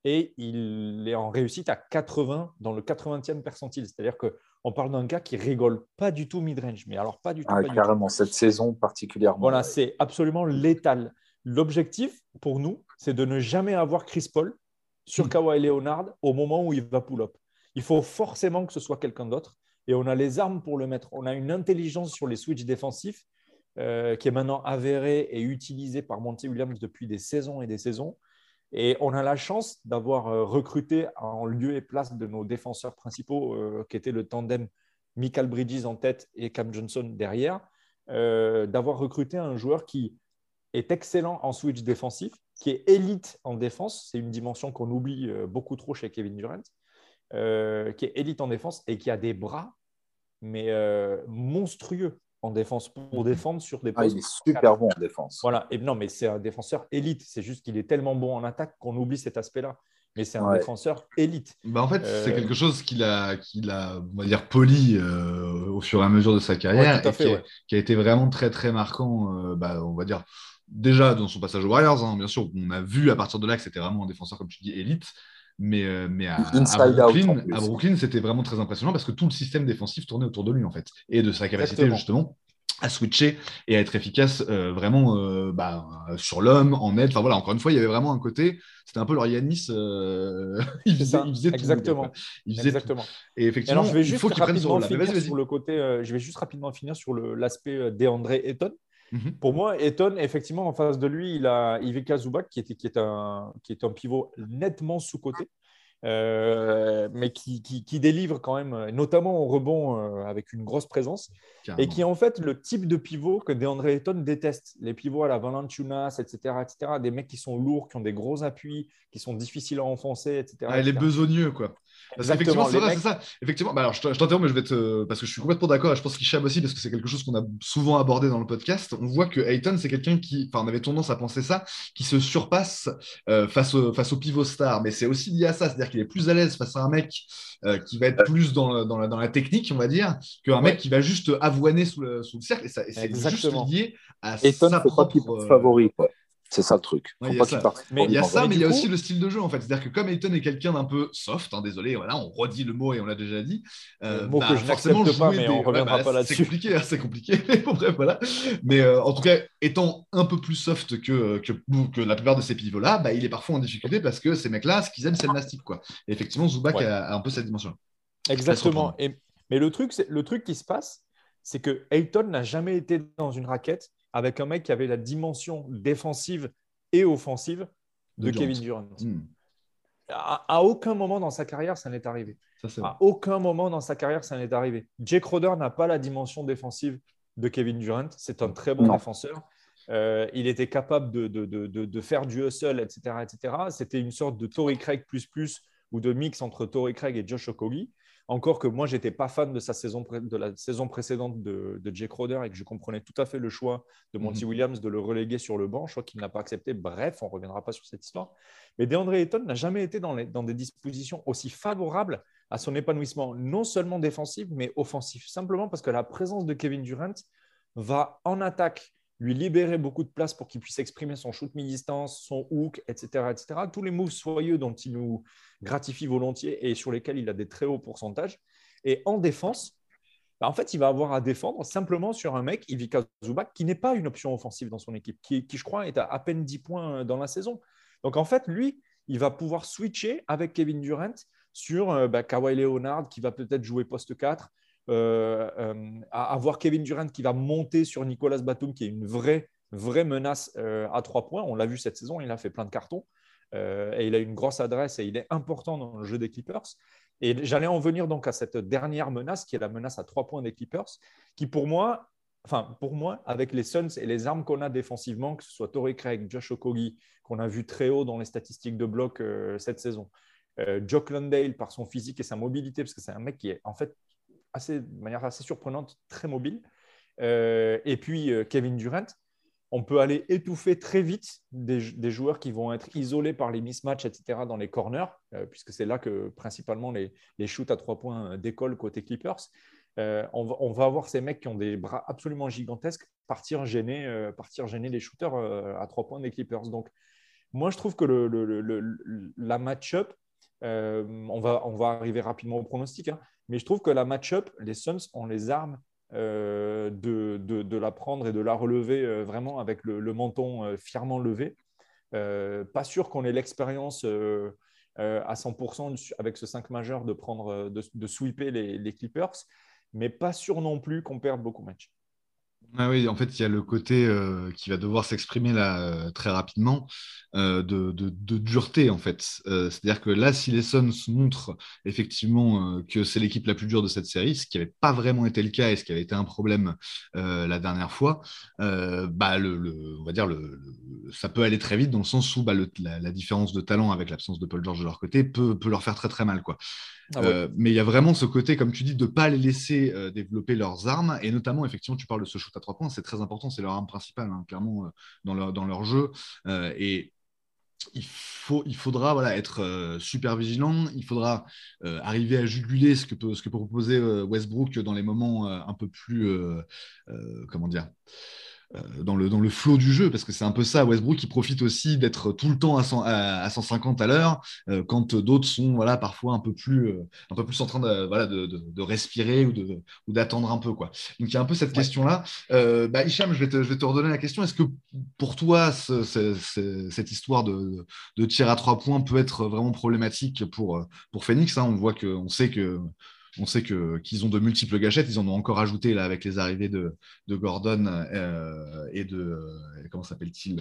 et il est en réussite à quatre-vingts dans le quatre-vingtième percentile. C'est-à-dire qu'on parle d'un gars qui rigole pas du tout mid-range, mais alors pas du tout. Ah, pas carrément, du tout. cette saison particulièrement. Voilà, ouais. c'est absolument létal. L'objectif pour nous, c'est de ne jamais avoir Chris Paul sur Kawhi Leonard au moment où il va pull-up. Il faut forcément que ce soit quelqu'un d'autre et on a les armes pour le mettre. On a une intelligence sur les switches défensifs euh, qui est maintenant avérée et utilisée par Monty Williams depuis des saisons et des saisons. Et on a la chance d'avoir euh, recruté en lieu et place de nos défenseurs principaux, euh, qui étaient le tandem Mikal Bridges en tête et Cam Johnson derrière, euh, d'avoir recruté un joueur qui est excellent en switch défensif, qui est élite en défense. C'est une dimension qu'on oublie euh, beaucoup trop chez Kevin Durant, euh, qui est élite en défense et qui a des bras, mais euh, monstrueux en défense pour défendre sur des postes. Ah, il est super bon en défense. Voilà. Et non, mais c'est un défenseur élite. C'est juste qu'il est tellement bon en attaque qu'on oublie cet aspect-là. Mais c'est un Ouais. défenseur élite. Bah en fait, Euh, c'est quelque chose qu'il a, qu'il a, on va dire, poli euh, au fur et à mesure de sa carrière Ouais, tout à et fait, qui, a, ouais. qui a été vraiment très, très marquant, euh, bah, on va dire, déjà dans son passage aux Warriors, hein, bien sûr, on a vu à partir de là que c'était vraiment un défenseur, comme tu dis, élite. Mais, euh, mais à, à Inside out, en Brooklyn, plus. à Brooklyn, c'était vraiment très impressionnant parce que tout le système défensif tournait autour de lui, en fait, et de sa capacité, Exactement. justement, à switcher et à être efficace euh, vraiment euh, bah, sur l'homme, en aide. Enfin voilà, encore une fois, il y avait vraiment un côté, c'était un peu leur Yanis, euh, il, C'est faisait, ça. il faisait tout. Exactement. Quoi. Il faisait Exactement. tout. Et Et effectivement, alors, je vais il juste faut qu'il prenne ce rapidement rôle-là. Mais finir vas-y, vas-y. sur le côté. euh, je vais juste rapidement finir sur le- l'aspect euh, DeAndre Ayton. Mhm. Pour moi, Ayton, effectivement, en face de lui, il a Ivica Zubac, qui, était, qui, est un, qui est un pivot nettement sous-coté, euh, mais qui, qui, qui délivre quand même, notamment au rebond euh, avec une grosse présence, Carrément. et qui est en fait le type de pivot que DeAndre Ayton déteste. Les pivots à la Valanciunas, et cetera, et cetera, des mecs qui sont lourds, qui ont des gros appuis, qui sont difficiles à enfoncer, et cetera. Ah, les besogneux, quoi. Parce qu'effectivement, Exactement. c'est Les vrai, mecs, c'est ça. Effectivement, bah alors je t'interromps, mais je vais te. Parce que je suis complètement d'accord, et je pense qu'Hicham aussi, parce que c'est quelque chose qu'on a souvent abordé dans le podcast. On voit que Ayton, c'est quelqu'un qui. Enfin, on avait tendance à penser ça, qui se surpasse euh, face, au, face au pivot star. Mais c'est aussi lié à ça, c'est-à-dire qu'il est plus à l'aise face à un mec euh, qui va être plus dans, le- dans, la, dans la technique, on va dire, qu'un Ouais. mec qui va juste avoiner sous le, sous le cercle. Et, ça, et c'est juste Exactement. lié à Ayton, sa faut pas qu'il propre. parte euh, favori, quoi. C'est ça le truc. Ouais, Faut il y a pas ça. qu'il parte Mais- Il y a favori. ça, Mais mais du il y a coup- aussi le style de jeu en fait. C'est-à-dire que comme Ayton est quelqu'un d'un peu soft, hein, désolé, voilà, on redit le mot et on l'a déjà dit. euh, mot bah, que je forcément n'accepte pas, jouer mais des- on ouais, reviendra bah, pas C'est là-dessus. compliqué, hein, c'est compliqué. Mais bon, bref, voilà. Mais euh, en tout cas, étant un peu plus soft que, que, que la plupart de ces pivots-là, bah, il est parfois en difficulté parce que ces mecs-là, ce qu'ils aiment, c'est le nasty, quoi. Et effectivement, Zubac Ouais. a, a un peu cette dimension. Exactement. Et, mais le truc, c'est- le truc qui se passe, c'est que Ayton n'a jamais été dans une raquette avec un mec qui avait la dimension défensive et offensive de, De Kevin Durant. Durant. Hmm, À, à aucun moment dans sa carrière, ça n'est arrivé. ça, c'est vrai. À aucun moment dans sa carrière, ça n'est arrivé. Jake Crowder n'a pas la dimension défensive de Kevin Durant. C'est un très bon Non. défenseur. Euh, il était capable de, de, de, de, de faire du hustle, et cetera, et cetera. C'était une sorte de Torrey Craig plus plus ou de mix entre Torrey Craig et Josh Okogie. Encore que moi, je n'étais pas fan de, sa saison, pré- de la saison précédente de, de Jake Crowder et que je comprenais tout à fait le choix de Monty Mhm. Williams de le reléguer sur le banc. Je crois qu'il n'a pas accepté. Bref, on ne reviendra pas sur cette histoire. Mais DeAndre Ayton n'a jamais été dans, les, dans des dispositions aussi favorables à son épanouissement, non seulement défensif, mais offensif. Simplement parce que la présence de Kevin Durant va en attaque lui libérer beaucoup de place pour qu'il puisse exprimer son shoot mi-distance, son hook, et cetera, et cetera. Tous les moves soyeux dont il nous gratifie volontiers et sur lesquels il a des très hauts pourcentages. Et en défense, bah, en fait, il va avoir à défendre simplement sur un mec, Ivica Zubac, qui n'est pas une option offensive dans son équipe, qui, qui, je crois, est à à peine dix points dans la saison. Donc, en fait, lui, il va pouvoir switcher avec Kevin Durant sur euh, bah, Kawhi Leonard, qui va peut-être jouer poste quatre, euh, euh, à avoir Kevin Durant qui va monter sur Nicolas Batum, qui est une vraie, vraie menace euh, à trois points. On l'a vu cette saison, il a fait plein de cartons. Euh, et il a une grosse adresse et il est important dans le jeu des Clippers. Et j'allais en venir donc à cette dernière menace qui est la menace à trois points des Clippers, qui pour moi, enfin pour moi, avec les Suns et les armes qu'on a défensivement, que ce soit Torrey Craig, Josh Okogie, qu'on a vu très haut dans les statistiques de bloc euh, cette saison, euh, Jock Landale par son physique et sa mobilité, parce que c'est un mec qui est en fait assez, de manière assez surprenante, très mobile. Euh, et puis euh, Kevin Durant, on peut aller étouffer très vite des, des joueurs qui vont être isolés par les mismatchs, et cetera, dans les corners, euh, puisque c'est là que principalement les, les shoots à trois points décollent côté Clippers. Euh, on, va, on va avoir ces mecs qui ont des bras absolument gigantesques partir gêner, euh, partir gêner les shooters euh, à trois points des Clippers. Donc, moi, je trouve que le, le, le, le, la match-up, euh, on, va, on va arriver rapidement au pronostic, hein, mais je trouve que la match-up, les Suns ont les armes euh, de, de, de la prendre et de la relever euh, vraiment avec le, le menton euh, fièrement levé. Euh, pas sûr qu'on ait l'expérience euh, euh, à cent pour cent avec ce cinq majeur de, prendre, de, de sweeper les, les Clippers, mais pas sûr non plus qu'on perde beaucoup de matchs. Ah oui, en fait, il y a le côté euh, qui va devoir s'exprimer là euh, très rapidement euh, de, de- de dureté en fait. Euh, c'est-à-dire que là, si les Suns montrent effectivement euh, que c'est l'équipe la plus dure de cette série, ce qui n'avait pas vraiment été le cas et ce qui avait été un problème euh, la dernière fois, euh, bah le, le- on va dire le, le- ça peut aller très vite dans le sens où bah, le- la, la différence de talent avec l'absence de Paul George de leur côté peut, peut leur faire très très mal quoi. Ah ouais. Euh, mais il y a vraiment ce côté, comme tu dis, de ne pas les laisser euh, développer leurs armes. Et notamment, effectivement, tu parles de ce shoot à trois points, c'est très important, c'est leur arme principale, hein, clairement, euh, dans, leur, dans leur jeu. Euh, et il, faut, il faudra voilà, être euh, super vigilant, il faudra euh, arriver à juguler ce que peut, ce que peut proposer euh, Westbrook dans les moments euh, un peu plus, euh, euh, comment dire, euh, dans le, dans le flow du jeu, parce que c'est un peu ça, Westbrook, il profite aussi d'être tout le temps à, cent, à, à cent cinquante à l'heure, euh, quand d'autres sont voilà, parfois un peu plus, euh, un peu plus en train de, voilà, de, de, de respirer ou, de, ou d'attendre un peu. Quoi. Donc il y a un peu cette Ouais. question-là. Euh, bah, Hicham, je vais, te, je vais te redonner la question. Est-ce que pour toi, ce, ce, ce, cette histoire de, de tir à trois points peut être vraiment problématique pour, pour Phoenix, hein? On voit que, on sait que on sait que, qu'ils ont de multiples gâchettes. Ils en ont encore ajouté là, avec les arrivées de, de Gordon euh, et de. Euh, comment s'appelle-t-il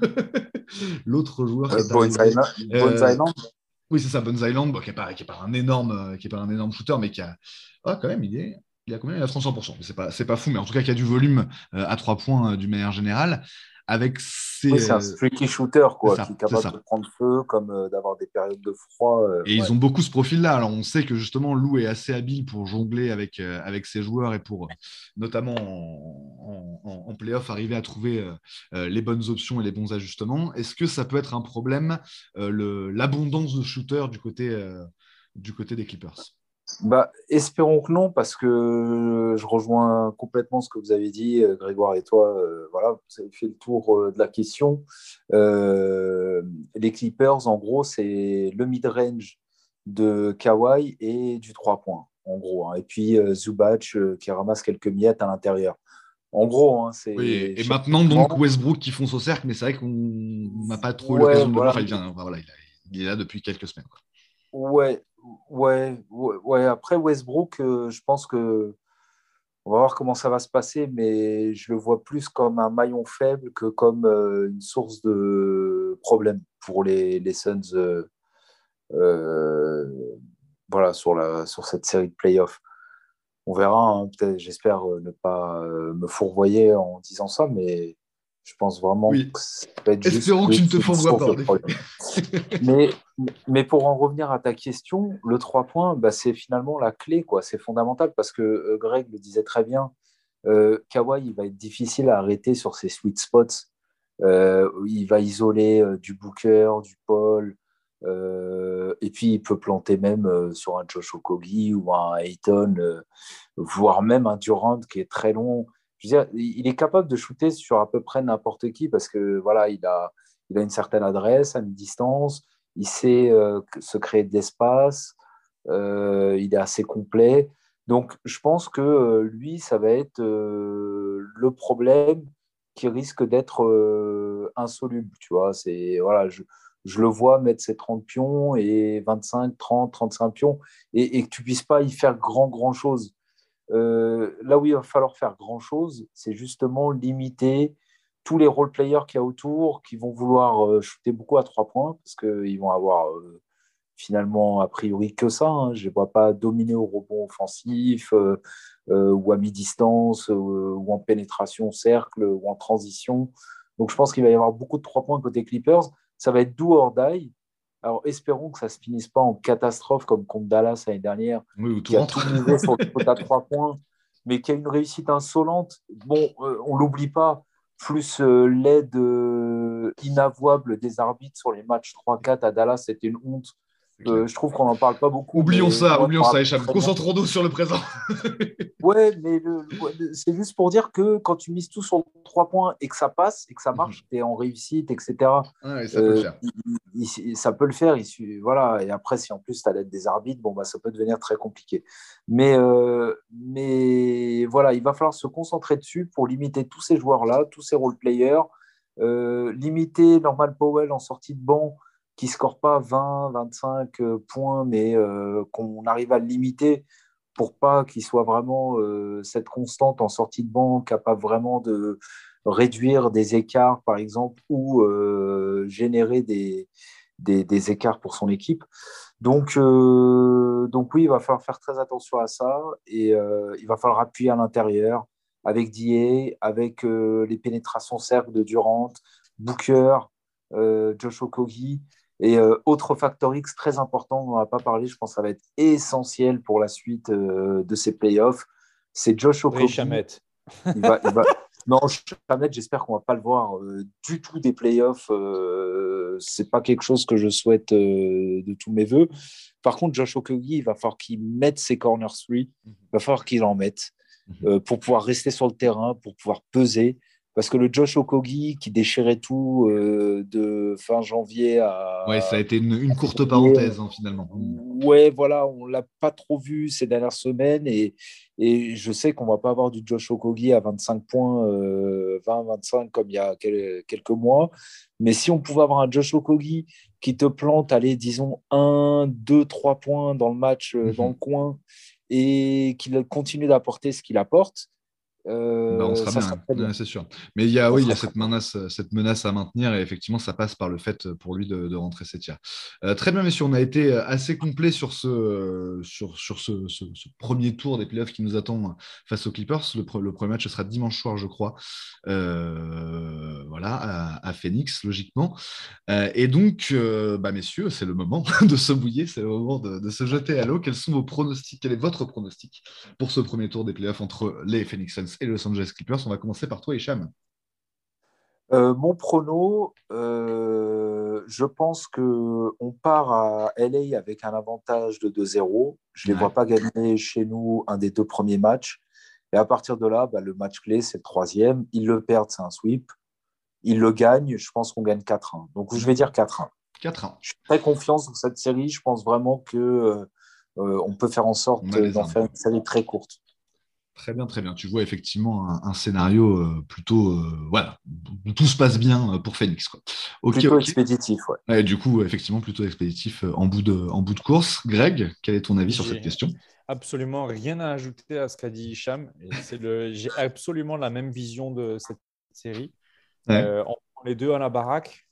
l'autre joueur qui Euh, est Bones arrivé Island, Bones euh, Island. Oui, c'est ça, Bones Island, bon, qui n'est pas, qui est pas un énorme, euh, qui est pas un énorme shooter, mais qui a. Ah, quand même, il est. Il a combien? Il a trente-cinq pour cent. Mais c'est pas, c'est pas fou, mais en tout cas, qui a du volume euh, à trois points euh, d'une manière générale. Avec ses. Oui, c'est un Euh, streaky shooter, c'est quoi, qui est ça, c'est capable de ça. prendre feu, comme euh, d'avoir des périodes de froid. euh, Et ouais. ils ont beaucoup ce profil-là. Alors, on sait que justement, Lou est assez habile pour jongler avec, euh, avec ses joueurs et pour, euh, notamment en, en, en, en playoff, arriver à trouver euh, euh, les bonnes options et les bons ajustements. Est-ce que ça peut être un problème, euh, le, l'abondance de shooters du côté, euh, du côté des Clippers? Bah, espérons que non, parce que je rejoins complètement ce que vous avez dit, euh, Grégoire et toi. Euh, voilà, vous avez fait le tour euh, de la question. Euh, les Clippers, en gros, c'est le mid-range de Kawhi et du trois points, en gros, hein. Et puis euh, Zubac euh, qui ramasse quelques miettes à l'intérieur. En gros, hein, Oui, c'est et maintenant, schématiquement. donc, Westbrook qui fonce au cercle, mais c'est vrai qu'on n'a pas trop eu Ouais, l'occasion de le voir. voilà. Enfin, il, vient, enfin, voilà, il, a- il est là depuis quelques semaines. Quoi. Ouais, ouais, ouais, ouais. Après Westbrook, euh, je pense que on va voir comment ça va se passer, mais je le vois plus comme un maillon faible que comme euh, une source de problème pour les, les Suns euh, euh, voilà, sur, la, sur cette série de playoffs. On verra, hein, peut-être, j'espère euh, ne pas euh, me fourvoyer en disant ça, mais je pense vraiment Oui, que ça va être juste espérons que tu ne plus te une fourvoies source pas, de en effet. problème. Mais, mais pour en revenir à ta question, le trois points, bah, c'est finalement la clé, quoi. C'est fondamental parce que euh, Greg le disait très bien. Euh, Kawhi, il va être difficile à arrêter sur ses sweet spots. Euh, il va isoler euh, du Booker, du Paul, euh, et puis il peut planter même euh, sur un Josh Okogie ou un Ayton, euh, voire même un Durant qui est très long. Je veux dire, il est capable de shooter sur à peu près n'importe qui parce que voilà, il a, il a une certaine adresse à une distance, il sait euh, se créer de l'espace, euh, il est assez complet. Donc, je pense que euh, lui, ça va être euh, le problème qui risque d'être euh, insoluble. Tu vois, c'est voilà, je, je le vois mettre ses trente pions et vingt-cinq, trente, trente-cinq pions et, et que tu puisses pas y faire grand, grand chose. Euh, là où il va falloir faire grand chose, c'est justement limiter tous les role players qu'il y a autour qui vont vouloir euh, shooter beaucoup à trois points parce qu'ils vont avoir euh, finalement a priori que ça, hein. Je ne les vois pas dominer au rebond offensif euh, euh, ou à mi-distance euh, ou en pénétration cercle ou en transition. Donc je pense qu'il va y avoir beaucoup de trois points côté Clippers. Ça va être do or die. Alors espérons que ça ne se finisse pas en catastrophe comme contre Dallas l'année dernière, Oui, ou tout qui a rentre. tout misé sur le quota trois points, mais qui a une réussite insolente. Bon, euh, on ne l'oublie pas, plus euh, l'aide euh, inavouable des arbitres sur les matchs trois quatre à Dallas, c'était une honte. Euh, je trouve qu'on n'en parle pas beaucoup. Oublions ça, moi, oublions ça, Hicham. Concentrons-nous sur le présent. Ouais, mais le, le, c'est juste pour dire que quand tu mises tout sur trois points et que ça passe et que ça marche, mm-hmm. tu es en réussite, et cetera. Ouais, ça euh, peut le faire. Il, il, ça peut le faire. Il, voilà. Et après, si en plus tu as l'aide des arbitres, bon, bah, ça peut devenir très compliqué. Mais, euh, mais voilà, il va falloir se concentrer dessus pour limiter tous ces joueurs-là, tous ces role-players, euh, limiter Norman Powell en sortie de banc qui ne score pas vingt, vingt-cinq points, mais euh, qu'on arrive à le limiter pour pas qu'il soit vraiment euh, cette constante en sortie de banc, capable vraiment de réduire des écarts, par exemple, ou euh, générer des, des, des écarts pour son équipe. Donc, euh, donc oui, il va falloir faire très attention à ça et euh, il va falloir appuyer à l'intérieur avec D A, avec euh, les pénétrations cercles de Durant, Booker, euh, Josh Okogie. Et euh, autre facteur X très important, on n'en a pas parlé, je pense que ça va être essentiel pour la suite euh, de ces playoffs, c'est Josh Okogie. Il va, il va... Non, Chamet, j'espère qu'on ne va pas le voir euh, du tout des playoffs. Euh, ce n'est pas quelque chose que je souhaite euh, de tous mes voeux. Par contre, Josh Okogie, il va falloir qu'il mette ses corner three, il va falloir qu'il en mette euh, pour pouvoir rester sur le terrain, pour pouvoir peser. Parce que le Josh Okogie qui déchirait tout euh, de fin janvier à... Ouais, ça a été une, une courte parenthèse, hein, finalement. Ouais, voilà, on ne l'a pas trop vu ces dernières semaines et, et je sais qu'on ne va pas avoir du Josh Okogie à vingt-cinq points, euh, vingt vingt-cinq comme il y a quelques mois. Mais si on pouvait avoir un Josh Okogie qui te plante, allez, disons, un, deux, trois points dans le match, euh, mm-hmm. dans le coin et qu'il continue d'apporter ce qu'il apporte, Euh, bah on sera bien, bien. bien. Ouais, c'est sûr. Mais il y a, oui, il y a cette menace, cette menace à maintenir et effectivement, ça passe par le fait pour lui de, de rentrer ses tiers. Euh, très bien, messieurs, on a été assez complet sur ce, sur, sur ce, ce, ce premier tour des playoffs qui nous attend face aux Clippers. Le, le premier match sera dimanche soir, je crois, euh, voilà, à, à Phoenix, logiquement. Euh, et donc, euh, bah, messieurs, c'est le moment de se mouiller, c'est le moment de, de se jeter à l'eau. Quels sont vos pronostics? Quel est votre pronostic pour ce premier tour des playoffs entre les Phoenix Suns et les Los Angeles Clippers? On va commencer par toi, Hicham. Euh, mon prono, euh, je pense qu'on part à L A avec un avantage de deux zéro. Je ne les ouais. vois pas gagner chez nous un des deux premiers matchs. Et à partir de là, bah, le match clé, c'est le troisième. Ils le perdent, c'est un sweep. Ils le gagnent, je pense qu'on gagne quatre un. Donc, je vais dire quatre un. quatre un. Je suis très confiant dans cette série. Je pense vraiment qu'on euh, peut faire en sorte d'en faire une série très courte. Très bien, très bien. Tu vois effectivement un, un scénario euh, plutôt, euh, voilà, où tout se passe bien pour Phoenix, quoi. Okay, plutôt okay. expéditif, ouais. ouais. Du coup, effectivement, plutôt expéditif en bout de, en bout de course. Greg, quel est ton avis j'ai sur cette question? Absolument rien à ajouter à ce qu'a dit Hicham. C'est le, j'ai absolument la même vision de cette série. Ouais. Euh, on prend les deux à la baraque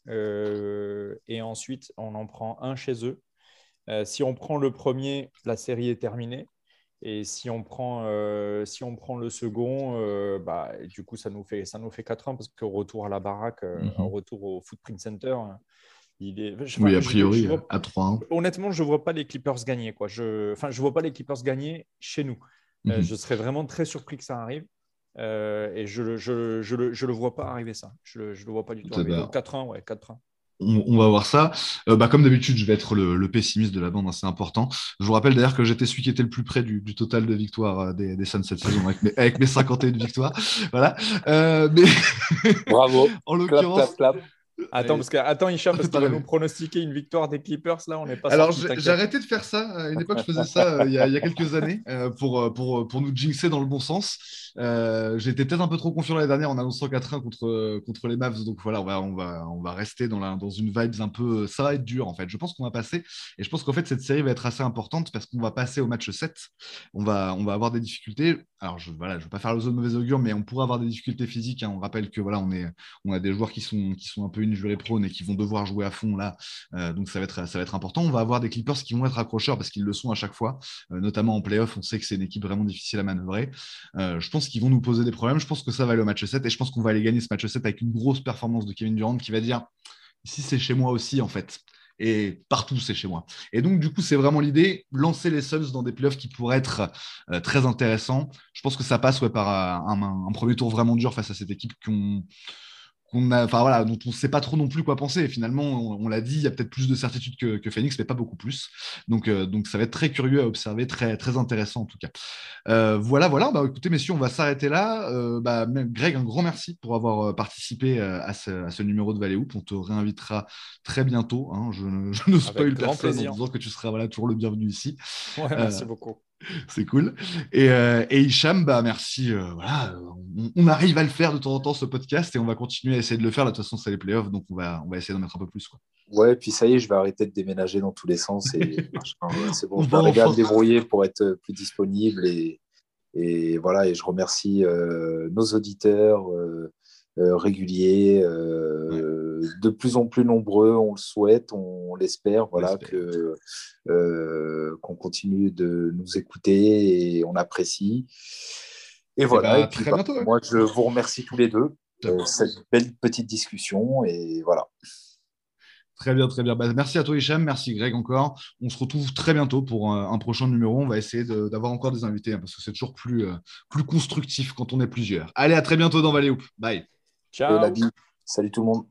euh, et ensuite on en prend un chez eux. Euh, si on prend le premier, la série est terminée. Et si on prend, euh, si on prend le second, euh, bah, du coup, ça nous fait, ça nous fait quatre un parce qu'au retour à la baraque, euh, mm-hmm. au retour au Footprint Center, il est. Je, oui, a priori, je, je vois, à trois un. Honnêtement, je ne vois pas les Clippers gagner, quoi. Je, enfin, je ne vois pas les Clippers gagner chez nous. Mm-hmm. Euh, je serais vraiment très surpris que ça arrive. Euh, et je ne je, je, je, je le vois pas arriver, ça. Je ne le, je le vois pas du tout arriver. Donc, quatre un, ouais, quatre un. On, on va voir ça. Euh, bah, comme d'habitude, je vais être le, le pessimiste de la bande, hein, c'est important. Je vous rappelle d'ailleurs que j'étais celui qui était le plus près du, du total de victoires des, des Suns cette saison, avec mes, avec mes cinquante et une victoires. Voilà. Euh, mais... Bravo. En l'occurrence. Clap, clap, clap. Attends, parce que, attends, Hicham, parce qu'il va nous pronostiquer une victoire des Clippers, là, on n'est pas Alors, sorti, j'ai arrêté de faire ça. À une époque, je faisais ça euh, il, y a, il y a quelques années euh, pour, pour, pour nous jinxer dans le bon sens. Euh, J'étais peut-être un peu trop confiant l'année dernière en annonçant quatre un contre, contre les Mavs. Donc voilà, on va, on va, on va rester dans, la, dans une vibe un peu. Ça va être dur, en fait. Je pense qu'on va passer. Et je pense qu'en fait, cette série va être assez importante parce qu'on va passer au match sept. On va, on va avoir des difficultés. Alors, je ne voilà, je veux pas faire le zone de mauvais augure, mais on pourra avoir des difficultés physiques. Hein. On rappelle que voilà, on, est, on a des joueurs qui sont, qui sont un peu injury prone et qui vont devoir jouer à fond là, euh, donc ça va, être, ça va être important. On va avoir des Clippers qui vont être accrocheurs parce qu'ils le sont à chaque fois, euh, notamment en playoff. On sait que c'est une équipe vraiment difficile à manœuvrer. Euh, je pense qu'ils vont nous poser des problèmes. Je pense que ça va aller au match sept et je pense qu'on va aller gagner ce match sept avec une grosse performance de Kevin Durant qui va dire ici c'est chez moi aussi en fait. Et partout, c'est chez moi. Et donc, du coup, c'est vraiment l'idée, lancer les Suns dans des playoffs qui pourraient être euh, très intéressants. Je pense que ça passe ouais, par un, un, un premier tour vraiment dur face à cette équipe qui ont qu'on a, enfin voilà, dont on ne sait pas trop non plus quoi penser. Et finalement, on, on l'a dit, il y a peut-être plus de certitude que, que Phoenix, mais pas beaucoup plus. Donc, euh, donc ça va être très curieux à observer, très, très intéressant en tout cas. Euh, voilà, voilà. Bah, écoutez, messieurs, on va s'arrêter là. Euh, bah, Greg, un grand merci pour avoir participé à ce, à ce numéro de Valley Hoop. On te réinvitera très bientôt. Hein. Je, je ne spoil personne plaisir. En disant que tu seras voilà, toujours le bienvenu ici. Ouais, merci euh, beaucoup. C'est cool. Et, euh, et Hicham, bah, merci. Euh, voilà, on, on arrive à le faire de temps en temps, ce podcast, et on va continuer à essayer de le faire. Là, de toute façon, c'est les playoffs, donc on va, on va essayer d'en mettre un peu plus. Quoi. Ouais, puis ça y est, je vais arrêter de déménager dans tous les sens. Et c'est bon, je vais arriver à me débrouiller pour être plus disponible. Et, et voilà, et je remercie euh, nos auditeurs euh, euh, réguliers, euh, ouais. de plus en plus nombreux, on le souhaite, on, on l'espère, voilà, que, euh, qu'on continue de nous écouter et on apprécie. Et, et voilà, bah, et puis, très bah, bientôt. Ouais. Moi, je vous remercie tous les deux de cette belle petite discussion et voilà. Très bien, très bien. Bah, merci à toi, Hicham. Merci, Greg, encore. On se retrouve très bientôt pour un, un prochain numéro. On va essayer de, d'avoir encore des invités hein, parce que c'est toujours plus, euh, plus constructif quand on est plusieurs. Allez, à très bientôt dans Valley Hoop. Bye. Ciao. Et la vie. Salut tout le monde.